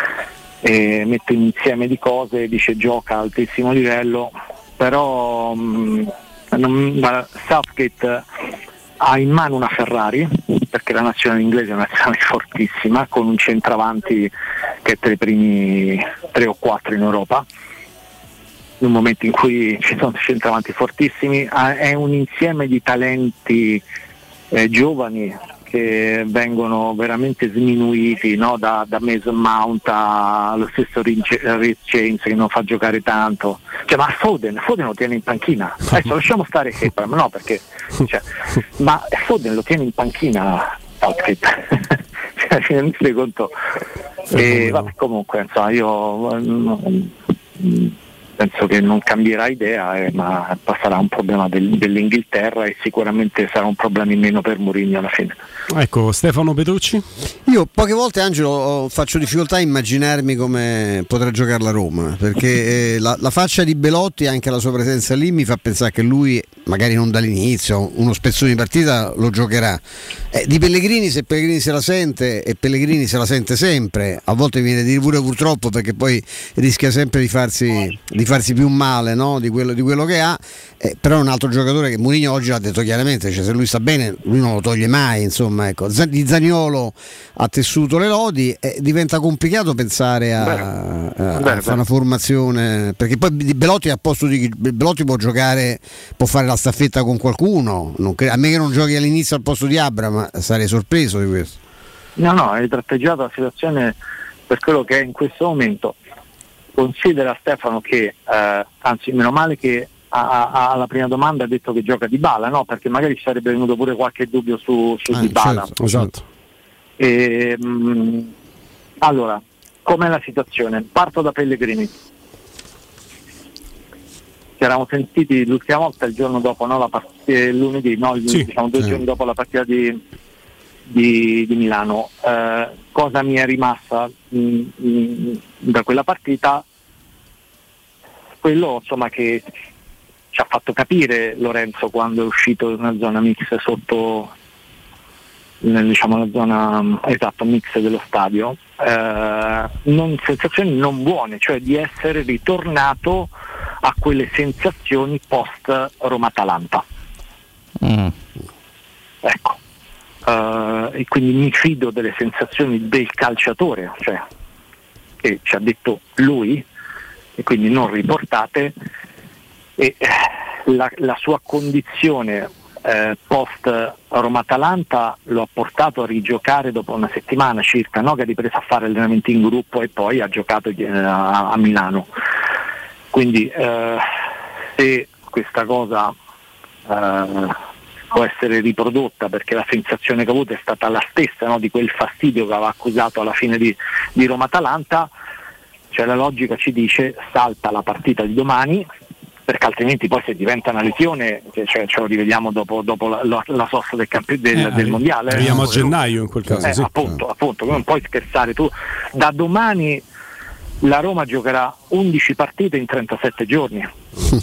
e mette un insieme di cose, dice gioca a altissimo livello, però mh, non, Southgate ha in mano una Ferrari, perché la nazionale inglese è una nazionale fortissima, con un centravanti che è tra i primi tre o quattro in Europa, in un momento in cui ci sono centravanti fortissimi, è un insieme di talenti eh, giovani che vengono veramente sminuiti, no? da, da Mason Mount allo stesso Rich James che non fa giocare tanto, cioè, ma Foden, Foden lo tiene in panchina, adesso lasciamo stare Abraham, no, perché cioè, ma Foden lo tiene in panchina Southgate. Cioè, rendete conto? E vabbè, comunque insomma, io mm, penso che non cambierà idea, eh, ma sarà un problema del, dell'Inghilterra e sicuramente sarà un problema in meno per Mourinho alla fine. Ecco, Stefano Petrucci. Io poche volte, Angelo, faccio difficoltà a immaginarmi come potrà giocare la Roma, perché eh, la, la faccia di Belotti, anche la sua presenza lì, mi fa pensare che lui, magari non dall'inizio, uno spezzone di partita lo giocherà. Eh, di Pellegrini, se Pellegrini se la sente, e Pellegrini se la sente sempre, a volte viene a dire pure purtroppo, perché poi rischia sempre di farsi, di farsi più male, no? di, quello, di quello che ha, eh, però è un altro giocatore che Mourinho oggi l'ha detto chiaramente, cioè se lui sta bene lui non lo toglie mai, insomma. Ecco, di Zaniolo ha tessuto le lodi, e diventa complicato pensare a, beh, a, beh, a fare una formazione, perché poi di Belotti a posto di Belotti può giocare, può fare la staffetta con qualcuno, non cre- a me che non giochi all'inizio al posto di Abraham sarei sorpreso di questo. No, no, hai tratteggiato la situazione per quello che è in questo momento. Considera Stefano che eh, anzi meno male che alla prima domanda ha detto che gioca Dybala, no? Perché magari ci sarebbe venuto pure qualche dubbio su, su eh, Dybala. Certo, esatto. E, mh, allora, com'è la situazione? Parto da Pellegrini. Ci eravamo sentiti l'ultima volta il giorno dopo, no? La partita lunedì, no? Il, sì, diciamo due sì. giorni dopo la partita di, di, di Milano. Eh, cosa mi è rimasta mh, mh, da quella partita? Quello insomma che ci ha fatto capire Lorenzo quando è uscito in una zona mix sotto nel, diciamo la zona esatto mix dello stadio, eh, non, sensazioni non buone, cioè di essere ritornato a quelle sensazioni post Roma-Atalanta. Mm. Ecco, uh, e quindi mi fido delle sensazioni del calciatore, cioè che ci ha detto lui, e quindi non riportate, e la, la sua condizione eh, post Roma-Atalanta lo ha portato a rigiocare dopo una settimana circa, no? Che ha ripreso a fare allenamenti in gruppo e poi ha giocato eh, a, a Milano. Quindi eh, se questa cosa eh, può essere riprodotta, perché la sensazione che ha avuto è stata la stessa, no? Di quel fastidio che aveva accusato alla fine di, di Roma-Atalanta, cioè la logica ci dice salta la partita di domani, perché altrimenti poi se diventa una lesione, cioè, ce lo rivediamo dopo, dopo la, la, la sosta del, campi- del, eh, del mondiale. Arriviamo a gennaio in quel caso. Eh, sì. Appunto, appunto, non puoi scherzare tu. Da domani la Roma giocherà undici partite in trentasette giorni.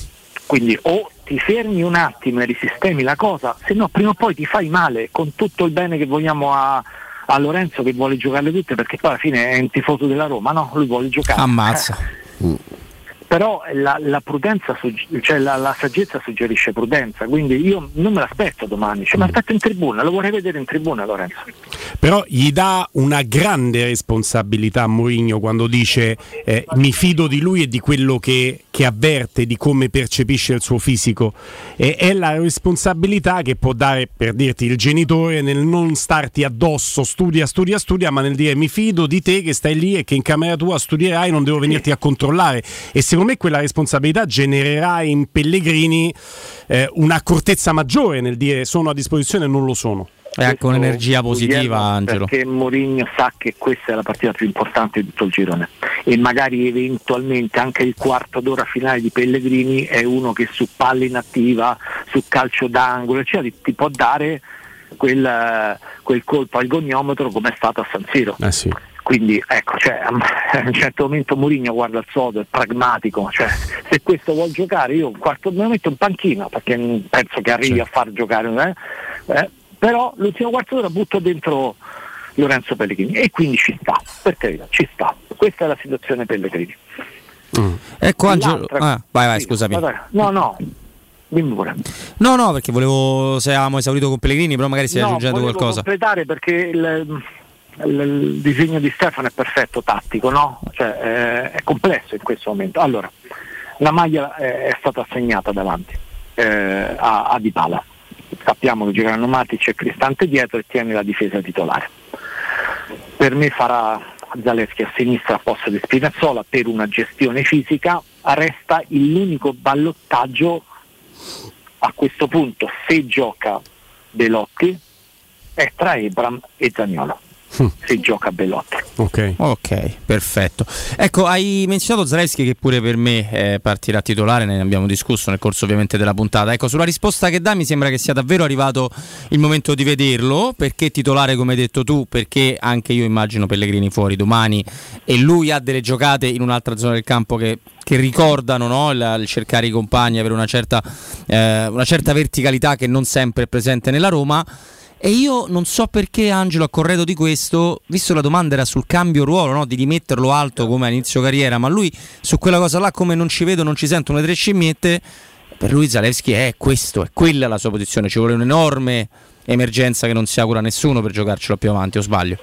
Quindi o ti fermi un attimo e risistemi la cosa, se no prima o poi ti fai male, con tutto il bene che vogliamo a, a Lorenzo che vuole giocarle tutte, perché poi alla fine è un tifoso della Roma, no? Lui vuole giocare. Ammazza. Eh. Però la, la prudenza, cioè la, la saggezza suggerisce prudenza, quindi io non me l'aspetto domani, cioè, mm. mi aspetto in tribuna, lo vorrei vedere in tribuna Lorenzo. Però gli dà una grande responsabilità a Mourinho quando dice eh, mi fido di lui e di quello che, che avverte, di come percepisce il suo fisico. E è la responsabilità che può dare, per dirti, il genitore nel non starti addosso, studia, studia, studia, ma nel dire mi fido di te che stai lì e che in camera tua studierai, non devo venirti a controllare. E secondo me quella responsabilità genererà in Pellegrini eh, un'accortezza maggiore nel dire sono a disposizione e non lo sono. È anche un'energia positiva, Angelo. Perché Mourinho sa che questa è la partita più importante di tutto il girone e magari eventualmente anche il quarto d'ora finale di Pellegrini è uno che su palle inattiva, su calcio d'angolo, cioè ti, ti può dare quel, quel colpo al goniometro come è stato a San Siro. Eh sì. Quindi ecco, cioè, a un certo momento Mourinho guarda il sodo, è pragmatico, cioè, se questo vuol giocare io un quarto me lo metto in panchina perché penso che arrivi certo. a far giocare, eh? Eh, però l'ultimo quarto d'ora butto dentro Lorenzo Pellegrini e quindi ci sta, per carità, ci sta. Questa è la situazione Pellegrini. Mm. Ecco Angelo, ah, vai vai, scusami. No, no. Dimmi pure. No, no, perché volevo, se avevamo esaurito con Pellegrini, però magari stai no, aggiungendo qualcosa. No, completare perché il, il, il disegno di Stefano è perfetto tattico, no? Cioè è, è complesso in questo momento. Allora, la maglia è, è stata assegnata davanti eh, a, a Dybala. Sappiamo che giocheranno Matic e Cristante dietro e tiene la difesa titolare. Per me farà Zalewski a sinistra a posto di Spinazzola per una gestione fisica. Resta l'unico ballottaggio a questo punto, se gioca Belotti, è tra Ebram e Zaniolo. Se gioca Belotti. Ok, ok, perfetto. Ecco, hai menzionato Zalewski che pure per me eh, partirà titolare, ne abbiamo discusso nel corso ovviamente della puntata. Ecco, sulla risposta che dà mi sembra che sia davvero arrivato il momento di vederlo. Perché titolare come hai detto tu? Perché anche io immagino Pellegrini fuori domani e lui ha delle giocate in un'altra zona del campo che, che ricordano, no? il, il cercare i compagni, avere una certa, eh, una certa verticalità che non sempre è presente nella Roma. E io non so perché Angelo ha corredo di questo, visto la domanda era sul cambio ruolo, no? Di rimetterlo alto come a inizio carriera, ma lui su quella cosa là, come non ci vedo, non ci sento una tre scimmiette, per lui Zalewski è questo, è quella la sua posizione, ci vuole un'enorme emergenza che non si augura a nessuno per giocarcelo più avanti, o sbaglio?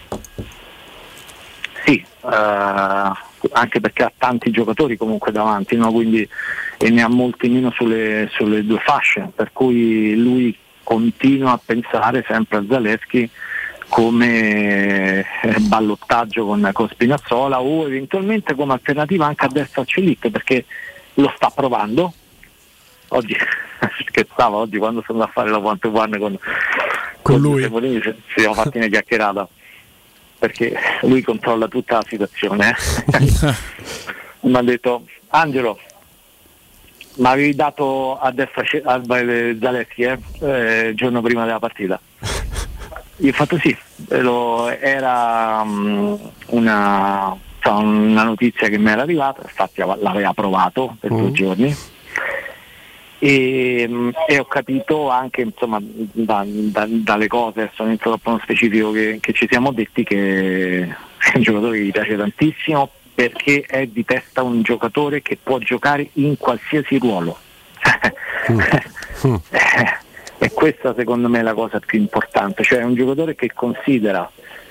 Sì, uh, anche perché ha tanti giocatori comunque davanti, no? Quindi, e ne ha molti meno sulle, sulle due fasce, per cui lui continua a pensare sempre a Zalewski come eh, ballottaggio con, con Spinazzola o eventualmente come alternativa anche a destra a Celik, perché lo sta provando. Oggi scherzavo, oggi quando sono andato a fare la one to one con, con lui Semolini, ci siamo fatti una chiacchierata perché lui controlla tutta la situazione. Eh? Mi ha detto: Angelo, ma avevi dato a destra a Zalewski eh? eh, il giorno prima della partita? Io ho fatto sì, era um, una, cioè, una notizia che mi era arrivata, infatti l'aveva provato per mm. due giorni e, e ho capito anche insomma da, da, dalle cose, adesso non entro troppo nello specifico, che, che ci siamo detti che è un giocatore che gli piace tantissimo, perché è di testa un giocatore che può giocare in qualsiasi ruolo. mm. Mm. E questa secondo me è la cosa più importante, cioè è un giocatore che considera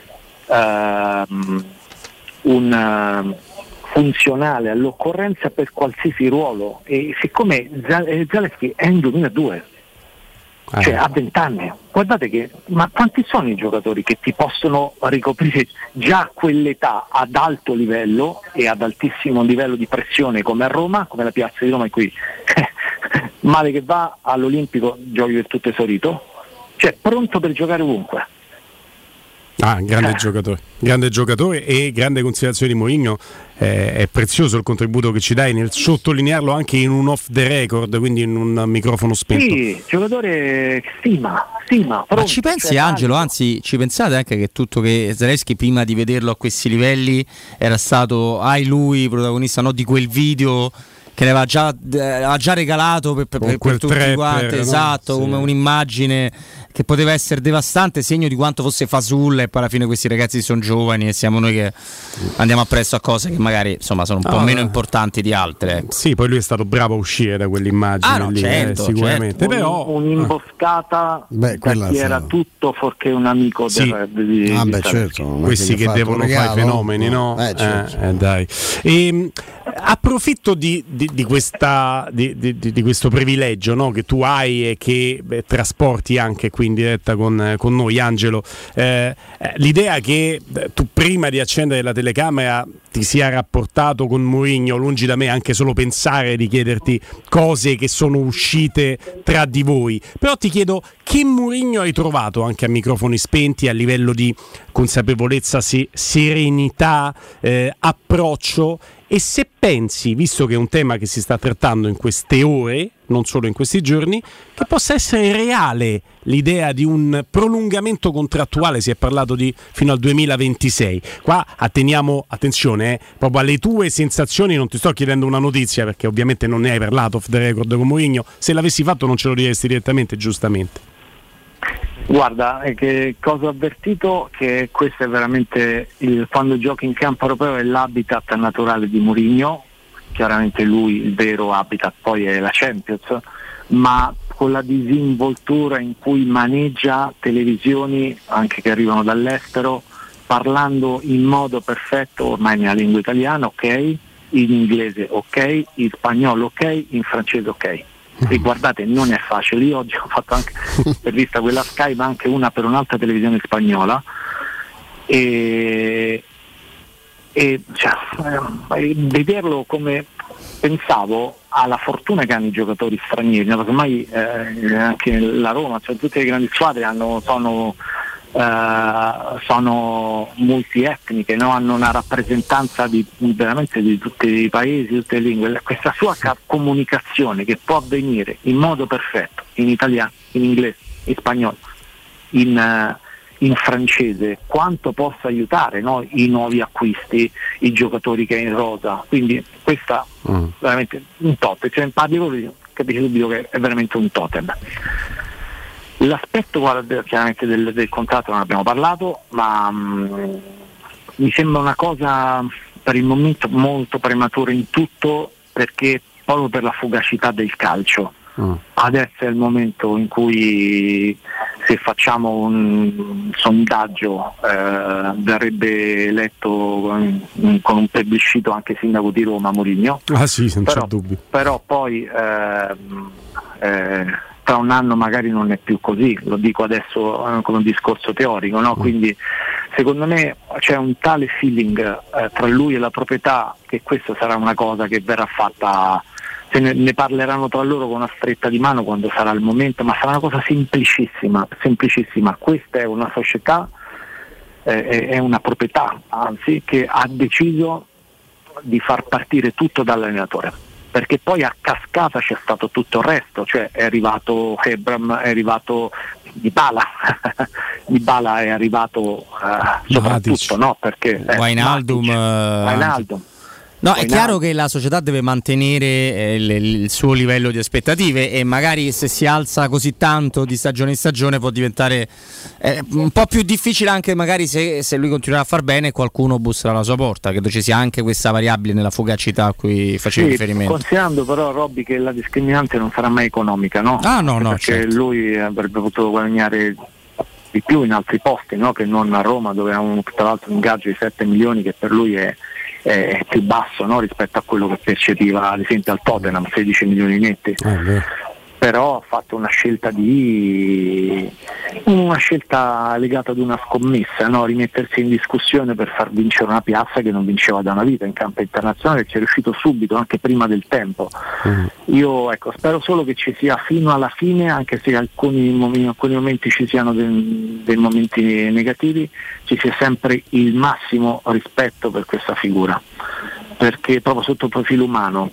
uh, un uh, funzionale all'occorrenza per qualsiasi ruolo, e siccome Zalewski è in duemiladue, ah. cioè ha venti anni, guardate che, ma quanti sono i giocatori che ti possono ricoprire già a quell'età ad alto livello e ad altissimo livello di pressione, come a Roma, come la piazza di Roma è qui, male che va all'Olimpico giochi del tutto esaurito, cioè pronto per giocare ovunque. Ah, grande eh. giocatore, grande giocatore e grande considerazione di Mourinho. Eh, è prezioso il contributo che ci dai nel sottolinearlo anche in un off the record, quindi in un microfono spento. Sì, giocatore stima, stima. Pronto, ma ci pensi, cioè, Angelo? Anzi, ci pensate anche che tutto che Zalewski prima di vederlo a questi livelli era stato ai lui protagonista, no, di quel video che le aveva già, eh, aveva già regalato per, per, per tutti trapper, quanti, no? esatto, Sì. come un'immagine che poteva essere devastante, segno di quanto fosse fasulla, e poi alla fine questi ragazzi sono giovani e siamo noi che andiamo appresso a cose che magari insomma sono un po' Ah, meno eh. importanti di altre. Sì, poi lui è stato bravo a uscire da quell'immagine Ah, no, lì, certo, eh, sicuramente. certo. Però Un'imboscata Beh, da quella chi era sì. tutto fuorché un amico Sì. del, di, Ah, di beh, Stare. certo, non è questi gli che ha fatto devono un fare regalo. fenomeni, no? Eh, certo. Eh, eh, dai. E, approfitto di, di, di, questa, di, di, di questo privilegio, no, che tu hai e che beh, trasporti anche qui in diretta con, con noi, Angelo. Eh, eh, l'idea che eh, tu prima di accendere la telecamera ti sia rapportato con Mourinho, lungi da me anche solo pensare di chiederti cose che sono uscite tra di voi. Però ti chiedo, che Mourinho hai trovato anche a microfoni spenti a livello di consapevolezza, se- serenità, eh, approccio, e se pensi, visto che è un tema che si sta trattando in queste ore, non solo in questi giorni, che possa essere reale l'idea di un prolungamento contrattuale. Si è parlato di fino al duemilaventisei. Qua atteniamo, attenzione, eh, proprio alle tue sensazioni, non ti sto chiedendo una notizia perché ovviamente non ne hai parlato off the record con Mourinho, se l'avessi fatto non ce lo diresti direttamente, giustamente. Guarda, eh, che cosa ho avvertito? Che questo è veramente il, quando giochi in campo europeo è l'habitat naturale di Mourinho, chiaramente lui il vero habitat poi è la Champions, ma con la disinvoltura in cui maneggia televisioni anche che arrivano dall'estero, parlando in modo perfetto ormai nella lingua italiana, ok, in inglese ok, in spagnolo ok, in francese ok. E guardate, non è facile. Io oggi ho fatto anche intervista quella Sky, ma anche una per un'altra televisione spagnola, e, e cioè, eh, vederlo come pensavo alla fortuna che hanno i giocatori stranieri, no? Perché ormai eh, anche la Roma, cioè tutte le grandi squadre hanno, sono Uh, sono multietniche, no? Hanno una rappresentanza di, veramente di tutti i paesi, tutte le lingue. Questa sua ca- comunicazione che può avvenire in modo perfetto in italiano, in inglese, in spagnolo, in, uh, in francese, quanto possa aiutare, no? I nuovi acquisti, i giocatori che è in rosa. Quindi questa mm. veramente un totem, cioè parli così, capisci subito che è veramente un totem. L'aspetto, guarda, chiaramente del, del contratto non abbiamo parlato, ma mh, mi sembra una cosa per il momento molto prematura in tutto, perché proprio per la fugacità del calcio. Mm. Adesso è il momento in cui, se facciamo un sondaggio, eh, verrebbe eletto con, con un plebiscito anche sindaco di Roma Mourinho. Ah sì, senza però, dubbio. Però poi eh, eh, tra un anno magari non è più così, lo dico adesso eh, come un discorso teorico, no? Quindi secondo me c'è un tale feeling eh, tra lui e la proprietà che questa sarà una cosa che verrà fatta, se ne, ne parleranno tra loro con una stretta di mano quando sarà il momento, ma sarà una cosa semplicissima, semplicissima. Questa è una società, eh, è una proprietà anzi, che ha deciso di far partire tutto dall'allenatore, perché poi a cascata c'è stato tutto il resto, cioè è arrivato Hebram, è arrivato Dybala, Dybala è arrivato uh, soprattutto, no? Perché eh, Wijnaldum, Wijnaldum. No, è chiaro che la società deve mantenere eh, il, il suo livello di aspettative, e magari se si alza così tanto di stagione in stagione può diventare eh, un po' più difficile, anche magari se, se lui continuerà a far bene e qualcuno busserà alla sua porta. Credo ci sia anche questa variabile nella fugacità a cui facevi sì, riferimento. Considerando però, Robby, che la discriminante non sarà mai economica, no? Ah no, no, perché certo. Lui avrebbe potuto guadagnare di più in altri posti, no? Che non a Roma, dove ha un, tra l'altro un ingaggio di sette milioni che per lui è è più basso, no? Rispetto a quello che percepiva ad esempio al Tottenham, sedici milioni netti. Ah, però ha fatto una scelta di una scelta legata ad una scommessa, no? Rimettersi in discussione per far vincere una piazza che non vinceva da una vita in campo internazionale, ci è riuscito subito, anche prima del tempo. Mm. Io ecco, spero solo che ci sia fino alla fine, anche se alcuni in alcuni momenti ci siano dei, dei momenti negativi, ci sia sempre il massimo rispetto per questa figura, perché proprio sotto il profilo umano,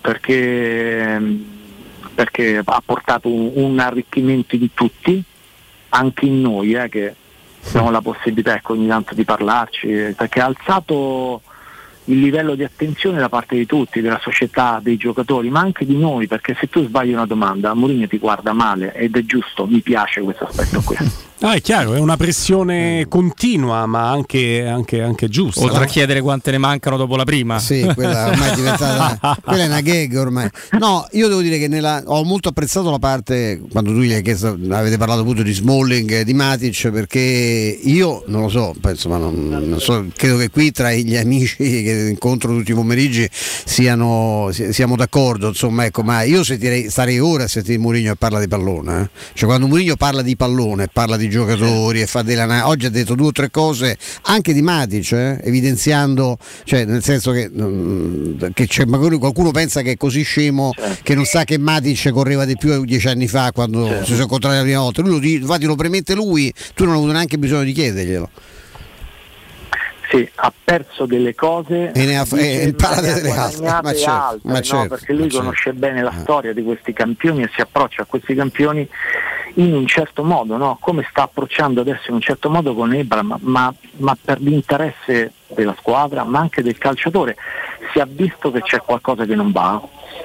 perché perché ha portato un, un arricchimento in tutti, anche in noi, eh, che abbiamo la possibilità ecco, ogni tanto di parlarci, perché ha alzato il livello di attenzione da parte di tutti, della società, dei giocatori, ma anche di noi, perché se tu sbagli una domanda Mourinho ti guarda male, ed è giusto, mi piace questo aspetto qui. Ah, è chiaro, è una pressione continua, ma anche, anche, anche giusta. Oltre no? a chiedere quante ne mancano dopo la prima. Sì, quella ormai è diventata quella è una gag ormai. No, io devo dire che nella, ho molto apprezzato la parte quando tu gli hai chiesto, avete parlato appunto di Smalling, di Matic, perché io non lo so, penso, ma non, non so, credo che qui tra gli amici che incontro tutti i pomeriggi siano, siamo d'accordo, insomma, ecco, ma io sentirei, starei ora a sentire Mourinho e parla di pallone, eh? Cioè quando Mourinho parla di pallone, parla di giocatori e fa della, oggi ha detto due o tre cose anche di Matic, eh? Evidenziando, cioè nel senso che, che c'è, magari qualcuno pensa che è così scemo, certo, che non sa che Matic correva di più dieci anni fa quando, certo, si sono incontrati la prima volta. Lui lo, infatti lo premette lui, tu non hai avuto neanche bisogno di chiederglielo. Sì, ha perso delle cose e ne ha e impara delle altre, ma certo, altre ma no? certo, perché lui ma conosce certo. bene la storia di questi campioni e si approccia a questi campioni in un certo modo, no? Come sta approcciando adesso in un certo modo con Ebra, ma, ma, ma per l'interesse della squadra, ma anche del calciatore. Si è visto che c'è qualcosa che non va,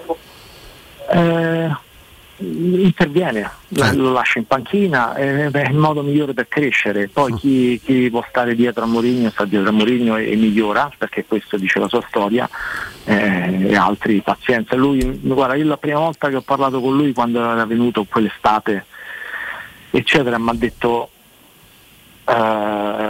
eh, interviene, lo lascia in panchina, eh, è il modo migliore per crescere. Poi chi, chi può stare dietro a Mourinho sta dietro a Mourinho e, e migliora, perché questo dice la sua storia, eh, e altri pazienza. Lui, guarda, io la prima volta che ho parlato con lui, quando era venuto quell'estate eccetera, mi ha detto eh,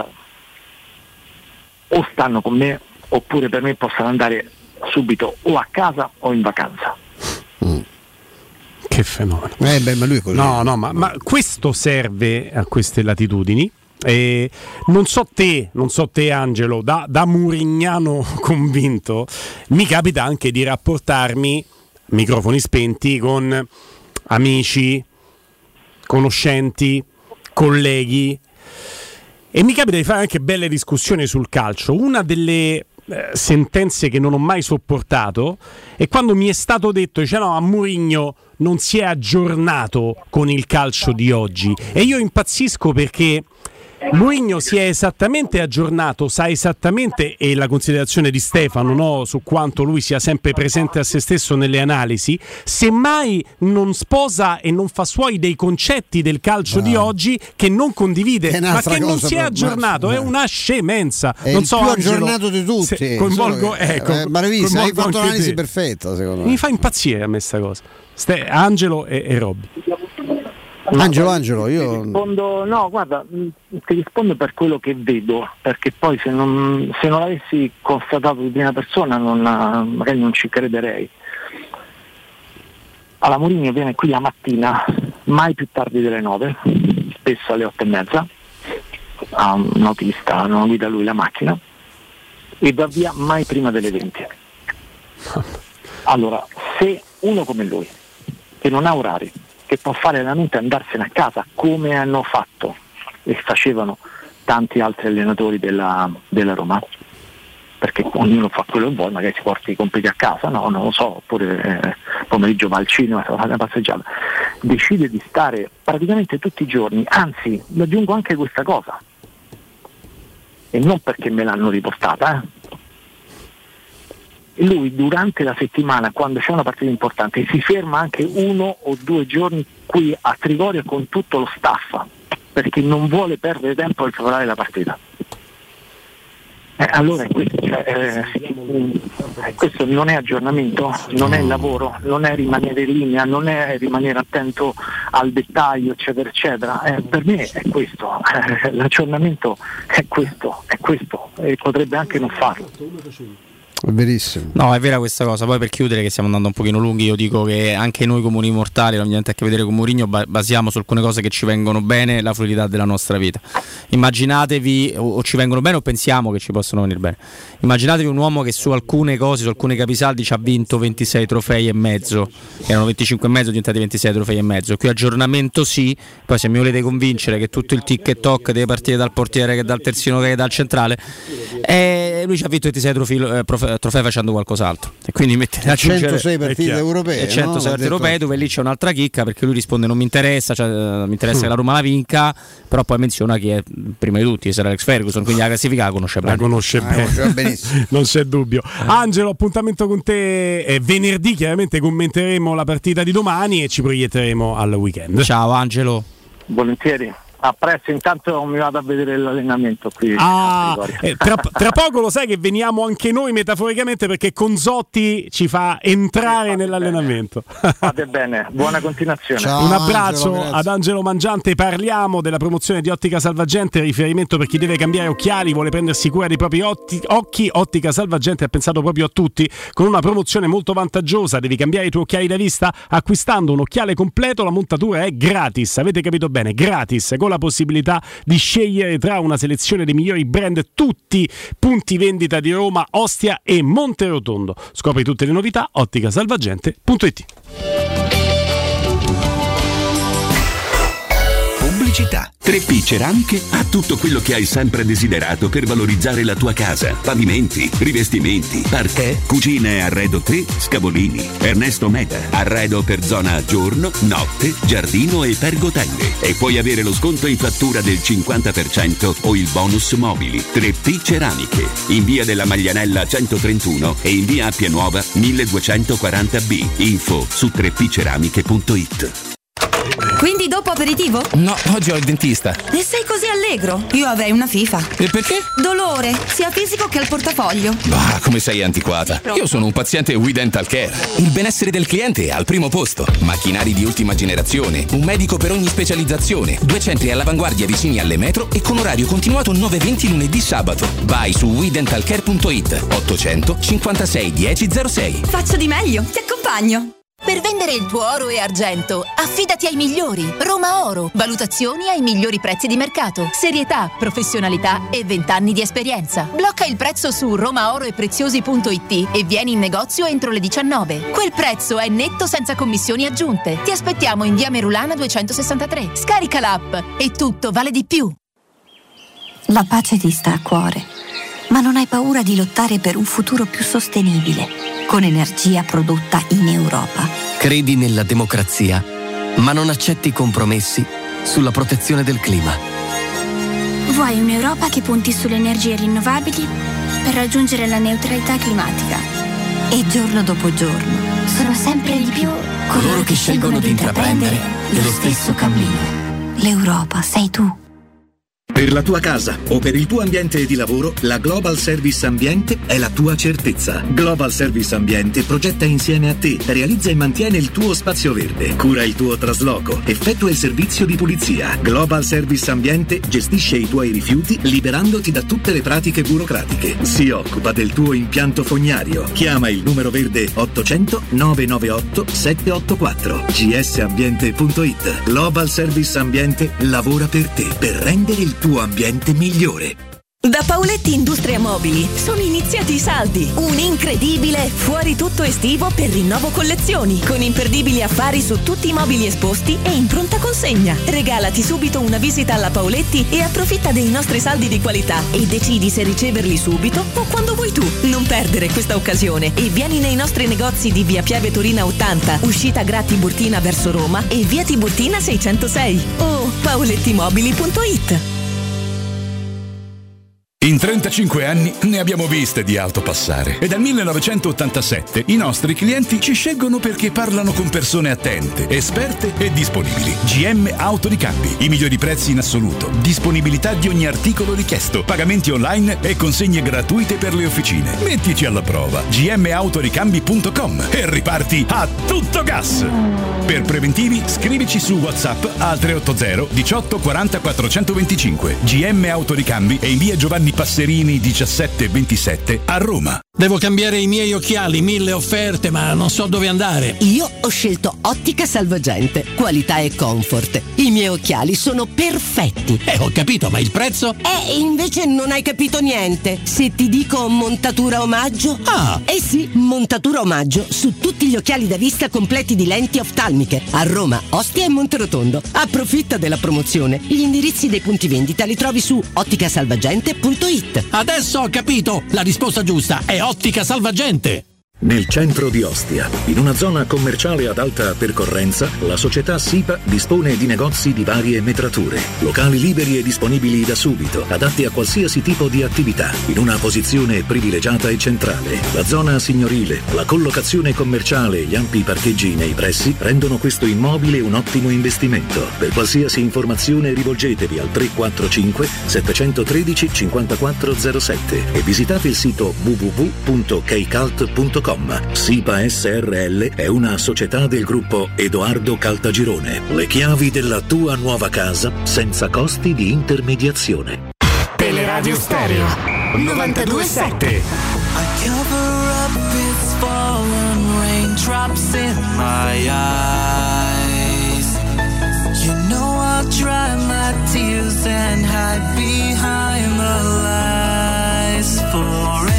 o stanno con me oppure per me possono andare subito o a casa o in vacanza. Mm. Che fenomeno. Eh beh, ma lui è così. No, no, ma, ma questo serve a queste latitudini. Eh, non so te, non so te Angelo, da, da murignano convinto, mi capita anche di rapportarmi, microfoni spenti, con amici, conoscenti, colleghi, e mi capita di fare anche belle discussioni sul calcio. Una delle eh, sentenze che non ho mai sopportato è quando mi è stato detto, dice no, a Mourinho non si è aggiornato con il calcio di oggi, e io impazzisco perché Mourinho si è esattamente aggiornato, sa esattamente, e la considerazione di Stefano, no, su quanto lui sia sempre presente a se stesso nelle analisi, semmai non sposa e non fa suoi dei concetti del calcio no. di oggi che non condivide, ma che non si è aggiornato, è una scemenza. È non il so, più Angelo, aggiornato di tutti. Coinvolgo, che, ecco, eh, Maravissa, hai fatto l'analisi te. perfetta, secondo me. Mi fa impazzire a me sta cosa. Ste, Angelo e, e Robby. No, Angelo, Angelo, io rispondo, no, guarda, ti rispondo per quello che vedo, perché poi se non, se non l'avessi constatato di prima persona non, magari non ci crederei. Alla Mourinho viene qui la mattina, mai più tardi delle nove, spesso alle otto e mezza, ha un autista, non guida lui la macchina, e va via mai prima delle venti. Allora, se uno come lui, che non ha orari, che può fare veramente andarsene a casa come hanno fatto e facevano tanti altri allenatori della, della Roma, perché ognuno fa quello che vuole, magari si porta i compiti a casa, no, non lo so, oppure eh, pomeriggio va al cinema, fa una passeggiata, decide di stare praticamente tutti i giorni, anzi aggiungo anche questa cosa, e non perché me l'hanno riportata, eh. Lui durante la settimana, quando c'è una partita importante, si ferma anche uno o due giorni qui a Trigoria con tutto lo staff, perché non vuole perdere tempo per preparare la partita. Eh, allora è questo, cioè, eh, questo non è aggiornamento, non è lavoro, non è rimanere in linea, non è rimanere attento al dettaglio, eccetera, eccetera. Eh, per me è questo, eh, l'aggiornamento è questo, è questo, e potrebbe anche non farlo. È verissimo. No, è vera questa cosa. Poi per chiudere, che stiamo andando un pochino lunghi, io dico che anche noi comuni mortali, non ha niente a che vedere con Mourinho, basiamo su alcune cose che ci vengono bene la fluidità della nostra vita. Immaginatevi, o ci vengono bene o pensiamo che ci possono venire bene, immaginatevi un uomo che su alcune cose, su alcuni capisaldi ci ha vinto ventisei trofei e mezzo, erano venticinque e mezzo, diventati ventisei trofei e mezzo. Qui aggiornamento sì, poi se mi volete convincere che tutto il tic e toc delle partite dal portiere, che dal terzino, che dal centrale, è e lui ci ha vinto ventisei trofei, eh, profe, trofei facendo qualcos'altro. E quindi mette a centosei partite europee. E centosei no? partite europee, dove lì c'è un'altra chicca, perché lui risponde: non mi interessa, cioè, mi interessa mm. che la Roma la vinca, però poi menziona che è prima di tutti sarà Alex Ferguson, quindi la classifica la conosce bene. La conosce ah, bene. Non c'è dubbio. Angelo, appuntamento con te eh, venerdì, chiaramente commenteremo la partita di domani e ci proietteremo al weekend. Ciao Angelo. Volentieri. A presto, intanto mi vado a vedere l'allenamento qui. Ah, eh, tra, tra poco lo sai che veniamo anche noi metaforicamente, perché Conzotti ci fa entrare fate nell'allenamento. Bene. Fate bene, buona continuazione. Ciao, un abbraccio Angelo, ad Angelo Mangiante. Parliamo della promozione di Ottica Salvagente, riferimento per chi deve cambiare occhiali, vuole prendersi cura dei propri otti, occhi. Ottica Salvagente ha pensato proprio a tutti, con una promozione molto vantaggiosa. Devi cambiare i tuoi occhiali da vista? Acquistando un occhiale completo la montatura è gratis, avete capito bene, gratis, con la possibilità di scegliere tra una selezione dei migliori brand, tutti punti vendita di Roma, Ostia e Monterotondo. Scopri tutte le novità ottica salvagente punto it. Pubblicità. tre P Ceramiche ha tutto quello che hai sempre desiderato per valorizzare la tua casa: pavimenti, rivestimenti, parquet, cucina e arredo tre, Scavolini. Ernesto Meda, arredo per zona giorno, notte, giardino e pergotelle. E puoi avere lo sconto in fattura del cinquanta per cento o il bonus mobili. tre P Ceramiche, in via della Maglianella centotrentuno e in via Appia Nuova milleduecentoquaranta B. Info su tre p ceramiche punto it. Quindi dopo aperitivo? No, oggi ho il dentista. E sei così allegro? Io avrei una FIFA. E perché? Dolore, sia fisico che al portafoglio. Bah, come sei antiquata. Io sono un paziente We Dental Care. Il benessere del cliente è al primo posto. Macchinari di ultima generazione, un medico per ogni specializzazione, due centri all'avanguardia vicini alle metro e con orario continuato nove venti lunedì sabato. Vai su we dental care punto it. ottocento cinquantasei dieci zero sei. Faccio di meglio, ti accompagno. Per vendere il tuo oro e argento, affidati ai migliori. Roma Oro. Valutazioni ai migliori prezzi di mercato. Serietà, professionalità e vent'anni di esperienza. Blocca il prezzo su romaoroepreziosi punto it e vieni in negozio entro le diciannove. Quel prezzo è netto senza commissioni aggiunte. Ti aspettiamo in via Merulana duecentosessantatré. Scarica l'app e tutto vale di più. La pace ti sta a cuore, ma non hai paura di lottare per un futuro più sostenibile, con energia prodotta in Europa. Credi nella democrazia, ma non accetti compromessi sulla protezione del clima. Vuoi un'Europa che punti sulle energie rinnovabili per raggiungere la neutralità climatica. E giorno dopo giorno sono sempre di più coloro che scelgono di intraprendere lo stesso cammino. L'Europa sei tu. Per la tua casa o per il tuo ambiente di lavoro, la Global Service Ambiente è la tua certezza. Global Service Ambiente progetta insieme a te, realizza e mantiene il tuo spazio verde, cura il tuo trasloco, effettua il servizio di pulizia. Global Service Ambiente gestisce i tuoi rifiuti liberandoti da tutte le pratiche burocratiche. Si occupa del tuo impianto fognario. Chiama il numero verde ottocento nove nove otto sette otto quattro. g s ambiente punto it. Global Service Ambiente lavora per te, per rendere il tuo ambiente migliore. Da Paoletti Industria Mobili sono iniziati i saldi, un incredibile fuori tutto estivo per rinnovo collezioni, con imperdibili affari su tutti i mobili esposti e in pronta consegna. Regalati subito una visita alla Paoletti e approfitta dei nostri saldi di qualità e decidi se riceverli subito o quando vuoi tu. Non perdere questa occasione e vieni nei nostri negozi di via Pieve Torina ottanta, uscita Gra Tiburtina verso Roma e via Tiburtina seicentosei o paolettimobili punto it. In trentacinque anni ne abbiamo viste di auto passare e dal millenovecentottantasette i nostri clienti ci scelgono perché parlano con persone attente, esperte e disponibili. G M Autoricambi, i migliori prezzi in assoluto, disponibilità di ogni articolo richiesto, pagamenti online e consegne gratuite per le officine. Mettici alla prova. g m autoricambi punto com e riparti a tutto gas. Per preventivi scrivici su WhatsApp al tre otto zero diciotto quaranta quattrocentoventicinque. G M Autoricambi è in via Giovanni Passerini diciassette ventisette a Roma. Devo cambiare i miei occhiali, mille offerte, ma non so dove andare. Io ho scelto Ottica Salvagente, qualità e comfort. I miei occhiali sono perfetti. Eh, ho capito, ma il prezzo? Eh, invece non hai capito niente. Se ti dico montatura omaggio? Ah! Eh sì, montatura omaggio su tutti gli occhiali da vista completi di lenti oftalmiche. A Roma, Ostia e Monterotondo. Approfitta della promozione. Gli indirizzi dei punti vendita li trovi su otticasalvagente punto it. Adesso ho capito! La risposta giusta è Ottica Salvagente. Nel centro di Ostia, in una zona commerciale ad alta percorrenza, la società SIPA dispone di negozi di varie metrature, locali liberi e disponibili da subito, adatti a qualsiasi tipo di attività, in una posizione privilegiata e centrale. La zona signorile, la collocazione commerciale e gli ampi parcheggi nei pressi rendono questo immobile un ottimo investimento. Per qualsiasi informazione rivolgetevi al tre quattro cinque sette uno tre cinque quattro zero sette e visitate il sito w w w punto keicalt punto com. SIPA S R L è una società del gruppo Edoardo Caltagirone. Le chiavi della tua nuova casa senza costi di intermediazione. Teleradio Stereo novantadue sette. I cover up its fallen raindrops in my eyes. You know I'll dry my tears and hide behind the lies forever.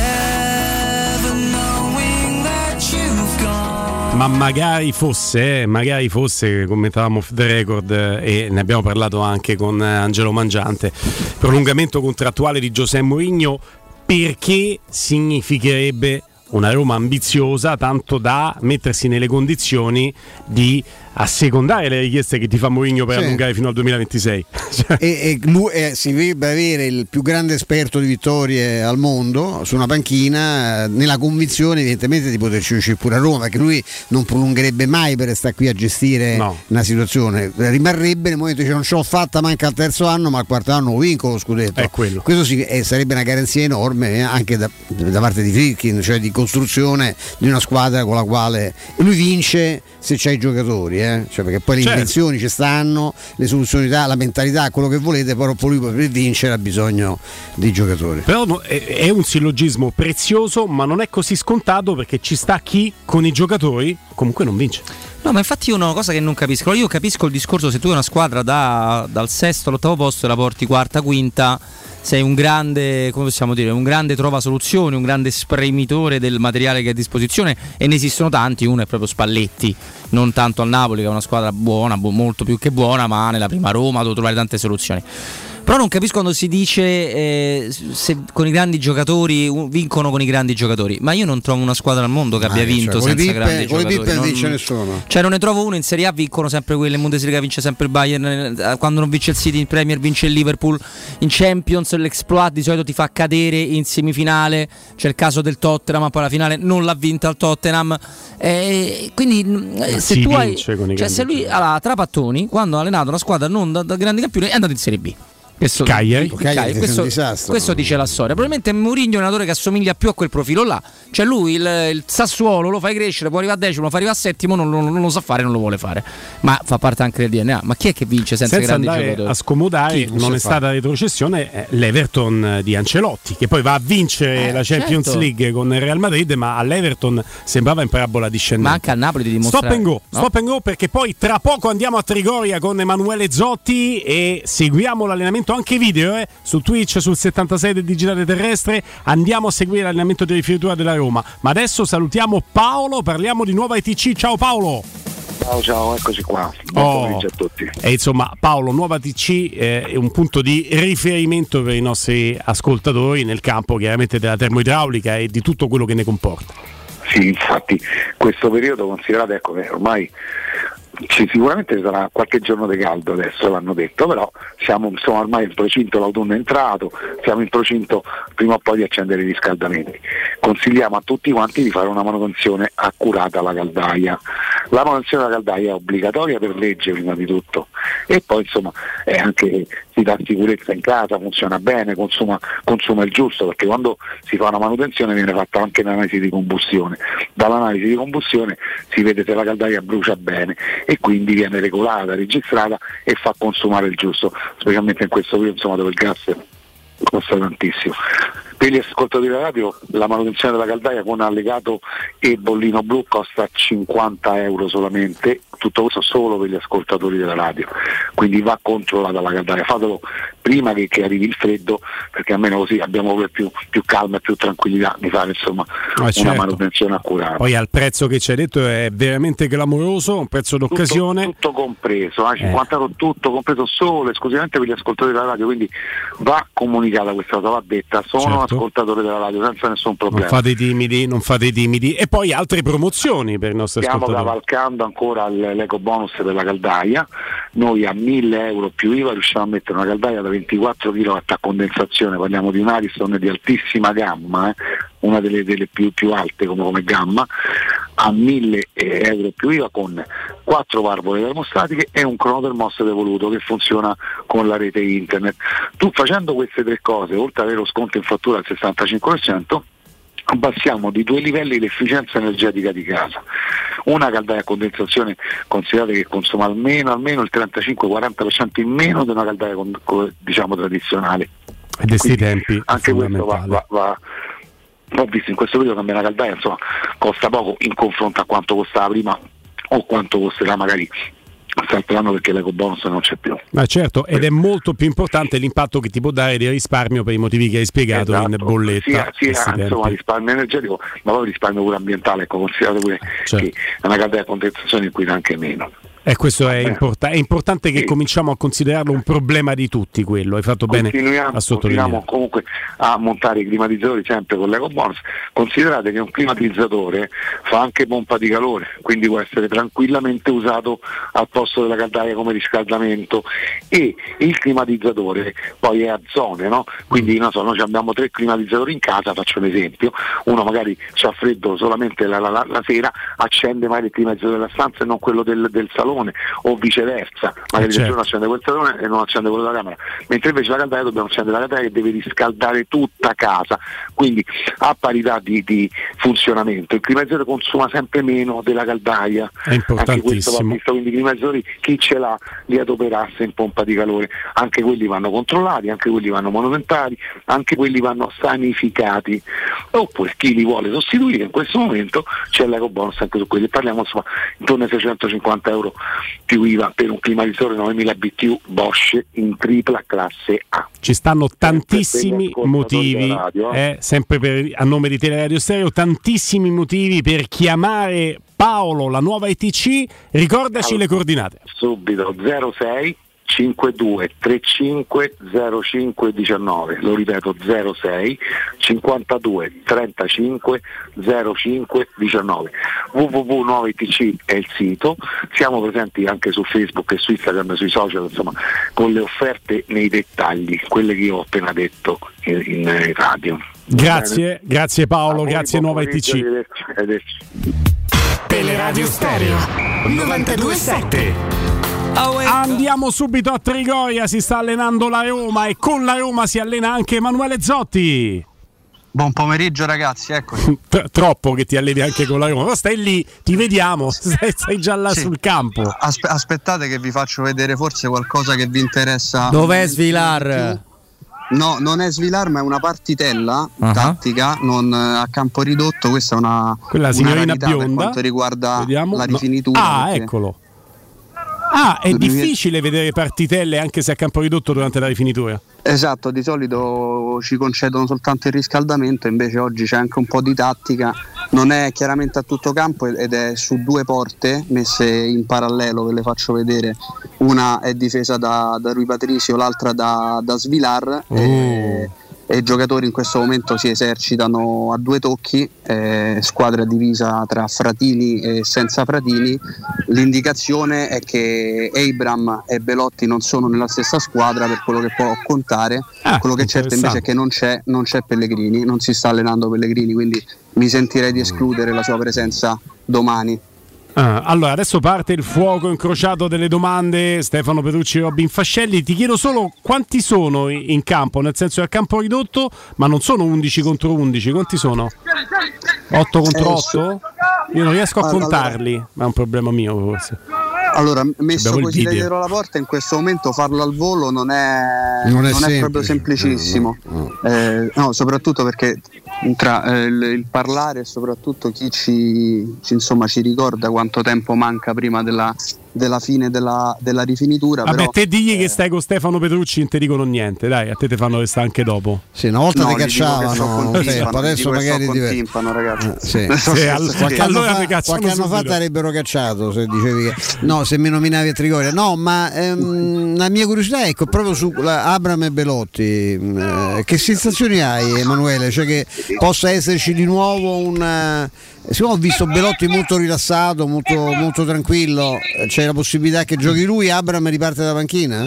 Ma magari fosse, eh, magari fosse, commentavamo off the record eh, e ne abbiamo parlato anche con eh, Angelo Mangiante, prolungamento contrattuale di José Mourinho, perché significherebbe una Roma ambiziosa tanto da mettersi nelle condizioni di assecondare le richieste che ti fa Mourinho per sì. allungare fino al duemilaventisei. e, e lui eh, si dovrebbe avere il più grande esperto di vittorie al mondo su una panchina, eh, nella convinzione evidentemente di poterci riuscire pure a Roma, perché lui non prolungherebbe mai per stare qui a gestire no. una situazione, rimarrebbe nel momento che non ce l'ho fatta manca al terzo anno, ma al quarto anno lo vinco lo scudetto. È quello. Questo sì, eh, sarebbe una garanzia enorme eh, anche da, da parte di Friedkin, cioè di costruzione di una squadra con la quale lui vince se c'hai i giocatori, eh? Cioè, perché poi le certo. intenzioni ci stanno, le soluzioni, la mentalità, quello che volete, però poi lui per vincere ha bisogno di giocatori. Però è un sillogismo prezioso, ma non è così scontato, perché ci sta chi con i giocatori comunque non vince. No, ma infatti io una cosa che non capisco, io capisco il discorso, se tu hai una squadra da, dal sesto all'ottavo posto e la porti quarta, quinta, sei un grande, come possiamo dire, un grande trova soluzioni, un grande spremitore del materiale che è a disposizione, e ne esistono tanti. Uno è proprio Spalletti, non tanto al Napoli, che è una squadra buona, molto più che buona, ma nella prima Roma devo trovare tante soluzioni. Però non capisco quando si dice eh, se con i grandi giocatori vincono con i grandi giocatori, ma io non trovo una squadra al mondo che abbia ah, vinto cioè, senza pippe, grandi con giocatori. Con le pippe non vince nessuno. Cioè non ne trovo uno. In Serie A vincono sempre quelle, in Bundesliga vince sempre il Bayern, quando non vince il City in Premier vince il Liverpool, in Champions l'exploit di solito ti fa cadere in semifinale, c'è il caso del Tottenham, ma poi alla finale non l'ha vinta il Tottenham. Eh, quindi ma se tu hai, cioè se lui allora, Trapattoni quando ha allenato una squadra non da, da grandi campioni è andato in Serie B. Questo, Cagliari. Cagliari. Questo, disastro, questo dice la storia. Probabilmente Mourinho è un allenatore che assomiglia più a quel profilo là. Cioè lui il, il Sassuolo lo fai crescere, può arrivare a decimo, lo fa arrivare a settimo, non, non, non lo sa fare, non lo vuole fare. Ma fa parte anche del D N A. Ma chi è che vince senza, senza grandi andare giocatori? A scomodare, chi, non è stata retrocessione eh, l'Everton di Ancelotti, che poi va a vincere eh, la Champions certo. League con il Real Madrid, ma all'Everton sembrava in parabola discendente. Ma anche a Napoli ti dimostra. Stop and go, no? stop and go, perché poi tra poco andiamo a Trigoria con Emanuele Zotti e seguiamo l'allenamento anche video, eh. Su Twitch, sul settantasei del Digitale Terrestre, andiamo a seguire l'allenamento di rifinitura della Roma. Ma adesso salutiamo Paolo, parliamo di Nuova I T C. Ciao Paolo. Ciao ciao, eccoci qua. Buon oh. pomeriggio a tutti. E insomma Paolo, Nuova T C eh, è un punto di riferimento per i nostri ascoltatori nel campo chiaramente della termoidraulica e di tutto quello che ne comporta. Sì, infatti questo periodo, considerate, ecco che ormai ci sicuramente sarà qualche giorno di caldo, adesso l'hanno detto, però siamo insomma ormai in procinto, l'autunno è entrato, siamo in procinto prima o poi di accendere i riscaldamenti. Consigliamo a tutti quanti di fare una manutenzione accurata alla caldaia. La manutenzione della caldaia è obbligatoria per legge prima di tutto, e poi insomma è anche, si dà sicurezza in casa, funziona bene, consuma, consuma il giusto, perché quando si fa una manutenzione viene fatta anche l'analisi di combustione. Dall'analisi di combustione si vede se la caldaia brucia bene e quindi viene regolata, registrata e fa consumare il giusto, specialmente in questo periodo insomma dove il gas costa tantissimo. Per gli ascoltatori della radio la manutenzione della caldaia con allegato e bollino blu costa cinquanta euro solamente, tutto questo solo per gli ascoltatori della radio, quindi va controllata la caldaia, fatelo prima che, che arrivi il freddo, perché almeno così abbiamo più, più calma e più tranquillità di fare insomma ah, una certo. manutenzione accurata. Poi al prezzo che ci hai detto è veramente clamoroso, un prezzo d'occasione. Tutto, tutto compreso, eh, cinquanta euro tutto compreso solo esclusivamente per gli ascoltatori della radio, quindi va comunicata questa cosa, va detta, sono certo. ascoltatore della radio senza nessun problema. Non fate i timidi, non fate i timidi. E poi altre promozioni per i nostri Stiamo ascoltatori. Stiamo cavalcando ancora l'eco bonus per la caldaia, noi a mille euro più I V A riusciamo a mettere una caldaia da ventiquattro chilowatt a condensazione, parliamo di un Ariston di altissima gamma, eh, una delle, delle più, più alte come, come gamma, a mille euro più I V A con quattro valvole termostatiche e un cronotermostato evoluto che funziona con la rete internet. Tu facendo queste tre cose, oltre ad avere lo sconto in fattura al sessantacinque per cento, abbassiamo di due livelli l'efficienza energetica di casa. Una caldaia a condensazione considerate che consuma almeno, almeno il trentacinque quaranta per cento in meno di una caldaia con, con, diciamo tradizionale. Ed questi tempi anche questo va, va, va, va visto in questo periodo, cambiare una caldaia insomma costa poco in confronto a quanto costava prima o quanto costerà magari salteranno perché l'ecobonus non c'è più. Ma certo, ed è molto più importante l'impatto che ti può dare di risparmio per i motivi che hai spiegato esatto. in bolletta. Sia, sia insomma risparmio energetico, ma poi risparmio pure ambientale, ecco, considerato pure certo. che una caldaia a condensazione inquina anche meno. E questo è, import- è importante che sì. cominciamo a considerarlo un problema di tutti, quello hai fatto bene a sottolineare. Continuiamo comunque a montare i climatizzatori sempre con l'ecobonus. Considerate che un climatizzatore fa anche pompa di calore, quindi può essere tranquillamente usato al posto della caldaia come riscaldamento, e il climatizzatore poi è a zone, no? Quindi non so, noi abbiamo tre climatizzatori in casa, faccio un esempio, uno magari c'ha freddo solamente la, la, la sera, accende magari il climatizzatore della stanza e non quello del, del salone, o viceversa, magari certo. il giorno accende quel salone e non accende quello della camera, mentre invece la caldaia dobbiamo accendere la caldaia che deve riscaldare tutta casa, quindi a parità di, di funzionamento il climatizzatore consuma sempre meno della caldaia, è importantissimo. Anche questo va visto, quindi i climatizzatori chi ce l'ha li adoperasse in pompa di calore, anche quelli vanno controllati, anche quelli vanno monumentali, anche quelli vanno sanificati, oppure chi li vuole sostituire in questo momento c'è l'ecobonus anche su quelli, parliamo insomma intorno ai seicentocinquanta euro più I V A per un climatizzatore novemila B T U Bosch in tripla classe A. Ci stanno tantissimi motivi, radio, eh. eh, sempre per, a nome di Teleradio Stereo, tantissimi motivi per chiamare Paolo, la nuova I T C. Ricordaci allora, le coordinate. Subito zero sei cinquantadue trentacinque zero cinque diciannove, lo ripeto zero sei cinquantadue trentacinque zero cinque diciannove. w w w punto nuova i t c è il sito, siamo presenti anche su Facebook e su Instagram, sui social, insomma, con le offerte nei dettagli, quelle che io ho appena detto in, in radio. Grazie, grazie Paolo, grazie Nuova I T C. Teleradio Stereo novantadue sette. Andiamo subito a Trigoria, si sta allenando la Roma e con la Roma si allena anche Emanuele Zotti. Buon pomeriggio ragazzi, eccoci. Troppo che ti alleni anche con la Roma, però stai lì, ti vediamo, stai, stai già là sì. sul campo. Aspe- aspettate che vi faccio vedere forse qualcosa che vi interessa. Dov'è Svilar? No, non è Svilar, ma è una partitella uh-huh. tattica, non a campo ridotto. Questa è una, quella signorina una bionda per quanto riguarda Vediamo. la rifinitura. No. Ah, perché... eccolo. Ah, è difficile vedere partitelle anche se a campo ridotto durante la rifinitura. Esatto, di solito ci concedono soltanto il riscaldamento, invece oggi c'è anche un po' di tattica. Non è chiaramente a tutto campo ed è su due porte messe in parallelo, ve le faccio vedere. Una è difesa da, da Rui Patricio, l'altra da, da Svilar. Oh. E... e i giocatori in questo momento si esercitano a due tocchi, eh, squadra divisa tra fratini e senza fratini. L'indicazione è che Abraham e Belotti non sono nella stessa squadra, per quello che può contare. Ah, quello che certo invece è che non c'è, non c'è Pellegrini, non si sta allenando Pellegrini, quindi mi sentirei di escludere la sua presenza domani. Ah, allora adesso parte il fuoco incrociato delle domande. Stefano Petrucci, Robin Fascelli, ti chiedo solo quanti sono in campo, nel senso al campo ridotto, ma non sono undici contro undici, quanti sono? otto contro otto? Io non riesco a contarli, ma è un problema mio forse. Allora, messo così dietro la porta, in questo momento farlo al volo non è, non è, non è proprio semplicissimo. No, no, no. Eh, no, soprattutto perché tra eh, il, il parlare e soprattutto chi ci, ci, insomma, ci ricorda quanto tempo manca prima della, della fine della, della rifinitura. Vabbè, però, te digli eh, che stai con Stefano Petrucci, non ti dicono niente, dai, a te te fanno restare anche dopo. Sì, una volta no, ti cacciavano, che timpano, adesso magari con diver- timpano, ragazzi. Eh, sì. sì, sì, all- qualche allora anno fa, qualche anno fa ti avrebbero cacciato se dicevi che no, se mi nominavi a Trigoria. No, ma ehm, la mia curiosità è ecco, proprio su Abram e Belotti, eh, che sensazioni hai, Emanuele? Cioè che possa esserci di nuovo un... Siccome ho visto Belotti molto rilassato, molto, molto tranquillo, c'è la possibilità che giochi lui, Abram riparte da panchina?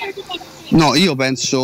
No, io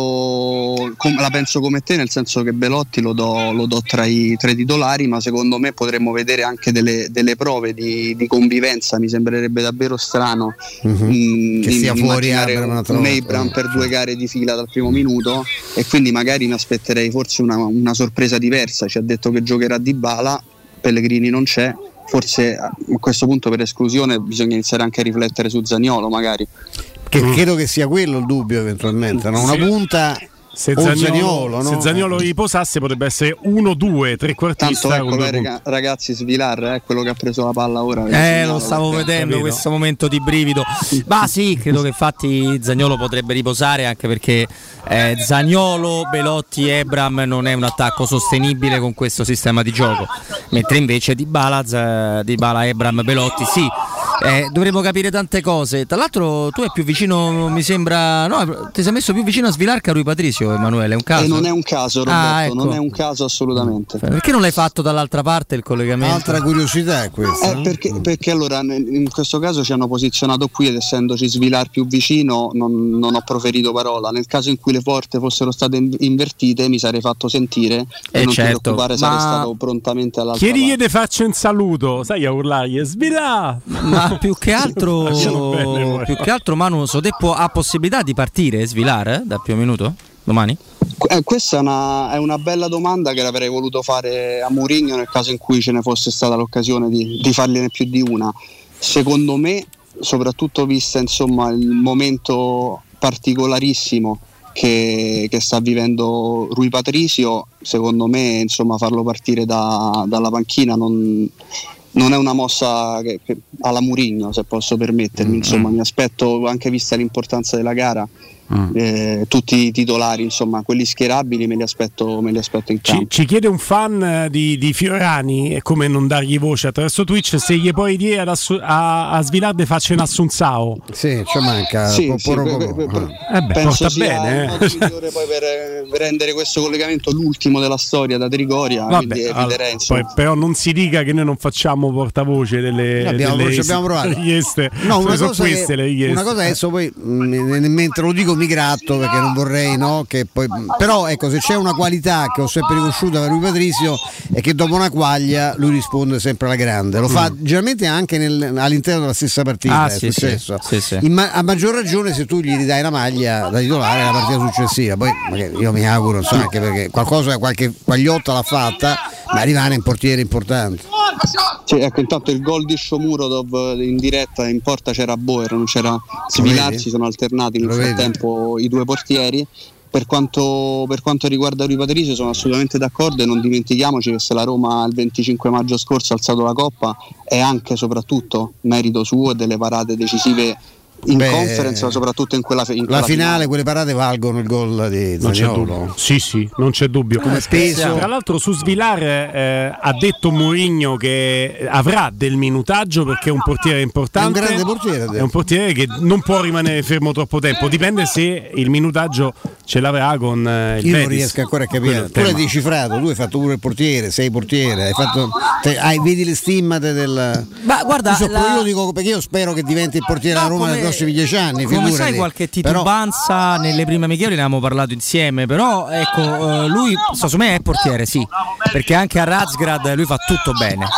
penso com- la penso come te, nel senso che Belotti lo do, lo do tra, i, tra i titolari, ma secondo me potremmo vedere anche delle, delle prove di, di convivenza. Mi sembrerebbe davvero strano mm-hmm. mh, che sia fuori Abram un, un Abram per due gare di fila dal primo minuto, e quindi magari mi aspetterei forse una, una sorpresa diversa. Ci ha detto che giocherà Dybala, Pellegrini non c'è, forse a questo punto per esclusione bisogna iniziare anche a riflettere su Zaniolo magari. Che credo che sia quello il dubbio eventualmente, no? Una punta se o Zaniolo, Zaniolo, no? se Zaniolo riposasse potrebbe essere uno due trequartista. Tanto ecco, beh, ragazzi, Svilar è eh, quello che ha preso la palla ora. Eh, lo stavo vedendo, questo momento di brivido. Ma sì, credo che infatti Zaniolo potrebbe riposare, anche perché eh, Zaniolo, Belotti e Ebram non è un attacco sostenibile con questo sistema di gioco, mentre invece Dybala, Z- Dybala Ebram, Belotti sì. Eh, dovremmo capire tante cose. Tra l'altro tu è più vicino, mi sembra, no, ti sei messo più vicino a Svilar che a Rui Patricio, Emanuele, è un caso? E non è un caso, Roberto, ah, ecco. non è un caso assolutamente. Perché non l'hai fatto dall'altra parte il collegamento? Altra curiosità è questa. Eh, perché, perché allora in questo caso ci hanno posizionato qui ed essendoci Svilar più vicino non, non ho proferito parola. Nel caso in cui le porte fossero state invertite mi sarei fatto sentire e eh non certo, ti preoccupare, ma... sarei stato prontamente all'altra Chiedi parte. Chiedi faccio un saluto, sai, a urlargli Svilar! Ma più che altro bene, più che altro Manu Sodeppo ha possibilità di partire Svilar eh, da più minuto domani? Eh, questa è una, è una bella domanda che avrei voluto fare a Mourinho nel caso in cui ce ne fosse stata l'occasione di, di fargliene più di una. Secondo me, soprattutto vista insomma il momento particolarissimo che, che sta vivendo Rui Patricio, secondo me insomma farlo partire da, dalla panchina non non è una mossa che, che alla Mourinho, se posso permettermi, insomma mi aspetto, anche vista l'importanza della gara, mm. eh, tutti i titolari, insomma quelli schierabili me li aspetto, me li aspetto in campo. Ci, ci chiede un fan di, di Fiorani, come non dargli voce attraverso Twitch, se gli puoi dire ad assu- a, a Svilar faccia un Assunzao. Sì, ci manca sì, po- sì, po- per, po- per, per, eh beh, penso porta sia bene, il modo migliore poi per, per rendere questo collegamento l'ultimo della storia da Trigoria. Vabbè, allora, poi, però non si dica che noi non facciamo portavoce delle, abbiamo, delle abbiamo provato. richieste. No, una sono cosa, queste che, le richieste. una cosa adesso poi mh, mentre lo dico mi gratto perché non vorrei, no, che poi, però ecco, se c'è una qualità che ho sempre riconosciuto da Rui Patricio è che dopo una quaglia lui risponde sempre alla grande, lo fa mm. generalmente anche nel, all'interno della stessa partita, ah, è sì, successo sì, sì, sì. In ma- a maggior ragione se tu gli ridai la maglia da titolare la partita successiva, poi magari io mi auguro insomma, anche perché qualcosa, qualche quagliotta l'ha fatta, ma rimane un portiere importante. Sì, ecco, intanto il gol di Shomurodov in diretta, in porta c'era Boer, non c'era Svilar, si sono alternati nel frattempo i due portieri. Per quanto, per quanto riguarda Rui Patricio sono assolutamente d'accordo e non dimentichiamoci che se la Roma il venticinque maggio scorso ha alzato la Coppa è anche e soprattutto merito suo e delle parate decisive in Beh, conference, soprattutto in quella, in quella la finale, finale. Quelle parate valgono il gol di Zaniolo. Sì, sì, non c'è dubbio. Come peso. Tra l'altro su Svilar eh, ha detto Mourinho che avrà del minutaggio perché è un portiere importante. È un grande portiere. È un portiere che non può rimanere fermo troppo tempo. Dipende se il minutaggio ce l'avrà con eh, il Io Betis. non riesco ancora a capire. Tu l'hai decifrato, tu hai fatto pure il portiere, sei portiere, hai fatto te, hai, vedi le stimmate del. Ma guarda, io, so, la... io dico perché io spero che diventi il portiere no, a Roma nei prossimi dieci anni. Come figurati. sai, qualche titubanza però... nelle prime amichevoli ne avevamo parlato insieme, però ecco, lui secondo me è portiere, sì, perché anche a Razgrad lui fa tutto bene.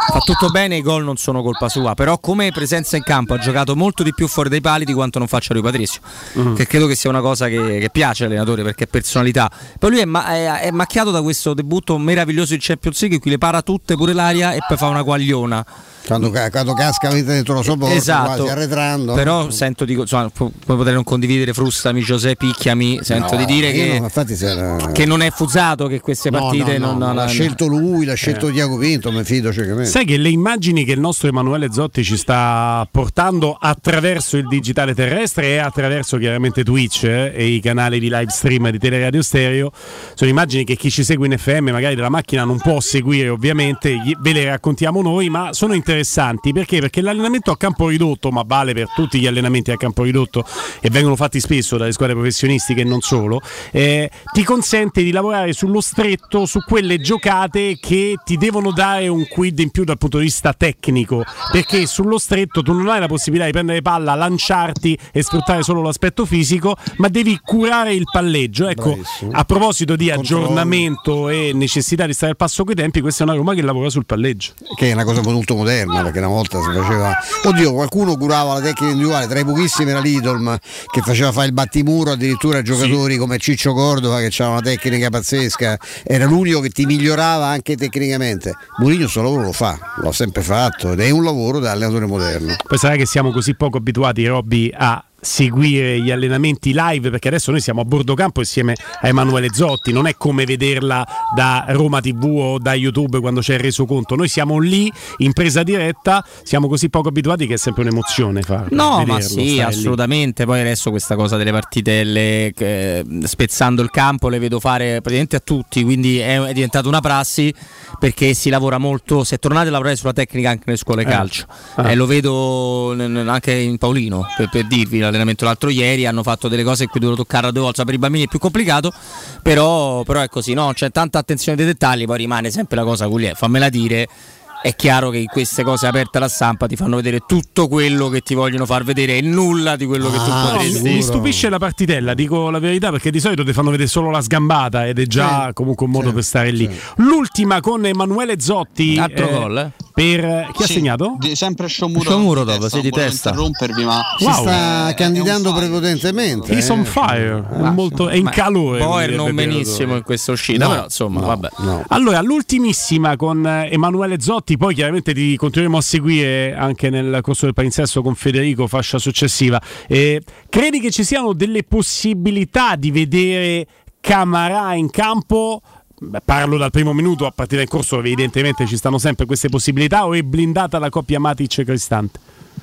fa tutto bene, i gol non sono colpa sua, però come presenza in campo ha giocato molto di più fuori dai pali di quanto non faccia Rui Patricio, mm. che credo che sia una cosa che, che piace all'allenatore perché è personalità. Poi lui è, ma- è, è macchiato da questo debutto meraviglioso in Champions League, qui le para tutte pure l'aria e poi fa una quagliona. Quando, quando casca dentro lo sopporto, esatto, quasi arretrando. Però sento di, insomma, come potrei non condividere, frustami Giuseppe, picchiami, sento no, di dire che, no, era... che non è fusato, che queste partite no, no, non, no, non l'ha scelto lui, l'ha scelto eh. Diago Pinto, mi fido ciecamente. Sai che le immagini che il nostro Emanuele Zotti ci sta portando attraverso il digitale terrestre e attraverso chiaramente Twitch eh, e i canali di live stream di Teleradio Stereo sono immagini che chi ci segue in F M magari dalla macchina non può seguire, ovviamente ve le raccontiamo noi, ma sono interessanti perché Perché l'allenamento a campo ridotto, ma vale per tutti gli allenamenti a campo ridotto e vengono fatti spesso dalle squadre professionistiche e non solo, eh, ti consente di lavorare sullo stretto, su quelle giocate che ti devono dare un quid in più dal punto di vista tecnico, perché sullo stretto tu non hai la possibilità di prendere palla, lanciarti e sfruttare solo l'aspetto fisico, ma devi curare il palleggio. Ecco, bravissimo. A proposito di aggiornamento e necessità di stare al passo coi tempi, questa è una Roma che lavora sul palleggio, che è una cosa molto moderna, perché una volta si faceva, oddio, qualcuno curava la tecnica individuale, tra i pochissimi era Lidl che faceva fare il battimuro addirittura a giocatori sì. come Ciccio Cordova che aveva una tecnica pazzesca, era l'unico che ti migliorava anche tecnicamente. Mourinho questo lavoro lo fa, l'ha sempre fatto ed è un lavoro da allenatore moderno. Poi sarà che siamo così poco abituati, Robby, a seguire gli allenamenti live, perché adesso noi siamo a bordo campo insieme a Emanuele Zotti, non è come vederla da Roma tivù o da YouTube quando c'è il resoconto, noi siamo lì in presa diretta, siamo così poco abituati che è sempre un'emozione farlo. No, vederlo, ma sì, assolutamente lì. Poi adesso questa cosa delle partitelle eh, spezzando il campo le vedo fare praticamente a tutti, quindi è, è diventata una prassi, perché si lavora molto, si è tornati a lavorare sulla tecnica anche nelle scuole eh. calcio ah. eh, lo vedo n- anche in Paolino, per, per dirvi l'allenamento l'altro ieri hanno fatto delle cose in cui devono toccarla due volte, per i bambini è più complicato, però, però è così, no? C'è tanta attenzione dei dettagli, poi rimane sempre la cosa Goulier, fammela dire. È chiaro che queste cose aperte alla stampa ti fanno vedere tutto quello che ti vogliono far vedere e nulla di quello ah, che tu potresti. Mi stupisce la partitella, dico la verità, perché di solito ti fanno vedere solo la sgambata ed è già sì, comunque un modo sì, per stare lì. Sì. L'ultima con Emanuele Zotti. Altro eh, gol, eh? Per chi sì, ha segnato? Di, sempre Shomurodov, sì, di testa. Interrompervi, ma wow. si sta candidando prepotentemente. He's eh. on fire, ah, molto, è in calore. Poi non benissimo in questa uscita, no, però insomma, no, vabbè. No. Allora, l'ultimissima con Emanuele Zotti, poi chiaramente ti continueremo a seguire anche nel corso del palinsesto con Federico, fascia successiva. Eh, credi che ci siano delle possibilità di vedere Camarà in campo? Beh, parlo dal primo minuto, a partire dal corso evidentemente ci stanno sempre queste possibilità, o è blindata la coppia Matic e Cristante?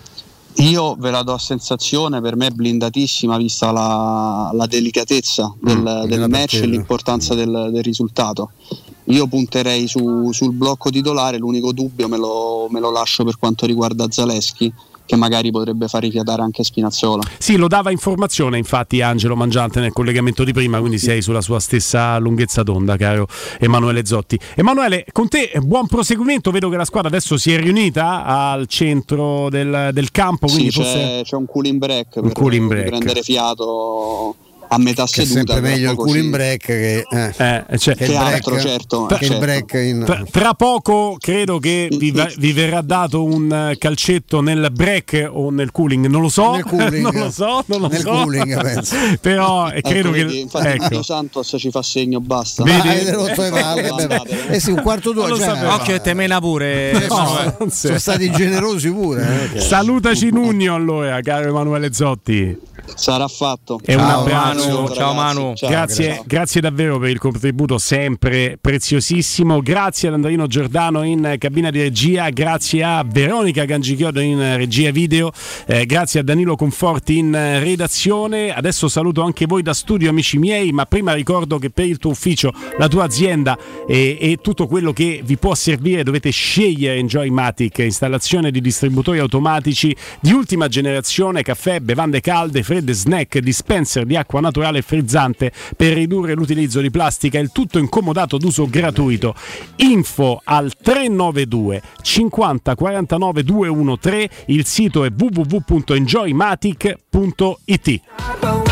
Io ve la do a sensazione, per me è blindatissima vista la, la delicatezza del, mm, del match e l'importanza del, del risultato. Io punterei su, sul blocco titolare, l'unico dubbio me lo, me lo lascio per quanto riguarda Zalewski, che magari potrebbe far rifiatare anche Spinazzola. Sì, lo dava informazione infatti Angelo Mangiante nel collegamento di prima, quindi sei sulla sua stessa lunghezza d'onda, caro Emanuele Zotti. Emanuele, con te buon proseguimento, vedo che la squadra adesso si è riunita al centro del, del campo, quindi sì, forse... c'è, c'è un cooling break un per, cooling break. per prendere fiato a metà che seduta. È sempre meglio il cooling ci... break che, eh, eh, cioè, che, che il break, altro, certo, che certo. il break in... tra, tra poco credo che vi, vi verrà dato un calcetto nel break o nel cooling, non lo so, nel cooling, non lo so, non lo nel so. Cooling, penso. Però ecco, credo che infatti ecco. Mario Santos ci fa segno, basta. Vedi? Ah, rotto le palle, eh sì, un quarto d'ora già. Occhio, te mena pure. No, no, sono stati generosi pure. Eh. Salutaci Nunio allora, caro Emanuele Zotti. Sarà fatto. E un ciao, abbraccio, Manu. Ciao Manu. Ciao, grazie, grazie. grazie davvero per il contributo sempre preziosissimo. Grazie ad Andrino Giordano in cabina di regia, grazie a Veronica Gangichiodo in regia video, eh, grazie a Danilo Conforti in redazione. Adesso saluto anche voi da studio, amici miei, ma prima ricordo che per il tuo ufficio, la tua azienda e, e tutto quello che vi può servire dovete scegliere Enjoymatic, installazione di distributori automatici di ultima generazione, caffè, bevande calde, fredde, snack, dispenser di acqua naturale e frizzante per ridurre l'utilizzo di plastica, il tutto incomodato d'uso gratuito. Info al tre nove due cinquanta quarantanove duecentotredici, il sito è w w w punto enjoymatic punto it.